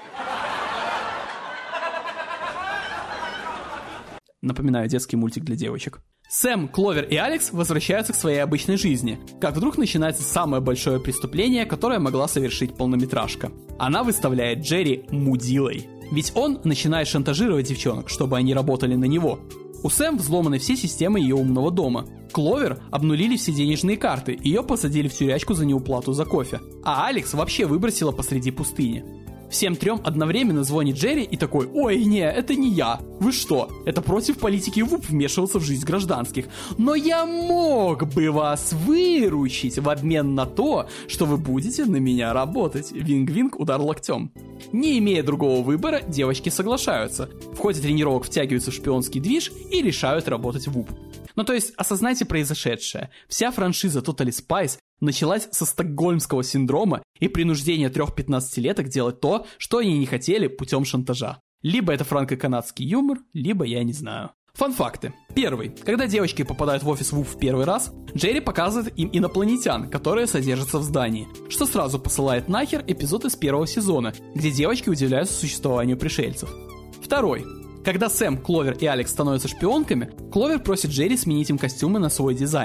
Напоминаю, детский мультик для девочек. Сэм, Кловер и Алекс возвращаются к своей обычной жизни, как вдруг начинается самое большое преступление, которое могла совершить полнометражка. Она выставляет Джерри мудилой. Ведь он начинает шантажировать девчонок, чтобы они работали на него. У Сэм взломаны все системы ее умного дома. Кловер обнулили все денежные карты, ее посадили в тюрячку за неуплату за кофе. А Алекс вообще выбросила посреди пустыни. Всем трем одновременно звонит Джерри и такой: «Ой, не, это не я. Вы что? Это против политики ВУП вмешиваться в жизнь гражданских. Но я мог бы вас выручить в обмен на то, что вы будете на меня работать». Винг-винг, удар локтем. Не имея другого выбора, девочки соглашаются. В ходе тренировок втягиваются в шпионский движ и решают работать в ВУП. Ну то есть, осознайте произошедшее. Вся франшиза Totally Spice началась со стокгольмского синдрома и принуждения трех-пятнадцатилеток делать то, что они не хотели, путем шантажа. Либо это франко-канадский юмор, либо я не знаю. Фан-факты. Первый. Когда девочки попадают в офис ВУП в первый раз, Джерри показывает им инопланетян, которые содержатся в здании, что сразу посылает нахер эпизод из первого сезона, где девочки удивляются существованию пришельцев. Второй. Когда Сэм, Кловер и Алекс становятся шпионками, Кловер просит Джерри сменить им костюмы на свой дизайн.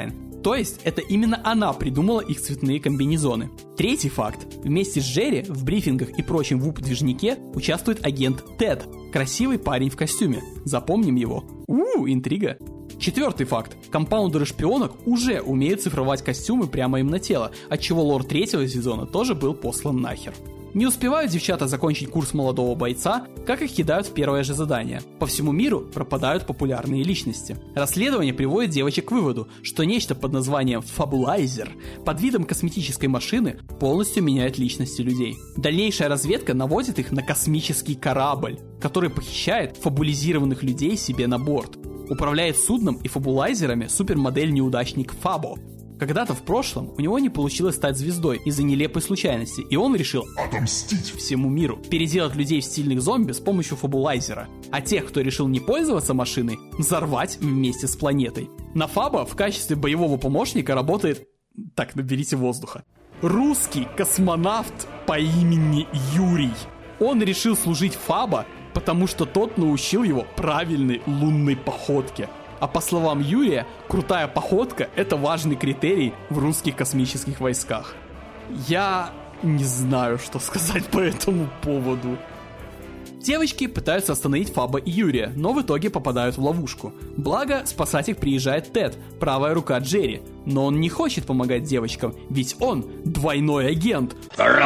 То есть, это именно она придумала их цветные комбинезоны. Третий факт. Вместе с Джерри в брифингах и прочем вуп-движнике участвует агент Тед. Красивый парень в костюме. Запомним его. У-у, интрига. Четвертый факт. Компаундеры шпионок уже умеют цифровать костюмы прямо им на тело, отчего лор третьего сезона тоже был послан нахер. Не успевают девчата закончить курс молодого бойца, как их кидают в первое же задание. По всему миру пропадают популярные личности. Расследование приводит девочек к выводу, что нечто под названием фабулайзер под видом косметической машины полностью меняет личности людей. Дальнейшая разведка наводит их на космический корабль, который похищает фабулизированных людей себе на борт. Управляет судном и фабулайзерами супермодель-неудачник Фабо. Когда-то в прошлом у него не получилось стать звездой из-за нелепой случайности, и он решил отомстить всему миру, переделать людей в стильных зомби с помощью фабулайзера, а тех, кто решил не пользоваться машиной, взорвать вместе с планетой. На Фабо в качестве боевого помощника работает... Так, наберите воздуха. Русский космонавт по имени Юрий. Он решил служить Фабо, потому что тот научил его правильной лунной походке. А по словам Юрия, крутая походка – это важный критерий в русских космических войсках. Я не знаю, что сказать по этому поводу. Девочки пытаются остановить Фаба и Юрия, но в итоге попадают в ловушку. Благо, спасать их приезжает Тед, правая рука Джерри. Но он не хочет помогать девочкам, ведь он двойной агент.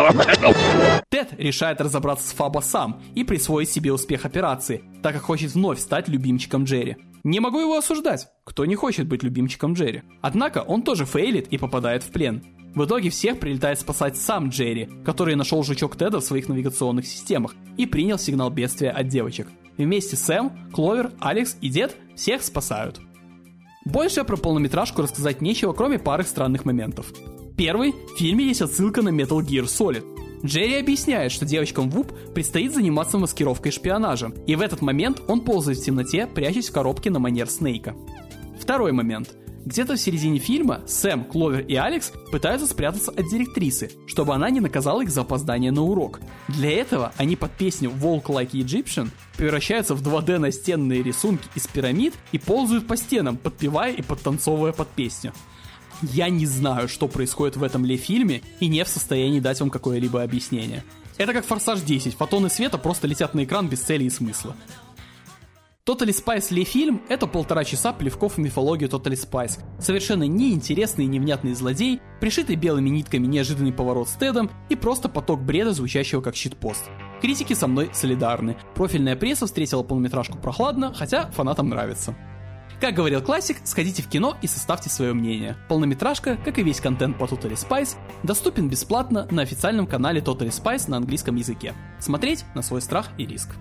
Тед решает разобраться с Фабо сам и присвоить себе успех операции, так как хочет вновь стать любимчиком Джерри. Не могу его осуждать, кто не хочет быть любимчиком Джерри. Однако он тоже фейлит и попадает в плен. В итоге всех прилетает спасать сам Джерри, который нашел жучок Теда в своих навигационных системах и принял сигнал бедствия от девочек. Вместе Сэм, Кловер, Алекс и Дед всех спасают. Больше про полнометражку рассказать нечего, кроме пары странных моментов. Первый, в фильме есть отсылка на Metal Gear Solid. Джерри объясняет, что девочкам ВУП предстоит заниматься маскировкой и шпионажем, и в этот момент он ползает в темноте, прячась в коробке на манер Снейка. Второй момент. Где-то в середине фильма Сэм, Кловер и Алекс пытаются спрятаться от директрисы, чтобы она не наказала их за опоздание на урок. Для этого они под песню Walk Like Egyptian превращаются в два дэ настенные рисунки из пирамид и ползают по стенам, подпевая и подтанцовывая под песню. Я не знаю, что происходит в этом ли-фильме, и не в состоянии дать вам какое-либо объяснение. Это как Форсаж десять, фотоны света просто летят на экран без цели и смысла. Totally Spies ли-фильм — это полтора часа плевков в мифологию Totally Spies. Совершенно неинтересный и невнятный злодей, пришитый белыми нитками неожиданный поворот с Тедом и просто поток бреда, звучащего как щитпост. Критики со мной солидарны. Профильная пресса встретила полнометражку прохладно, хотя фанатам нравится. Как говорил классик, сходите в кино и составьте свое мнение. Полнометражка, как и весь контент по Totally Spies, доступен бесплатно на официальном канале Totally Spies на английском языке. Смотреть на свой страх и риск.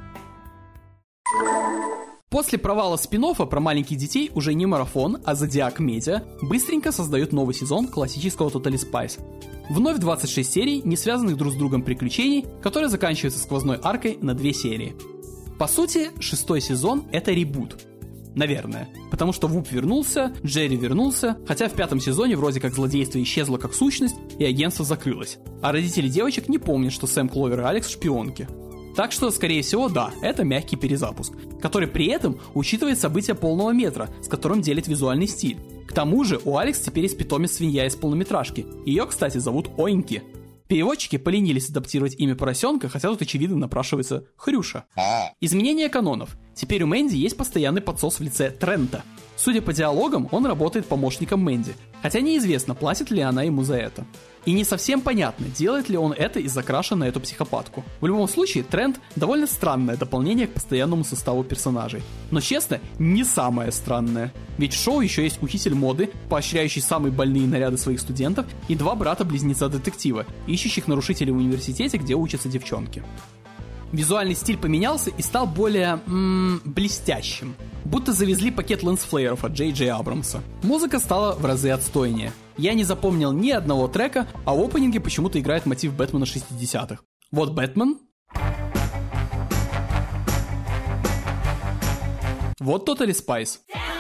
После провала спин-оффа про маленьких детей уже не Марафон, а Zodiac Media быстренько создают новый сезон классического Totally Spies. Вновь двадцать шесть серий, не связанных друг с другом приключений, которые заканчиваются сквозной аркой на две серии. По сути, шестой сезон — это ребут. Наверное. Потому что Вуп вернулся, Джерри вернулся, хотя в пятом сезоне вроде как злодейство исчезло как сущность, и агентство закрылось. А родители девочек не помнят, что Сэм, Кловер и Алекс шпионки. Так что, скорее всего, да, это мягкий перезапуск, который при этом учитывает события полного метра, с которым делит визуальный стиль. К тому же, у Алекс теперь есть питомец-свинья из полнометражки. Ее, кстати, зовут Оинки. Переводчики поленились адаптировать имя поросенка, хотя тут очевидно напрашивается Хрюша. Изменение канонов. Теперь у Мэнди есть постоянный подсос в лице Трента. Судя по диалогам, он работает помощником Мэнди, хотя неизвестно, платит ли она ему за это. И не совсем понятно, делает ли он это из-за краша на эту психопатку. В любом случае, Трент довольно странное дополнение к постоянному составу персонажей. Но честно, не самое странное. Ведь в шоу еще есть учитель моды, поощряющий самые больные наряды своих студентов, и два брата-близнеца-детектива, ищущих нарушителей в университете, где учатся девчонки. Визуальный стиль поменялся и стал более м-м, блестящим. Будто завезли пакет лэнсфлееров от Джей Джей Абрамса. Музыка стала в разы отстойнее. Я не запомнил ни одного трека, а в опенинге почему-то играет мотив Бэтмена шестидесятых. Вот Бэтмен. Вот Totally Spies.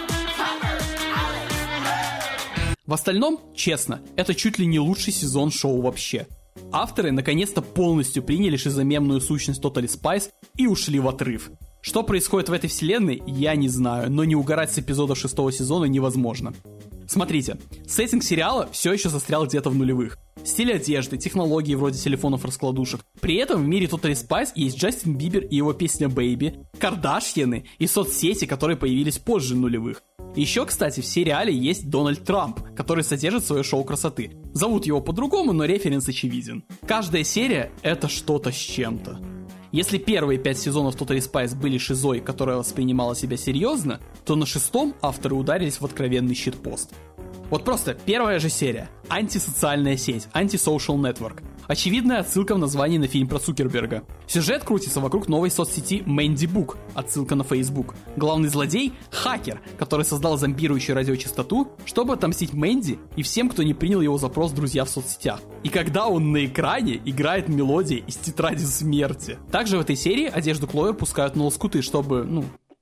В остальном, честно, это чуть ли не лучший сезон шоу вообще. Авторы наконец-то полностью приняли шизомемную сущность Totally Spies и ушли в отрыв. Что происходит в этой вселенной, я не знаю, но не угорать с эпизодов шестого сезона невозможно. Смотрите, сеттинг сериала все еще застрял где-то в нулевых. Стиль одежды, технологии вроде телефонов-раскладушек. При этом в мире Totally Spice есть Джастин Бибер и его песня «Baby», Кардашьяны и соцсети, которые появились позже нулевых. Еще, кстати, в сериале есть Дональд Трамп, который содержит свое шоу красоты. Зовут его по-другому, но референс очевиден. Каждая серия — это что-то с чем-то. Если первые пять сезонов Totally Spice были шизой, которая воспринимала себя серьезно, то на шестом авторы ударились в откровенный щитпост. Вот просто первая же серия. Антисоциальная сеть, антисоциал нетворк. Очевидная отсылка в названии на фильм про Цукерберга. Сюжет крутится вокруг новой соцсети Мэнди Бук, отсылка на Facebook. Главный злодей — хакер, который создал зомбирующую радиочастоту, чтобы отомстить Мэнди и всем, кто не принял его запрос в друзья в соцсетях. И когда он на экране, играет мелодия из Тетради смерти. Также в этой серии одежду Кловер пускают на лоскуты, чтобы, ну...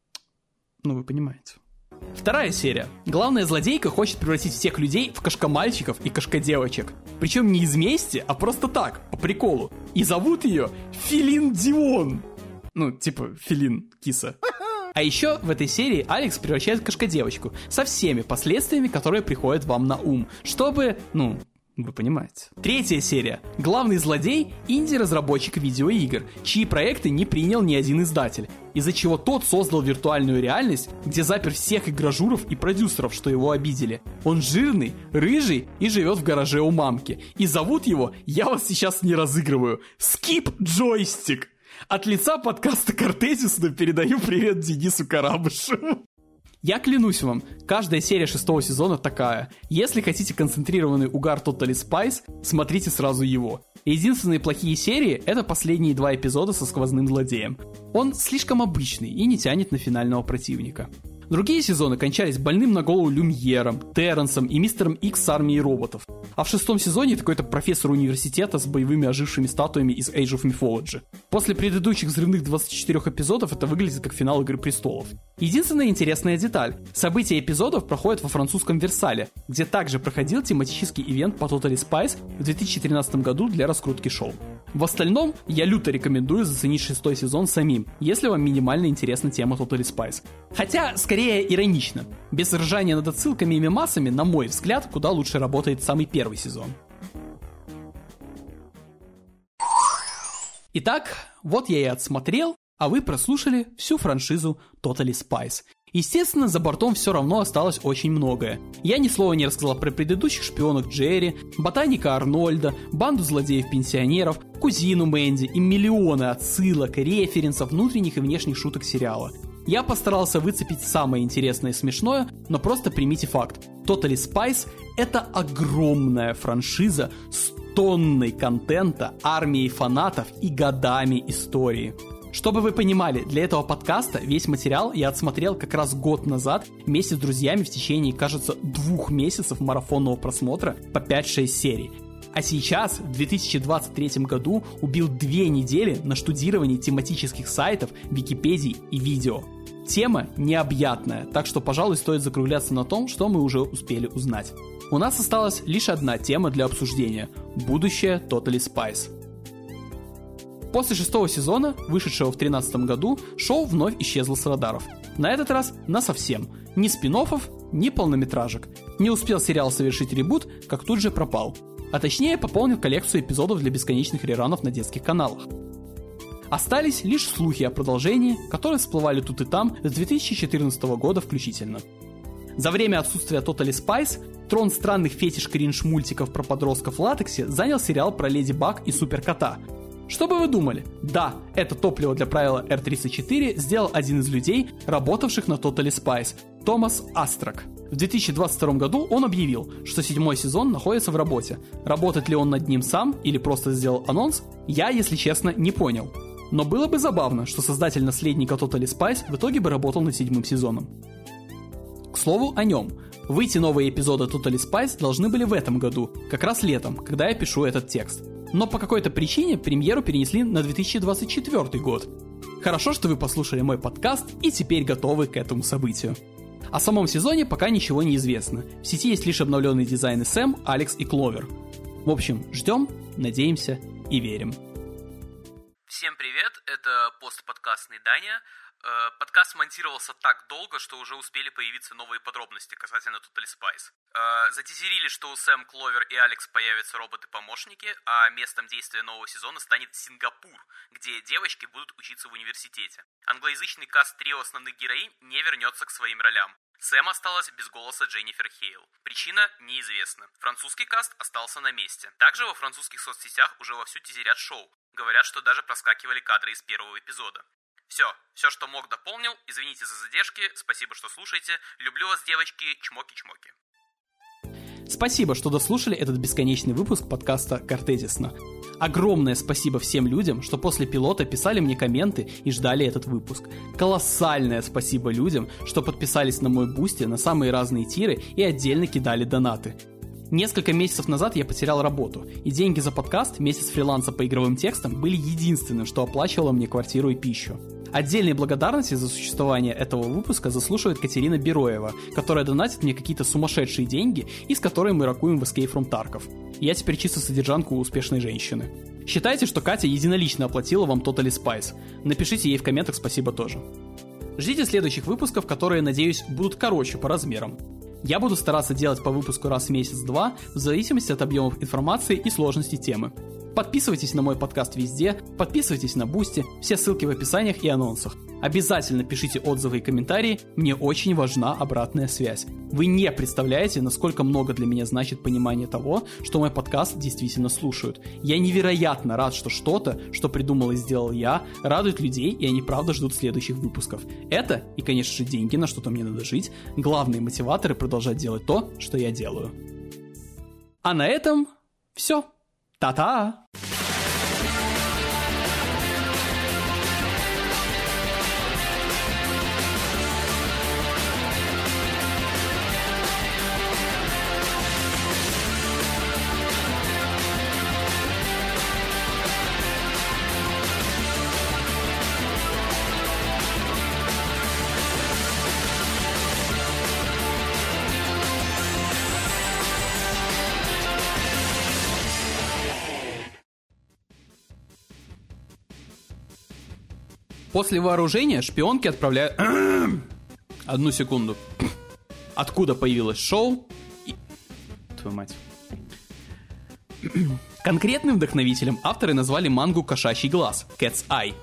Ну, вы понимаете. Вторая серия. Главная злодейка хочет превратить всех людей в кошка-мальчиков и кошка-девочек. Причем не из мести, а просто так, по приколу. И зовут ее Филин Дион. Ну, типа, Филин, киса. А еще в этой серии Алекс превращает в кошка-девочку со всеми последствиями, которые приходят вам на ум. Чтобы, ну... Вы понимаете. Третья серия. Главный злодей – инди-разработчик видеоигр, чьи проекты не принял ни один издатель, из-за чего тот создал виртуальную реальность, где запер всех игражуров и продюсеров, что его обидели. Он жирный, рыжий и живет в гараже у мамки. И зовут его, я вас сейчас не разыгрываю, Скип Джойстик. От лица подкаста Кортезиуса передаю привет Денису Карабышеву. Я клянусь вам, каждая серия шестого сезона такая. Если хотите концентрированный угар Totally Spice, смотрите сразу его. Единственные плохие серии — это последние два эпизода со сквозным злодеем. Он слишком обычный и не тянет на финального противника. Другие сезоны кончались больным на голову Люмьером, Терренсом и Мистером Икс с армией роботов. А в шестом сезоне какой-то профессор университета с боевыми ожившими статуями из Age of Mythology. После предыдущих взрывных двадцати четырёх эпизодов это выглядит как финал Игры Престолов. Единственная интересная деталь. События эпизодов проходят во французском Версале, где также проходил тематический ивент по Totally Spice в две тысячи тринадцатом году для раскрутки шоу. В остальном, я люто рекомендую заценить шестой сезон самим, если вам минимально интересна тема Totally Spice. Хотя, скорее, иронично. Без ржания над отсылками и мемасами, на мой взгляд, куда лучше работает самый первый сезон. Итак, вот я и отсмотрел, а вы прослушали всю франшизу Totally Spice. Естественно, за бортом все равно осталось очень многое. Я ни слова не рассказал про предыдущих шпионок Джерри, ботаника Арнольда, банду злодеев-пенсионеров, кузину Мэнди и миллионы отсылок, референсов, внутренних и внешних шуток сериала. Я постарался выцепить самое интересное и смешное, но просто примите факт. Totally Spice — это огромная франшиза с тонной контента, армией фанатов и годами истории. Чтобы вы понимали, для этого подкаста весь материал я отсмотрел как раз год назад вместе с друзьями в течение, кажется, двух месяцев марафонного просмотра по пять-шесть серий. А сейчас, в две тысячи двадцать третьем году, убил две недели на штудировании тематических сайтов, Википедий и видео. Тема необъятная, так что, пожалуй, стоит закругляться на том, что мы уже успели узнать. У нас осталась лишь одна тема для обсуждения – будущее Totally Spice. После шестого сезона, вышедшего в две тысячи тринадцатом году, шоу вновь исчезло с радаров. На этот раз насовсем. Ни спин-оффов, ни полнометражек. Не успел сериал совершить ребут, как тут же пропал. А точнее, пополнил коллекцию эпизодов для бесконечных реранов на детских каналах. Остались лишь слухи о продолжении, которые всплывали тут и там с две тысячи четырнадцатого года включительно. За время отсутствия Totally Spice трон странных фетиш-кринж мультиков про подростков в латексе занял сериал про Леди Баг и Суперкота. Что бы вы думали? Да, это топливо для правила эр тридцать четыре сделал один из людей, работавших на Totally Spice, Томас Астрак. В две тысячи двадцать втором году он объявил, что седьмой сезон находится в работе. Работает ли он над ним сам или просто сделал анонс, я, если честно, не понял. Но было бы забавно, что создатель наследника Totally Spice в итоге бы работал над седьмым сезоном. К слову о нем. Выйти новые эпизоды Totally Spice должны были в этом году, как раз летом, когда я пишу этот текст. Но по какой-то причине премьеру перенесли на две тысячи двадцать четвёртый год. Хорошо, что вы послушали мой подкаст и теперь готовы к этому событию. О самом сезоне пока ничего не известно. В сети есть лишь обновленные дизайны Сэм, Алекс и Кловер. В общем, ждем, надеемся и верим. Всем привет, это постподкастный Даня. Э, подкаст монтировался так долго, что уже успели появиться новые подробности касательно Totally Spies. Э, затизерили, что у Сэм, Кловер и Алекс появятся роботы-помощники, а местом действия нового сезона станет Сингапур, где девочки будут учиться в университете. Англоязычный каст трио основных героинь не вернется к своим ролям. Сэм осталась без голоса Дженнифер Хейл. Причина неизвестна. Французский каст остался на месте. Также во французских соцсетях уже вовсю тизерят шоу. Говорят, что даже проскакивали кадры из первого эпизода. Все, все, что мог, дополнил. Извините за задержки, спасибо, что слушаете. Люблю вас, девочки, чмоки-чмоки. Спасибо, что дослушали этот бесконечный выпуск подкаста «Кортезисно». Огромное спасибо всем людям, что после пилота писали мне комменты и ждали этот выпуск. Колоссальное спасибо людям, что подписались на мой бусти на самые разные тиры и отдельно кидали донаты. Несколько месяцев назад я потерял работу, и деньги за подкаст, месяц фриланса по игровым текстам, были единственным, что оплачивало мне квартиру и пищу. Отдельной благодарности за существование этого выпуска заслуживает Катерина Бероева, которая донатит мне какие-то сумасшедшие деньги и с которой мы ракуем в Escape from Tarkov. Я теперь чисто содержанку успешной женщины. Считайте, что Катя единолично оплатила вам Totally Spies. Напишите ей в комментах спасибо тоже. Ждите следующих выпусков, которые, надеюсь, будут короче по размерам. Я буду стараться делать по выпуску раз в месяц-два, в зависимости от объемов информации и сложности темы. Подписывайтесь на мой подкаст везде, подписывайтесь на Бусти, все ссылки в описаниях и анонсах. Обязательно пишите отзывы и комментарии, мне очень важна обратная связь. Вы не представляете, насколько много для меня значит понимание того, что мой подкаст действительно слушают. Я невероятно рад, что что-то, что придумал и сделал я, радует людей, и они правда ждут следующих выпусков. Это, и конечно же деньги, на что-то мне надо жить, главные мотиваторы продолжать делать то, что я делаю. А на этом все. Та-та! После вооружения шпионки отправляют... Одну секунду. Откуда появилось шоу? И... Твою мать. Конкретным вдохновителем авторы назвали мангу «Кошачий глаз» Cat's Eye.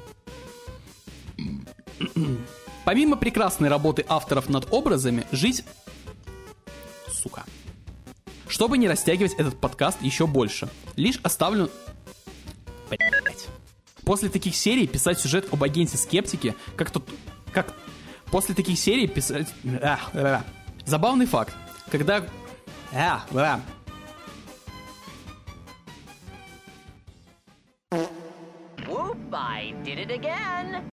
Помимо прекрасной работы авторов над образами, жить... Сука. Чтобы не растягивать этот подкаст еще больше, лишь оставлю... Блять. После таких серий писать сюжет об агенте-скептике, как тут... Как... После таких серий писать... А, а, а. Забавный факт. Когда... А, а. Whoop, I did it again.